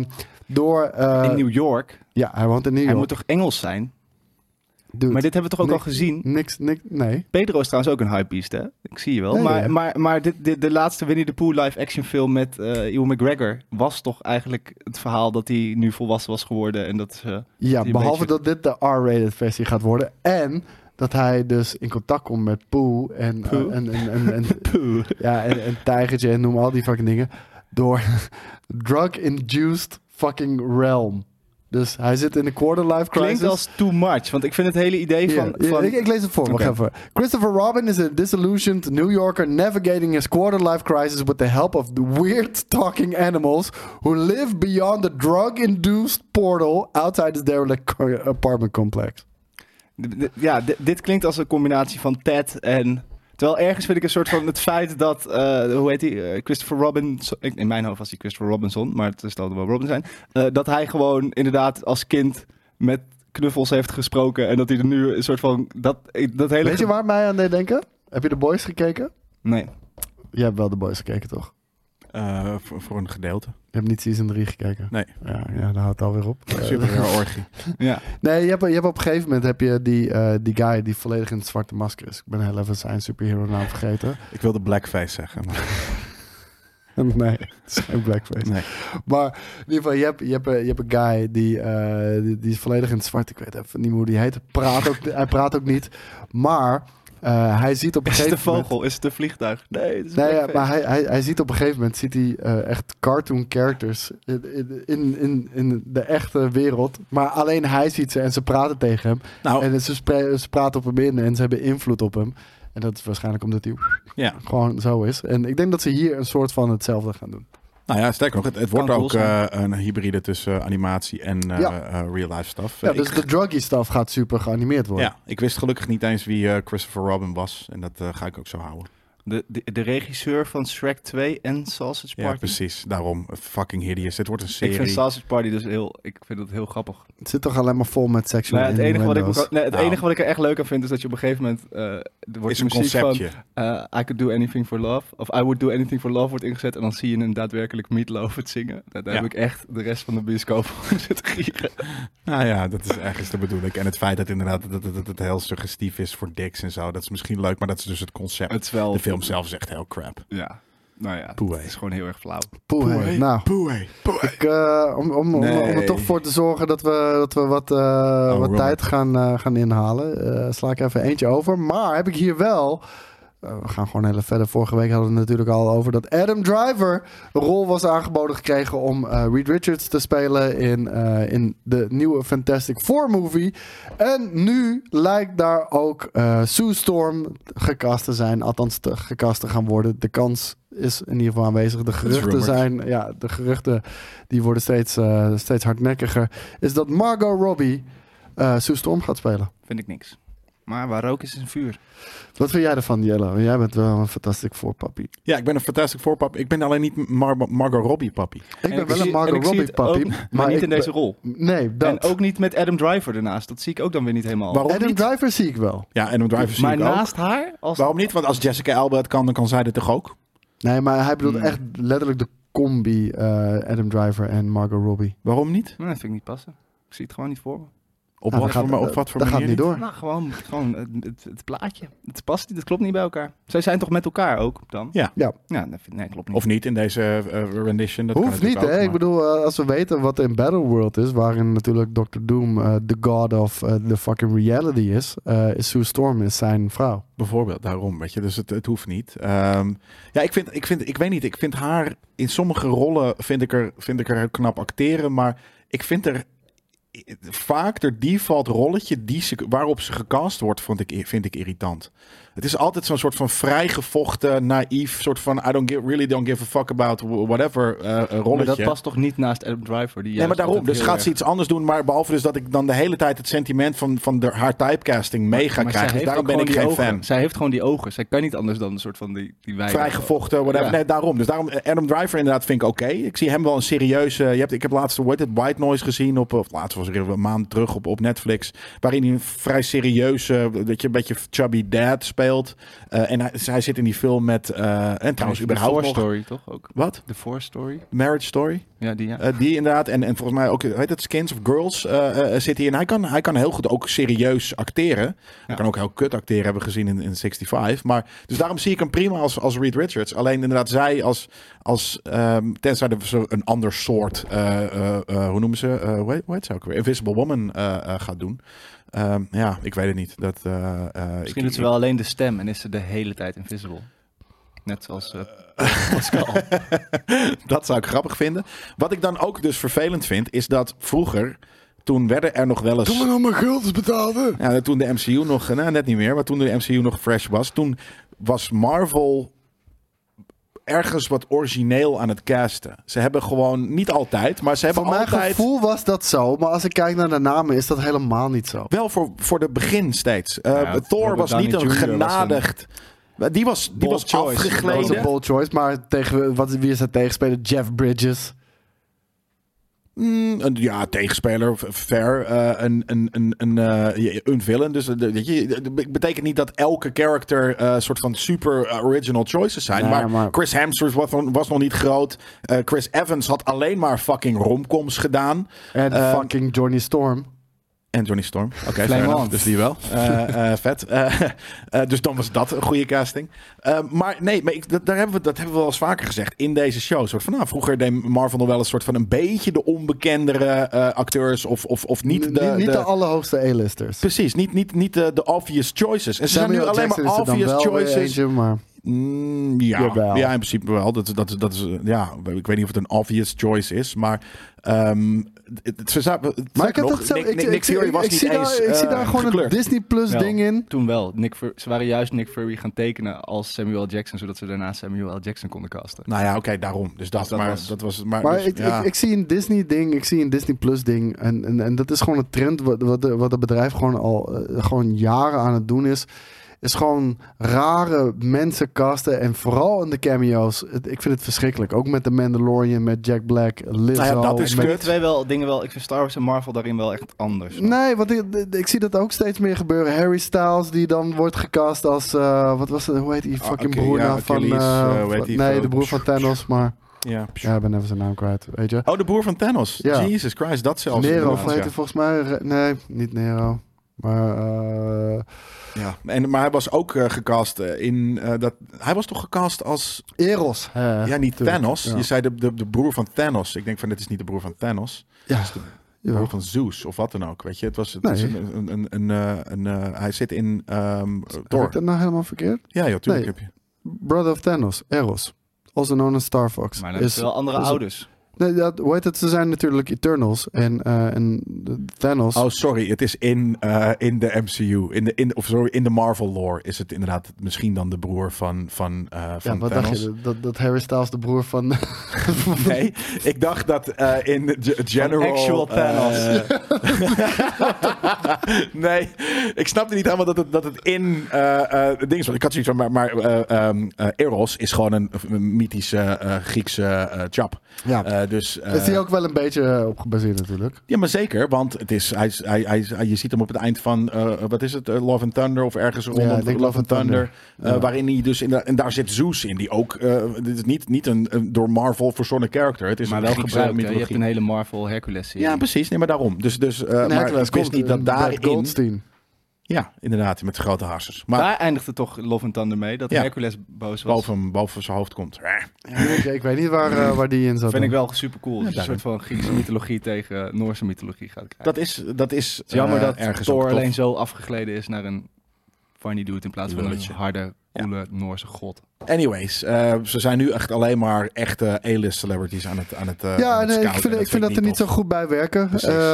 in New York? Ja, hij woont in New York. Hij moet toch Engels zijn? Dude, maar dit hebben we toch ook al gezien? Nee. Pedro is trouwens ook een hypebeast, hè? Ik zie je wel. Nee, maar de laatste Winnie the Pooh live-action film met Ewan McGregor was toch eigenlijk het verhaal dat hij nu volwassen was geworden en dat ja, behalve dat dit de R-rated versie gaat worden en dat hij dus in contact komt met Pooh en Pooh. Ja, en Tijgertje en noem al die fucking dingen door drug-induced fucking realm. Dus hij zit in de quarter-life crisis. Klinkt als too much, want ik vind het hele idee van... Ik lees het voor, wacht even. Christopher Robin is a disillusioned New Yorker navigating his quarter-life crisis with the help of the weird talking animals who live beyond the drug-induced portal outside his derelict apartment complex. Ja, dit klinkt als een combinatie van Ted en... Terwijl ergens vind ik een soort van het feit dat, hoe heet hij, Christopher Robin, in mijn hoofd was hij Christopher Robinson, maar het zal wel Robin zijn, dat hij gewoon inderdaad als kind met knuffels heeft gesproken en dat hij er nu een soort van, dat hele... Weet je waar mij aan deed denken? Heb je The Boys gekeken? Nee. Jij hebt wel The Boys gekeken, toch? Voor een gedeelte. Je hebt niet season 3 gekeken? Nee. Ja, daar houdt het alweer op. Superhero orgie. Ja. Nee, je hebt op een gegeven moment heb je die guy die volledig in het zwarte masker is. Ik ben heel even zijn superhero naam vergeten. Ik wilde blackface zeggen. Maar... Nee, het is geen blackface. Nee. Maar in ieder geval, je hebt een guy die is volledig in het zwart. Ik weet even niet hoe die heet. Hij praat ook niet. Maar... hij ziet op een gegeven moment... Is het een vogel? Is het een vliegtuig? Nee, het is nee, ja, maar hij ziet op een gegeven moment echt cartoon characters in de echte wereld. Maar alleen hij ziet ze en ze praten tegen hem. Nou, en ze praten op hem in en ze hebben invloed op hem. En dat is waarschijnlijk omdat hij gewoon zo is. En ik denk dat ze hier een soort van hetzelfde gaan doen. Nou ja, sterker nog, het wordt ook een hybride tussen animatie en real-life stuff. Ja, dus de druggy stuff gaat super geanimeerd worden. Ja, ik wist gelukkig niet eens wie Christopher Robin was. En dat ga ik ook zo houden. De regisseur van Shrek 2 en Sausage Party. Ja, precies. Daarom fucking hideous. Dit wordt een serie. Ik vind Sausage Party dus ik vind het heel grappig. Het zit toch alleen maar vol met sexual het enige wat ik er echt leuk aan vind is dat je op een gegeven moment er wordt een conceptje van I could do anything for love of I would do anything for love wordt ingezet en dan zie je een daadwerkelijk Meatloaf het zingen. Daar heb ik echt de rest van de bioscoop om zitten gieren. Nou ja, dat is ergens de bedoeling. En het feit dat inderdaad dat het heel suggestief is voor dicks en zo, dat is misschien leuk, maar dat is dus het concept. Het is wel, de film zelf is echt heel crap. Ja. Nou ja, Poeh, het is gewoon heel erg flauw. Poeh. Nou, om er toch voor te zorgen dat we wat tijd gaan inhalen, sla ik even eentje over. Maar heb ik hier wel... we gaan gewoon heel verder. Vorige week hadden we het natuurlijk al over dat Adam Driver een rol was aangeboden gekregen om Reed Richards te spelen in de nieuwe Fantastic Four movie. En nu lijkt daar ook Sue Storm gecast te zijn. Althans, gecast te gaan worden. De kans is in ieder geval aanwezig. De geruchten die worden steeds hardnekkiger. Is dat Margot Robbie Sue Storm gaat spelen. Vind ik niks. Maar waar rook is een vuur. Wat vind jij ervan, Jelle? Jij bent wel een Fantastic Four papi. Ja, ik ben een Fantastic Four papi. Ik ben alleen niet Margot Robbie papi. Ik ben wel een Margot Robbie papi. Maar niet in deze rol. Nee, dat. En ook niet met Adam Driver ernaast. Dat zie ik ook dan weer niet helemaal. Waarom Adam niet? Driver zie ik wel. Ja, Adam Driver zie ik ook. Maar naast haar? Waarom niet? Want als Jessica Alba het kan, dan kan zij dit toch ook? Nee, maar hij bedoelt echt letterlijk de combi Adam Driver en Margot Robbie. Waarom niet? Nee, dat vind ik niet passen. Ik zie het gewoon niet voor me. Op wat voor manier? Dat gaat niet door. Nou, gewoon het plaatje. Het past niet, het klopt niet bij elkaar. Zij zijn toch met elkaar ook dan? Ja. Nee, klopt niet. Of niet in deze rendition. Dat hoeft niet, hè? Ik bedoel, als we weten wat in Battleworld is, waarin natuurlijk Dr. Doom the god of the fucking reality is Sue Storm is zijn vrouw. Bijvoorbeeld, daarom, weet je. Dus het hoeft niet. Ik weet niet. Ik vind haar in sommige rollen vind ik er knap acteren, maar ik vind er vaak de default rolletje waarop ze gecast wordt, vind ik irritant. Het is altijd zo'n soort van vrijgevochten, naïef, soort van really don't give a fuck about whatever rolletje. Maar dat past toch niet naast Adam Driver? Nee, maar daarom. Dus gaat ze iets anders doen, maar behalve dus dat ik dan de hele tijd het sentiment van haar typecasting mee ga krijgen. Dus daarom ben ik geen fan. Zij heeft gewoon die ogen. Zij kan niet anders dan een soort van die vrijgevochten, whatever. Ja. Nee, daarom. Dus daarom, Adam Driver inderdaad vind ik oké. Ik zie hem wel een serieuze... Ik heb laatst White Noise gezien laatst was er een maand terug op Netflix, waarin hij een vrij serieuze, een beetje chubby dad speelt. En hij zit in die film met... en trouwens überhaupt nog... Story, toch? Ook. Wat? The Force Story. Marriage Story. Ja, die die inderdaad. En volgens mij ook, heet het Skins of Girls zit hij in. Hij kan heel goed ook serieus acteren. Hij kan ook heel kut acteren, hebben we gezien in 65. Maar, dus daarom zie ik hem prima als Reed Richards. Alleen inderdaad zij als tenzij ze een ander soort, hoe noemen ze? Hoe heet ze ook weer? Invisible Woman gaat doen. Ik weet het niet. Misschien doet ze wel alleen de stem en is ze de hele tijd invisible. Net zoals Pascal. Dat zou ik grappig vinden. Wat ik dan ook dus vervelend vind, is dat vroeger, toen werden er nog wel eens... Toen we nog mijn guldens betaalden. Ja, toen de MCU nog, net niet meer, maar toen de MCU nog fresh was, toen was Marvel ergens wat origineel aan het casten. Ze hebben gewoon, niet altijd, maar ze hebben altijd... Voor mijn gevoel was dat zo, maar als ik kijk naar de namen is dat helemaal niet zo. Wel voor de begin steeds. Thor was niet een genadigd... Die was afgegleden. Dat was een bold choice, maar wie is dat tegenspeler? Jeff Bridges. Tegenspeler, fair. Een villain. Dus betekent niet dat elke character soort van super original choices zijn. Nee, maar Chris Hemsworth was nog niet groot. Chris Evans had alleen maar fucking romcoms gedaan. En fucking Johnny Storm. En Johnny Storm. Oké, dus die wel. Vet. Dus dan was dat een goede casting. Maar dat hebben we wel eens vaker gezegd in deze show. Soort van, vroeger deed Marvel nog wel een soort van een beetje de onbekendere acteurs of niet de allerhoogste A-listers. Precies, niet de obvious choices. En ze zijn nu alleen maar obvious choices. Ja, in principe wel. Dat is, ik weet niet of het een obvious choice is, maar Nick Fury was niet eens ik zie daar gewoon gekleurd. een Disney Plus ding in. Toen wel. Ze waren juist Nick Fury gaan tekenen als Samuel L. Jackson, zodat ze daarna Samuel L. Jackson konden casten. Nou ja, oké, daarom. Dus dat was. Ik zie een Disney ding, ik zie een Disney Plus ding en dat is gewoon een trend wat het bedrijf gewoon al gewoon jaren aan het doen is. Is gewoon rare mensen casten. En vooral in de cameo's. Ik vind het verschrikkelijk. Ook met The Mandalorian, met Jack Black, Lizzo. Dat is kut. Ik vind Star Wars en Marvel daarin wel echt anders. Nee, want ik zie dat ook steeds meer gebeuren. Harry Styles, die dan wordt gecast als... wat was het? Hoe heet die fucking broer nou van... de broer van Thanos, maar... Ja, ik ben even zijn naam kwijt, weet je. Oh, de broer van Thanos. Ja. Jesus Christ, dat zelfs. Nero, heet hij volgens mij... Nee, niet Nero. Maar... maar hij was ook gecast in hij was toch gecast als Eros. Niet Thanos. Ja. Je zei de broer van Thanos. Ik denk van dit is niet de broer van Thanos. Ja. Het is de broer van Zeus of wat dan ook. Weet je, het is hij zit in Thor. Heb ik dat nou helemaal verkeerd? Ja, tuurlijk heb je. Brother of Thanos, Eros, also known as Star Fox. Maar dat is wel andere ouders. Nee, hoe heet het? Ze zijn natuurlijk Eternals en Thanos. Oh, sorry. Het is in de MCU. In de Marvel lore is het inderdaad misschien dan de broer van wat Thanos. Dacht je? Dat Harry Styles de broer van... Nee, ik dacht dat in General... Actual Thanos. Nee, ik snapte niet helemaal dat het in ding is. Ik had zoiets van, maar Eros is gewoon een mythische Griekse chap. Ja. Dus, is hij ook wel een beetje op gebaseerd natuurlijk? Ja, maar zeker. Want het is, je ziet hem op het eind van, wat is het? Love and Thunder of ergens rondom Love and Thunder. Waarin hij dus, en daar zit Zeus in. Die ook, dit is niet een door Marvel verzonnen character. Het is maar wel gebruikt. Je hebt een hele Marvel Hercules-serie. Ja, precies. Nee, maar daarom. Maar ik wist niet dat daarin... Goldstein. Ja, inderdaad, met grote harsers. Maar daar eindigde toch Love and Thunder mee, dat Hercules boos was. Boven zijn hoofd komt. Ja, ik weet niet waar die in zat. Vind ik wel super cool. Een soort van Griekse mythologie tegen Noorse mythologie gaat krijgen. Dat is jammer dat Thor alleen zo afgegleden is naar een funny dude in plaats van een harde, coole Noorse god. Anyways, ze zijn nu echt alleen maar echte A-list celebrities aan het ik vind dat er niet zo goed bij werken.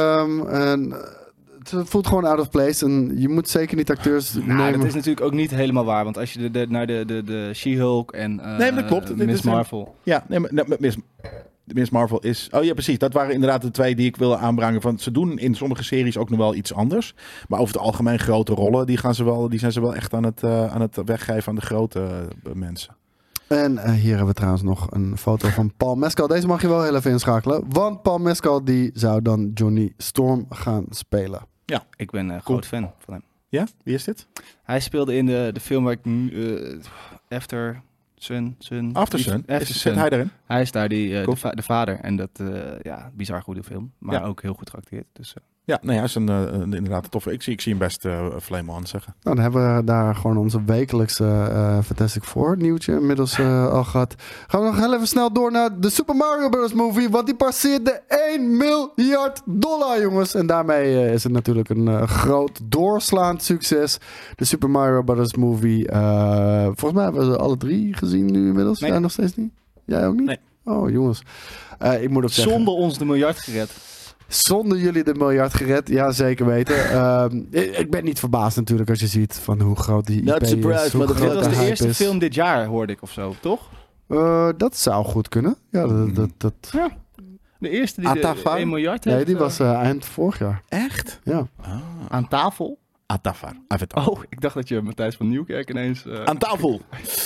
Het voelt gewoon out of place en je moet zeker niet acteurs nemen. Dat is natuurlijk ook niet helemaal waar, want als je naar de She-Hulk en nee, maar dat klopt. Miss Marvel... Ja, nee, maar Miss Marvel is... Oh ja, precies. Dat waren inderdaad de twee die ik wilde aanbrengen. Van, ze doen in sommige series ook nog wel iets anders. Maar over het algemeen grote rollen, die zijn ze wel echt aan het weggeven aan de grote mensen. En hier hebben we trouwens nog een foto van Paul Mescal. Deze mag je wel heel even inschakelen. Want Paul Mescal die zou dan Johnny Storm gaan spelen. Ja, ik ben een groot fan van hem. Ja? Wie is dit? Hij speelde in de film waar ik nu... After Sun. Zit hij erin? Hij is daar de vader. En dat, bizar goede film. Maar ook heel goed geacteerd. Dus, Ja, nee, hij is inderdaad een toffe. Ik zie hem best flame on zeggen. Nou, dan hebben we daar gewoon onze wekelijkse Fantastic Four nieuwtje inmiddels al gehad. Gaan we nog heel even snel door naar de Super Mario Bros. Movie. Want die passeert de $1 miljard, jongens. En daarmee is het natuurlijk een groot doorslaand succes. De Super Mario Bros. Movie. Volgens mij hebben we ze alle 3 gezien nu inmiddels. Nee. Jij nog steeds niet? Jij ook niet? Nee. Oh, jongens. Ik moet ook zeggen... Zonder ons de miljard gered. Zonder jullie de miljard gered, ja zeker weten. Ik ben niet verbaasd natuurlijk als je ziet van hoe groot die IP is. Dit was de eerste film dit jaar, hoorde ik of zo, toch? Dat zou goed kunnen. Ja, Ja. De eerste die de 1 miljard heeft. Nee, die was eind vorig jaar. Echt? Ja. Aan tafel? Atafar. Oh, ik dacht dat je Matthijs van Nieuwkerk ineens... Aan tafel!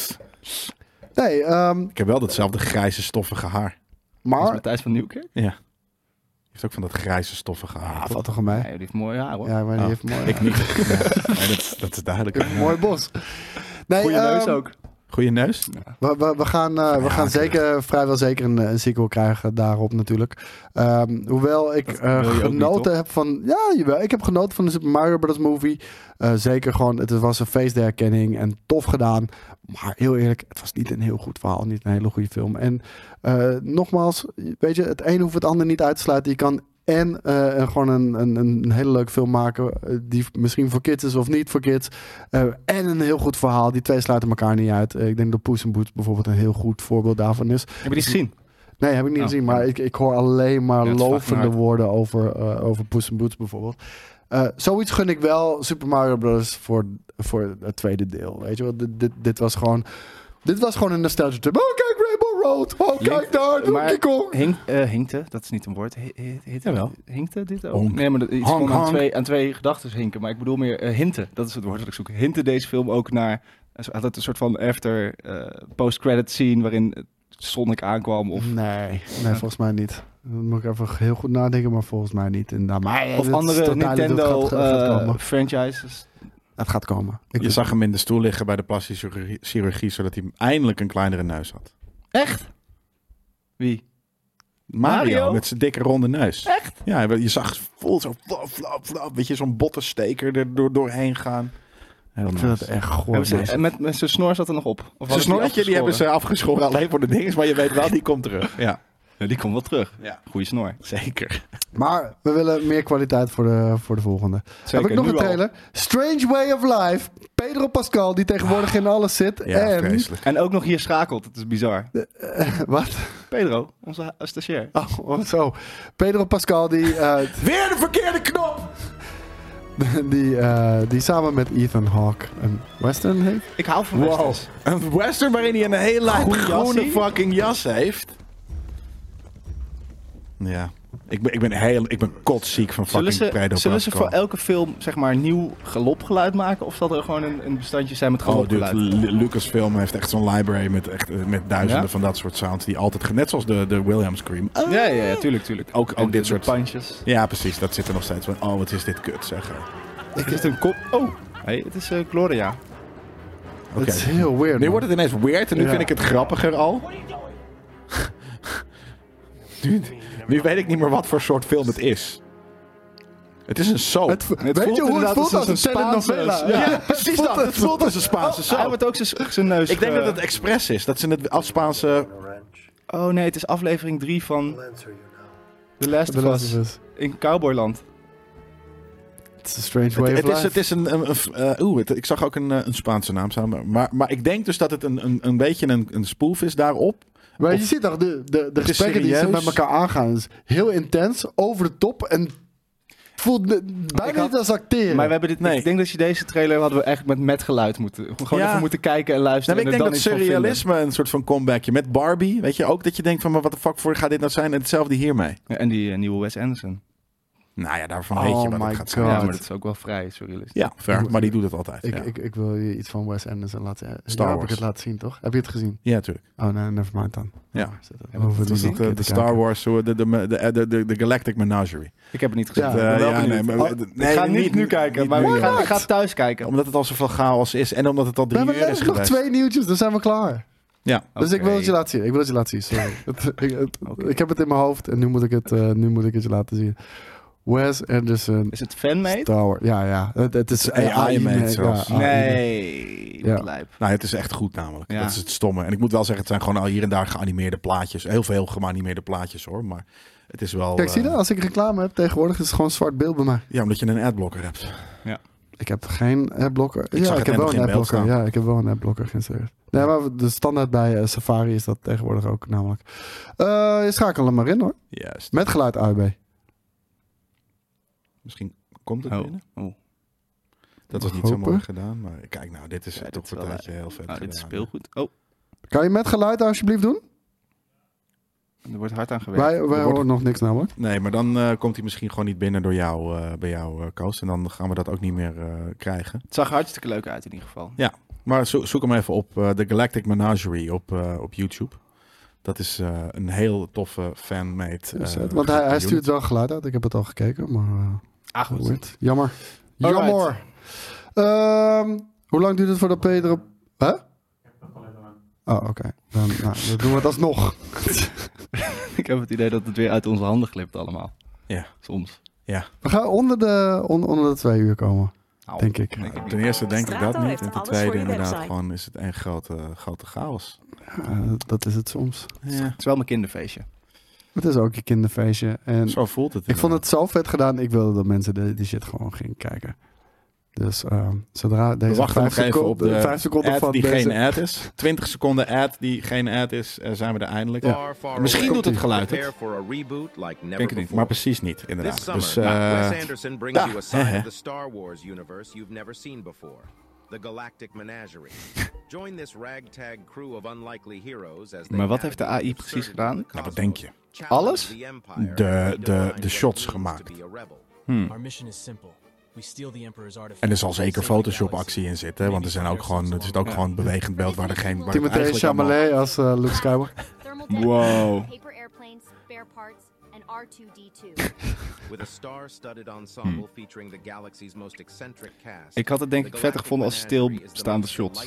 Nee, ik heb wel datzelfde grijze stoffige haar. Maar... Matthijs van Nieuwkerk? Ja. Heeft ook van dat grijze stoffige haar. Valt toch aan mij? Nee, die heeft mooi haar hoor. Ja, maar die heeft mooi haar. Ik niet. Nee, dat is duidelijk. Mooi bos. Nee, goeie neus ook. Goeie neus? Ja. We gaan zeker, vrijwel zeker een sequel krijgen daarop natuurlijk. Hoewel ik genoten heb van... Ja, jawel. Ik heb genoten van de Super Mario Bros. Movie. Zeker gewoon, het was een feest der herkenning en tof gedaan. Maar heel eerlijk, het was niet een heel goed verhaal. Niet een hele goede film. En nogmaals, weet je, het een hoeft het ander niet uit te sluiten. Je kan gewoon een hele leuke film maken die misschien voor kids is of niet voor kids. En een heel goed verhaal. Die twee sluiten elkaar niet uit. Ik denk dat Puss in Boots bijvoorbeeld een heel goed voorbeeld daarvan is. Heb je die gezien? Nee, heb ik niet gezien. Maar ik hoor alleen maar lovende woorden over Puss in Boots bijvoorbeeld. Zoiets gun ik wel Super Mario Bros. voor het tweede deel. Weet je wel, dit was gewoon een nostalgie trip. Oh, kijk, Rainbow Road. Oh, kijk daar, Donkey Kong. Hinkte, dat is niet een woord. Jawel. Hinkte dit ook? Nee, maar iets gewoon aan twee gedachten hinken. Maar ik bedoel meer hinten. Dat is het woord dat ik zoek. Hintte deze film ook naar... Had het een soort van post-credit scene waarin Sonic aankwam? Of... Nee, volgens mij niet. Dan moet ik even heel goed nadenken, maar volgens mij niet. Of andere Nintendo franchises. Het gaat komen. Je zag hem in de stoel liggen bij de plastische chirurgie, zodat hij eindelijk een kleinere neus had. Echt? Wie? Mario met zijn dikke ronde neus. Echt? Ja, je zag vol zo flap, weet je, zo'n bottensteker er doorheen gaan. Ik vind het echt goor. Met zijn snor zat er nog op? Zijn snorretje, die hebben ze afgeschoren alleen voor de dinges, maar je weet wel, die komt terug. Ja. Ja, die komt wel terug. Ja. Goeie snor. Zeker. Maar we willen meer kwaliteit voor de volgende. Zeker, heb ik nog een trailer. Al. Strange Way of Life. Pedro Pascal, die tegenwoordig in alles zit. Ja, en ook nog hier schakelt. Het is bizar. Wat? Pedro, onze stagiair. Oh, zo. Pedro Pascal, die... Weer de verkeerde knop! Die samen met Ethan Hawke een western heeft. Ik hou van westerns. Een western waarin hij een hele groene fucking jas heeft. Ja. Ik ben kotsziek van fucking Pedro Zullen ze Pascal. voor elke film zeg maar nieuw galopgeluid maken? Of zal er gewoon een bestandje zijn met galopgeluid? Lucasfilm heeft echt zo'n library met duizenden van dat soort sounds die altijd... Net zoals de Williams Scream. Ja, tuurlijk. Ook dit soort... Punches. Ja, precies. Dat zit er nog steeds van. Oh, wat is dit kut, zeg. Is het een kop? Oh, hey, het is Gloria. Okay. Het is heel weird. Nu wordt het ineens weird en nu vind ik het grappiger al. Nu weet ik niet meer wat voor soort film het is. Het is een soap. Weet je hoe het voelt als een telenovela? Ja, precies dat. Het voelt als een Spaanse soap. Hij wordt ook zijn neus. Ik denk dat het expres is. Dat ze het als Spaanse... Oh nee, het is aflevering 3 van The Last of Us. In Cowboyland. Het is een strange way of life. Het is ik zag ook een Spaanse naam samen. Maar ik denk dus dat het een beetje een spoof is daarop. Maar je ziet toch, de gesprekken die ze met elkaar aangaan. Is heel intens, over de top en voelt bijna niet als acteren. Maar we hebben dit. Nee. Ik denk dat je deze trailer hadden we echt met geluid moeten. Gewoon even moeten kijken en luisteren. Nou, ik denk dat surrealisme een soort van comebackje met Barbie. Weet je ook dat je denkt van, maar wat de fuck voor gaat dit nou zijn? En hetzelfde hiermee. Ja, en die nieuwe Wes Anderson. Nou ja, daarvan weet je wat het gaat zijn. Ja, maar dat is ook wel vrij surrealistisch. Ja, fair, maar die doet het altijd. Ik wil je iets van Wes Anderson laten zien. Star Wars. Heb ik het laten zien, toch? Heb je het gezien? Ja, natuurlijk. Oh, nee, nevermind dan. Ja. De Star Wars, de Galactic Menagerie. Ik heb het niet gezien. Ik ga niet nu kijken, maar ik ga thuis kijken. Omdat het al zoveel chaos is en omdat het al 3 uur is geweest. We hebben nog 2 nieuwtjes, dan zijn we klaar. Ja. Dus ik wil het je laten zien. Sorry. Ik heb het in mijn hoofd en nu moet ik het je laten zien. Wes Anderson. Is het fan-made? Star Wars. Ja. Het is AI-made zelfs. Ja. Nee, lijp. Nou, het is echt goed namelijk. Ja. Dat is het stomme. En ik moet wel zeggen, het zijn gewoon al hier en daar geanimeerde plaatjes. Heel veel geanimeerde plaatjes hoor, maar het is wel... Kijk, zie je dat? Als ik reclame heb tegenwoordig is het gewoon zwart beeld bij mij. Ja, omdat je een adblocker hebt. Ja. Ik heb geen adblocker. Ik heb wel een adblocker. Ja, ik heb wel een adblocker geïnstalleerd. Nee, maar de standaard bij Safari is dat tegenwoordig ook namelijk. Je schakelt hem maar in hoor. Juist. Met geluid AUB. Misschien komt het binnen. Dat was niet zo mooi gedaan, maar kijk nou, dit is toch een tijdje heel vet gedaan. Dit is speelgoed. Oh. Kan je met geluid alsjeblieft doen? Er wordt hard aan gewerkt. Wij horen nog niks namelijk. Nee, maar dan komt hij misschien gewoon niet binnen door jou, bij jou, Koos. En dan gaan we dat ook niet meer krijgen. Het zag er hartstikke leuk uit in ieder geval. Ja, maar zoek hem even op. The Galactic Menagerie op YouTube. Dat is een heel toffe fan-made... want hij stuurt wel geluid uit. Ik heb het al gekeken, maar... goed. Weird. Jammer. Jammer. Hoe lang duurt het voordat Pedro... Huh? Oh, oké. Dan doen we het alsnog. Ik heb het idee dat het weer uit onze handen glipt allemaal. Ja. Soms. Ja. We gaan onder de 2 uur komen. Denk ik. Ten eerste denk ik dat niet. En ten tweede inderdaad gewoon is het een grote chaos. Dat is het soms. Ja. Het is wel mijn kinderfeestje. Het is ook je kinderfeestje. En zo voelt het. Ik vond het zo vet gedaan. Ik wilde dat mensen die shit gewoon gingen kijken. Dus zodra deze 5 seconden van die geen ad is. 20 seconden ad die geen ad is, zijn we er eindelijk. Ja. Misschien doet het geluid het. Denk het niet, maar precies niet inderdaad. Dus Wes Anderson brings you a side of the Star Wars universe you've never seen before. The Galactic Menagerie. Join this ragtag crew of unlikely heroes as they... Maar wat heeft de AI precies gedaan? Nou, wat denk je? Alles? De shots gemaakt. Our mission is simple. En er zal zeker Photoshop-actie in zitten, want er zijn ook gewoon, het is ook gewoon bewegend beeld waar er geen... Timothée Chalamet als Luke Skywalker. Wow. Ik had het denk ik vettig gevonden als stilstaande shots.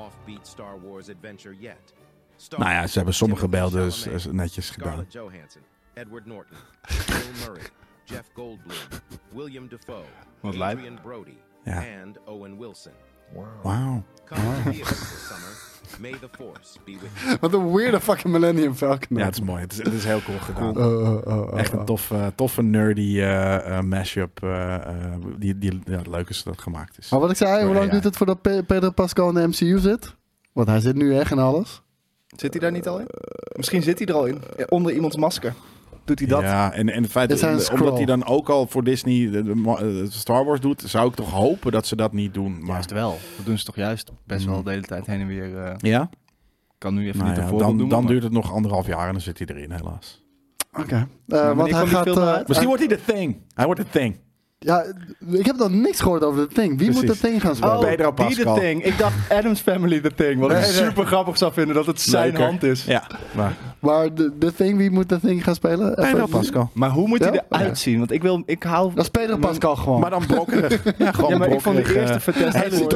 Nou ja, ze hebben sommige beelden netjes gedaan. Edward Norton, Bill Murray, Jeff Goldblum, William Dafoe, Adrian Brody, and Owen Wilson. Wauw. May the Force be with you. Wat een weirde fucking Millennium Falcon. Ja, het is mooi. Het is heel cool gedaan. Echt een toffe nerdy mashup die leuk is dat het gemaakt is. Maar wat ik zei, hoe lang duurt het voordat Pedro Pascal in de MCU zit? Want hij zit nu echt in alles. Zit hij daar niet al in? Misschien zit hij er al in. Onder iemands masker. Doet hij dat? Ja, en het feit omdat hij dan ook al voor Disney Star Wars doet, zou ik toch hopen dat ze dat niet doen. Maar juist wel. Dat doen ze toch juist best wel de hele tijd heen en weer. Ja? Kan nu even niet een voorbeeld doen. Dan duurt het nog 1,5 jaar en dan zit hij erin, helaas. Oké. Want hij gaat... Misschien wordt hij The Thing. Hij wordt The Thing. Ja, ik heb nog niks gehoord over The Thing. Wie moet The Thing gaan spelen? Pedro Pascal. The Thing. Ik dacht Addams Family The Thing. Wat ik super grappig zou vinden dat het zijn hand is. Ja, maar The Thing, wie moet The Thing gaan spelen? Pedro Pascal. Maar hoe moet hij eruit zien? Want ik hou... Dat is Pedro Pascal gewoon. Maar dan brokkerig. Ja, gewoon maar ik vond de eerste Fantastic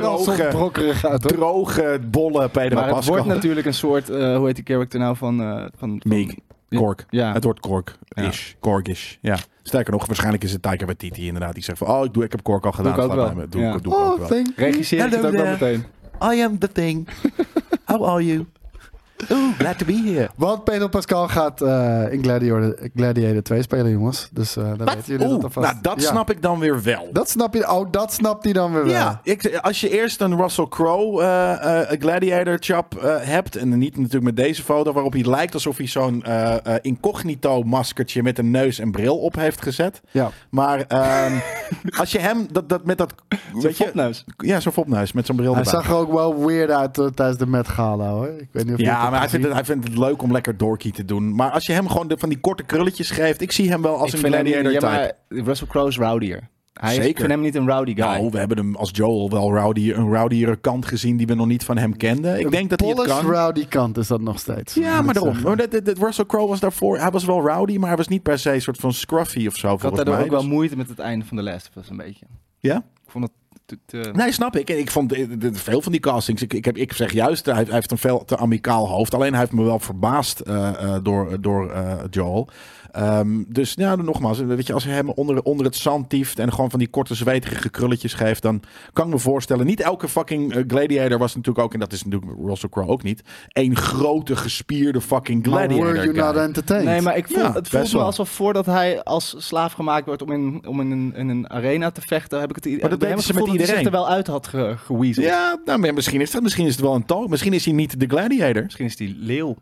droge, bolle Pedro Pascal. Maar het wordt natuurlijk een soort, hoe heet die character nou van Meek. Kork. Ja. Het wordt Kork-ish. Kork-ish. Ja. Sterker nog, waarschijnlijk is het Taika Waititi inderdaad. Die zegt van, ik heb Kork al gedaan. Doe ik ook wel. Regisseer ik het ook wel meteen. I am the thing. How are you? Oeh, glad to be here. Want Pedro Pascal gaat in Gladiator 2 spelen, jongens. Dus dan weten jullie dat alvast. Nou, dat snap ik dan weer wel. Dat snapt hij dan weer wel. Ja, als je eerst een Russell Crowe Gladiator chap hebt... en niet natuurlijk met deze foto... waarop hij lijkt alsof hij zo'n incognito maskertje... met een neus en bril op heeft gezet. Ja. Maar als je hem met dat... Zo'n fopneus. Ja, zo'n fopneus met zo'n bril Hij erbij. zag er ook wel weird uit tijdens de Met Gala, hoor. Ik weet niet of ja, maar hij vindt het leuk om lekker dorky te doen. Maar als je hem gewoon van die korte krulletjes geeft... ik zie hem wel als een gladiator type. Maar Russell Crowe is rowdier. Ik vind hem niet een rowdy guy. Nou, we hebben hem als Joel wel een rowdiere kant gezien... die we nog niet van hem kenden. Ik denk dat hij het kan. Rowdy kant is dat nog steeds. Ja, maar daarom. Russell Crowe was daarvoor... hij was wel rowdy, maar hij was niet per se een soort van scruffy of zo. Ik had daar ook wel moeite met het einde van The Last of Us een beetje. Ja? Ik vond het... Nee, snap ik. Ik vond veel van die castings... Ik zeg juist, hij heeft een veel te amicaal hoofd. Alleen hij heeft me wel verbaasd door Joel. Dus ja, nogmaals, weet je, als hij hem onder het zand tieft en gewoon van die korte zweterige krulletjes geeft, dan kan ik me voorstellen, niet elke fucking Gladiator was natuurlijk ook, en dat is natuurlijk Russell Crowe ook niet, één grote gespierde fucking Gladiator. Were you not entertained? Nee, maar het voelt me alsof voordat hij als slaaf gemaakt wordt om in een arena te vechten, heb ik het idee. Maar dat weten ze met iedereen. Dat hij zich er wel uit had geweaseld. Ja, nou, maar misschien is het wel een talk. Misschien is hij niet de Gladiator. Misschien is hij leeuw.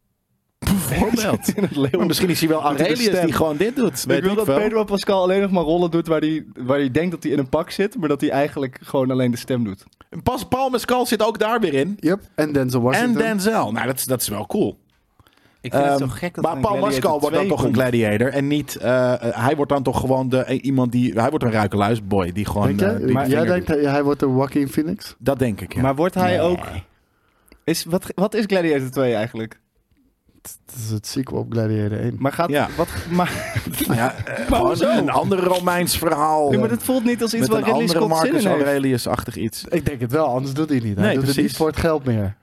Bijvoorbeeld. Maar misschien is hij wel Aurelius die gewoon dit doet. Ik wil dat Pedro Pascal alleen nog maar rollen doet waar hij denkt dat hij in een pak zit, maar dat hij eigenlijk gewoon alleen de stem doet. Paul Mescal zit ook daar weer in. Yep. En Denzel Washington. Nou, dat is wel cool. Ik vind het zo gek dat maar Paul Mescal wordt dan toch een gladiator en niet... hij wordt dan toch gewoon iemand die... Hij wordt een ruikeluisboy die gewoon... maar jij denkt hij wordt de Joaquin Phoenix? Dat denk ik, ja. Maar wordt hij ook... Wat is Gladiator 2 eigenlijk? Het is het sequel op Gladiator 1. Maar gaat... Ja. Gewoon een ander Romeins verhaal. Ja, maar het voelt niet als iets waar Ridley Scott zin in heeft. Marcus Aurelius-achtig iets. Ik denk het wel, anders doet hij het niet. Hij doet precies. het niet voor het geld meer.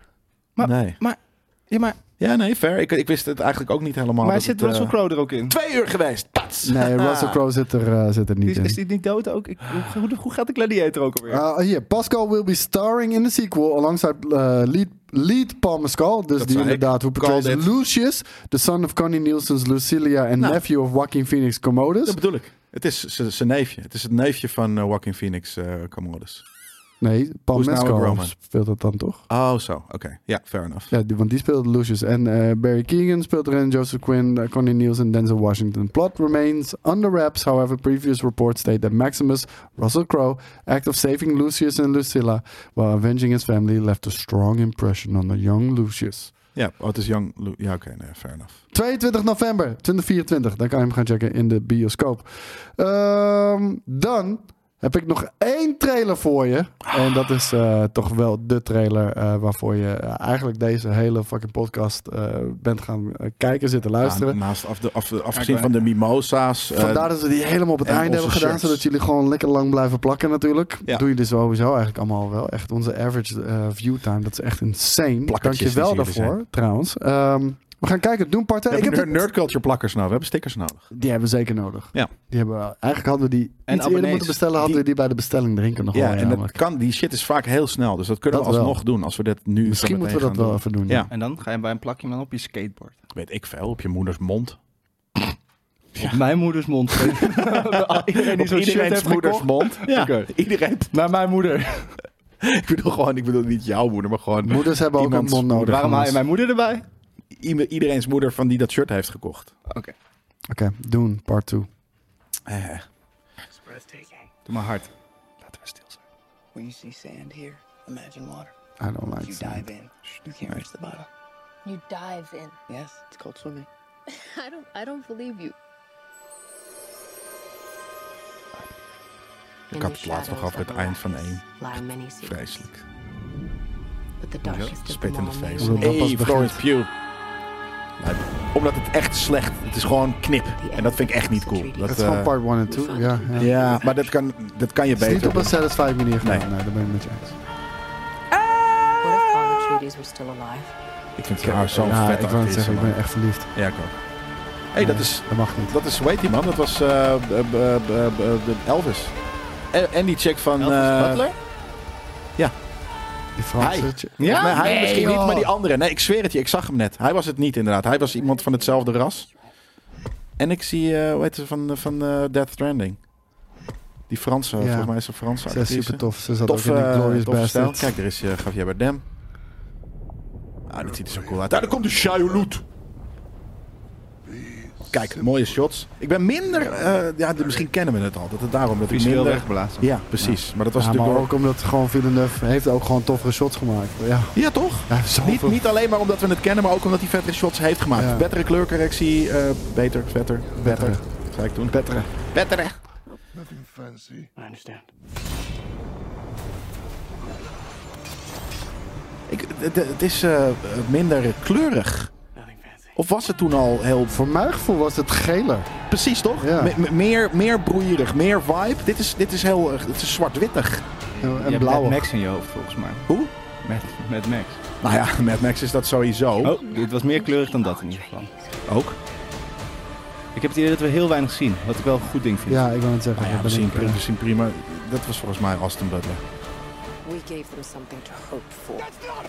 Ja, nee, fair. Ik wist het eigenlijk ook niet helemaal. Maar zit Russell Crowe er ook in? 2 uur geweest. Pats. Nee, Russell Crowe zit er niet in. Is die niet dood ook? Hoe gaat de Gladiator ook alweer? Hier, Pascal will be starring in the sequel alongside lead Paul Mescal. Dus die inderdaad, who portrays Lucius, the son of Connie Nielsen's Lucilia and nephew of Joaquin Phoenix Commodus. Dat bedoel ik. Het is zijn neefje. Het is het neefje van Joaquin Phoenix Commodus. Nee, Paul Mescal speelt het dan toch? Oh, zo. Oké. Ja, fair enough. Ja, want die speelt Lucius. En Barry Keoghan speelt erin, Joseph Quinn, Connie Nielsen, Denzel Washington. Plot remains under wraps. However, previous reports state that Maximus, Russell Crowe, act of saving Lucius and Lucilla while avenging his family left a strong impression on the young Lucius. Ja, het is young... Ja, oké. Nee, fair enough. 22 november 2024. Dan kan je hem gaan checken in de bioscoop. Dan... heb ik nog 1 trailer voor je. En dat is toch wel de trailer waarvoor je eigenlijk deze hele fucking podcast bent gaan kijken, zitten luisteren. Ja, afgezien van de mimosa's. Vandaar dat we die helemaal op het einde hebben gedaan, shirts. zodat jullie gewoon lekker lang blijven plakken natuurlijk. Ja. Doe je dus sowieso eigenlijk allemaal wel. Echt onze average view time, dat is echt insane. Plakkertjes Dank je wel die daarvoor, zijn. trouwens. We gaan kijken, Doom Part 2. We hebben Nerd Culture plakkers nodig. We hebben stickers nodig. Die hebben we zeker nodig. Ja. Die hebben eigenlijk hadden we die en iets eerder moeten bestellen. Hadden we die bij de bestelling erin kunnen gooien. Ja, en dat kan, die shit is vaak heel snel. Dus dat kunnen we alsnog doen als we dit nu... Misschien moeten we dat wel even doen. Ja. En dan ga je bij een plakje dan op je skateboard. Weet ik veel, op je moeders mond. Op mijn moeders mond. Iedereen die zo'n shirt heeft moeders mond. Ja, okay. Iedereen. Naar mijn moeder. ik bedoel niet jouw moeder, maar gewoon... Moeders hebben ook een mond nodig. Waarom haal je mijn moeder erbij? Iedereen's moeder van die dat shirt heeft gekocht. Oké, Dune Part 2. Doe maar hard. Laten we stil zijn. When you see sand here, imagine water. I don't like you sand. dive in. You can't reach the bottom. You dive in. Yes, it's called swimming. I don't believe you. Ik had het laatst nog over het eind van 1. Vreselijk. Spit in de face. Hey, Florence Pugh. Omdat het echt slecht... Het is gewoon knip. En dat vind ik echt niet cool. Het is gewoon part 1 en 2. Ja, maar dat kan je beter. Niet op een satisfying manier gedaan. Nee, daar ben ik met je eens. Ik vind haar zo'n vet ik wou het zeggen, ik ben echt verliefd. Ja, ik ook. Hey, dat mag niet. Dat is, hoe heet die man? Dat was Elvis. En die chick van... Elvis Butler? Ja. Die Franse... Ja? Hij misschien niet, maar die andere. Nee, ik zweer het je, ik zag hem net. Hij was het niet inderdaad. Hij was iemand van hetzelfde ras. En ik zie, hoe heet ze, van Death Stranding. Die Franse, volgens mij is ze Franse actrice. Ze is super tof. Ze zat ook in die Glorious Bastards. Kijk, er is Javier Bardem. Ah, dit ziet er zo cool uit. Daar komt de Shia-Hulud. Kijk, mooie shots. Ik ben minder... misschien kennen we het al. Dat het daarom dat ik minder... weggeblazen. Ja, precies. Ja. Maar dat was maar natuurlijk ook omdat gewoon Villeneuve heeft ook gewoon toffere shots gemaakt. Ja toch? Ja, niet alleen maar omdat we het kennen, maar ook omdat hij vettere shots heeft gemaakt. Ja. Betere kleurcorrectie. Beter, vetter. Better. Ga ik doen. Better. Nothing fancy. I understand. Het is minder kleurig. Of was het toen al heel... Voor mijn gevoel was het geler. Precies, toch? Ja. Meer broeierig, meer vibe. Dit is heel... Het is zwart-wittig. En blauw. Mad Max in je hoofd, volgens mij. Hoe? Mad Max. Nou ja, Mad Max is dat sowieso. Oh, dit was meer kleurig dan dat in ieder geval. Ook? Ik heb het idee dat we heel weinig zien. Wat ik wel een goed ding vind. Ja, ik wil het zeggen. We zien prima. Dat was volgens mij Austin Butler. We gave them something to hope for.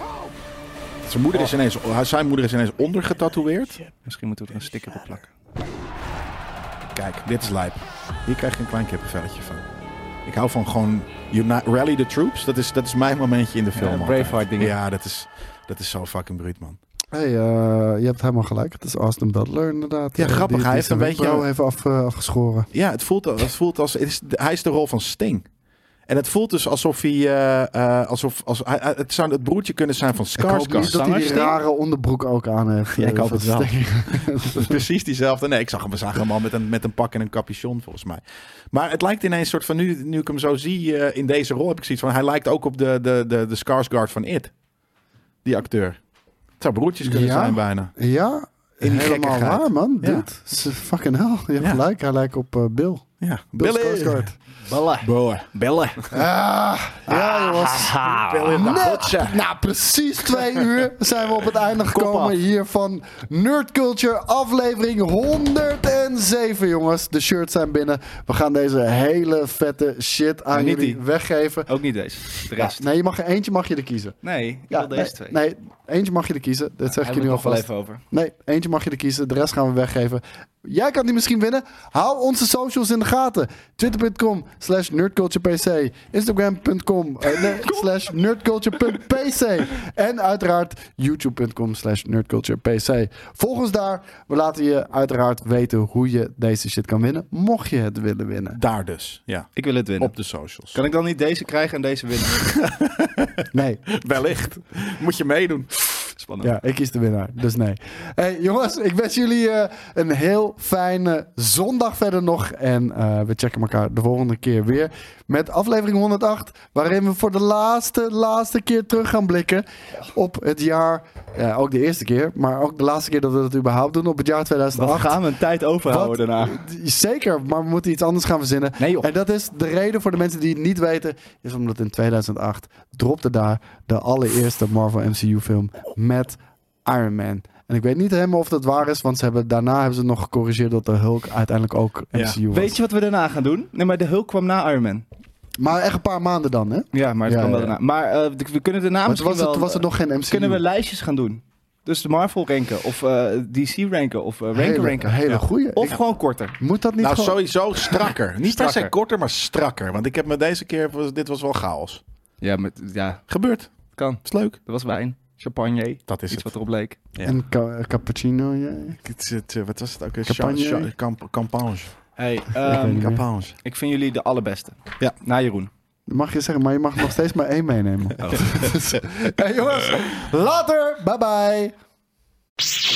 Zijn moeder is ineens ondergetatoeëerd. Misschien moeten we er een sticker op plakken. Kijk, dit is lijp. Hier krijg je een klein kippenvelletje van. Ik hou van gewoon rally the troops. Dat is mijn momentje in de film. Braveheart dingen. Ja, dat is zo fucking bruut, man. Hey, je hebt helemaal gelijk. Het is Austin Butler inderdaad. Ja, grappig. Hij heeft een beetje... even afgeschoren. Ja, het voelt als... Hij is de rol van Sting. En het voelt dus alsof hij... het zou het broertje kunnen zijn van Skarsgård. Ik hoop niet dat hij die rare onderbroek ook aan heeft. Ja, ik hoop het wel. Precies diezelfde. Nee, we zagen hem al met een pak en een capuchon volgens mij. Maar het lijkt ineens soort van... Nu ik hem zo zie in deze rol heb ik zoiets van... Hij lijkt ook op de Skarsgård van It. Die acteur. Het zou broertjes kunnen zijn bijna. Ja, in die helemaal waar, man. Ja. Dit is fucking hell. Je hebt gelijk. Hij lijkt op Bill. Ja, Bill Skarsgård. Bellen. Ja, jongens. Nou, precies 2 uur zijn we op het einde gekomen hier van Nerd Culture aflevering 107, jongens. De shirts zijn binnen. We gaan deze hele vette shit aan jullie weggeven. Ook niet deze. De rest. Nee, eentje mag je er kiezen. Nee, ik wil deze 2. Nee, eentje mag je er kiezen. Dat zeg ik je nu alvast. Even over. Nee, eentje mag je er kiezen. De rest gaan we weggeven. Jij kan die misschien winnen. Hou onze socials in de gaten. Twitter.com/nerdculturepc. Instagram.com/nerdculture.pc. En uiteraard YouTube.com/nerdculturepc. Volg ons daar. We laten je uiteraard weten hoe je deze shit kan winnen. Mocht je het willen winnen. Daar dus. Ja. Ik wil het winnen. Op de socials. Kan ik dan niet deze krijgen en deze winnen? Nee. Wellicht. Moet je meedoen. Spannend. Ja, ik kies de winnaar. Dus nee. Hey, jongens, ik wens jullie een heel fijne zondag verder nog. En we checken elkaar de volgende keer weer met aflevering 108. Waarin we voor de laatste keer terug gaan blikken op het jaar. Ja, ook de eerste keer. Maar ook de laatste keer dat we dat überhaupt doen op het jaar 2008. Wat gaan we een tijd overhouden daarna? Zeker, maar we moeten iets anders gaan verzinnen. Nee, joh. En dat is de reden voor de mensen die het niet weten. Is omdat in 2008 dropte daar de allereerste Marvel MCU film met Iron Man. En ik weet niet helemaal of dat waar is, want daarna hebben ze nog gecorrigeerd dat de Hulk uiteindelijk ook MCU was. Weet je wat we daarna gaan doen? Nee, maar de Hulk kwam na Iron Man. Maar echt een paar maanden dan, hè? Ja, maar het kwam wel daarna. Maar we kunnen daarna misschien was het nog geen MCU? Kunnen we lijstjes gaan doen? Dus de Marvel ranken, of DC ranken, of ranken. Hele goeie. Of gewoon korter. Moet dat niet gewoon... sowieso strakker. Niet per se korter, maar strakker. Want ik heb me deze keer... Dit was wel chaos. Ja. Gebeurt. Kan. Is leuk. Dat was wijn. Champagne. Dat is iets wat erop leek. Ja. En cappuccino. Ja. Wat was het ook? Campagne. Hey, ik vind jullie de allerbeste. Ja. Na Jeroen. Mag je zeggen, maar je mag nog steeds maar 1 meenemen. Oh. Hey jongens, later. Bye bye.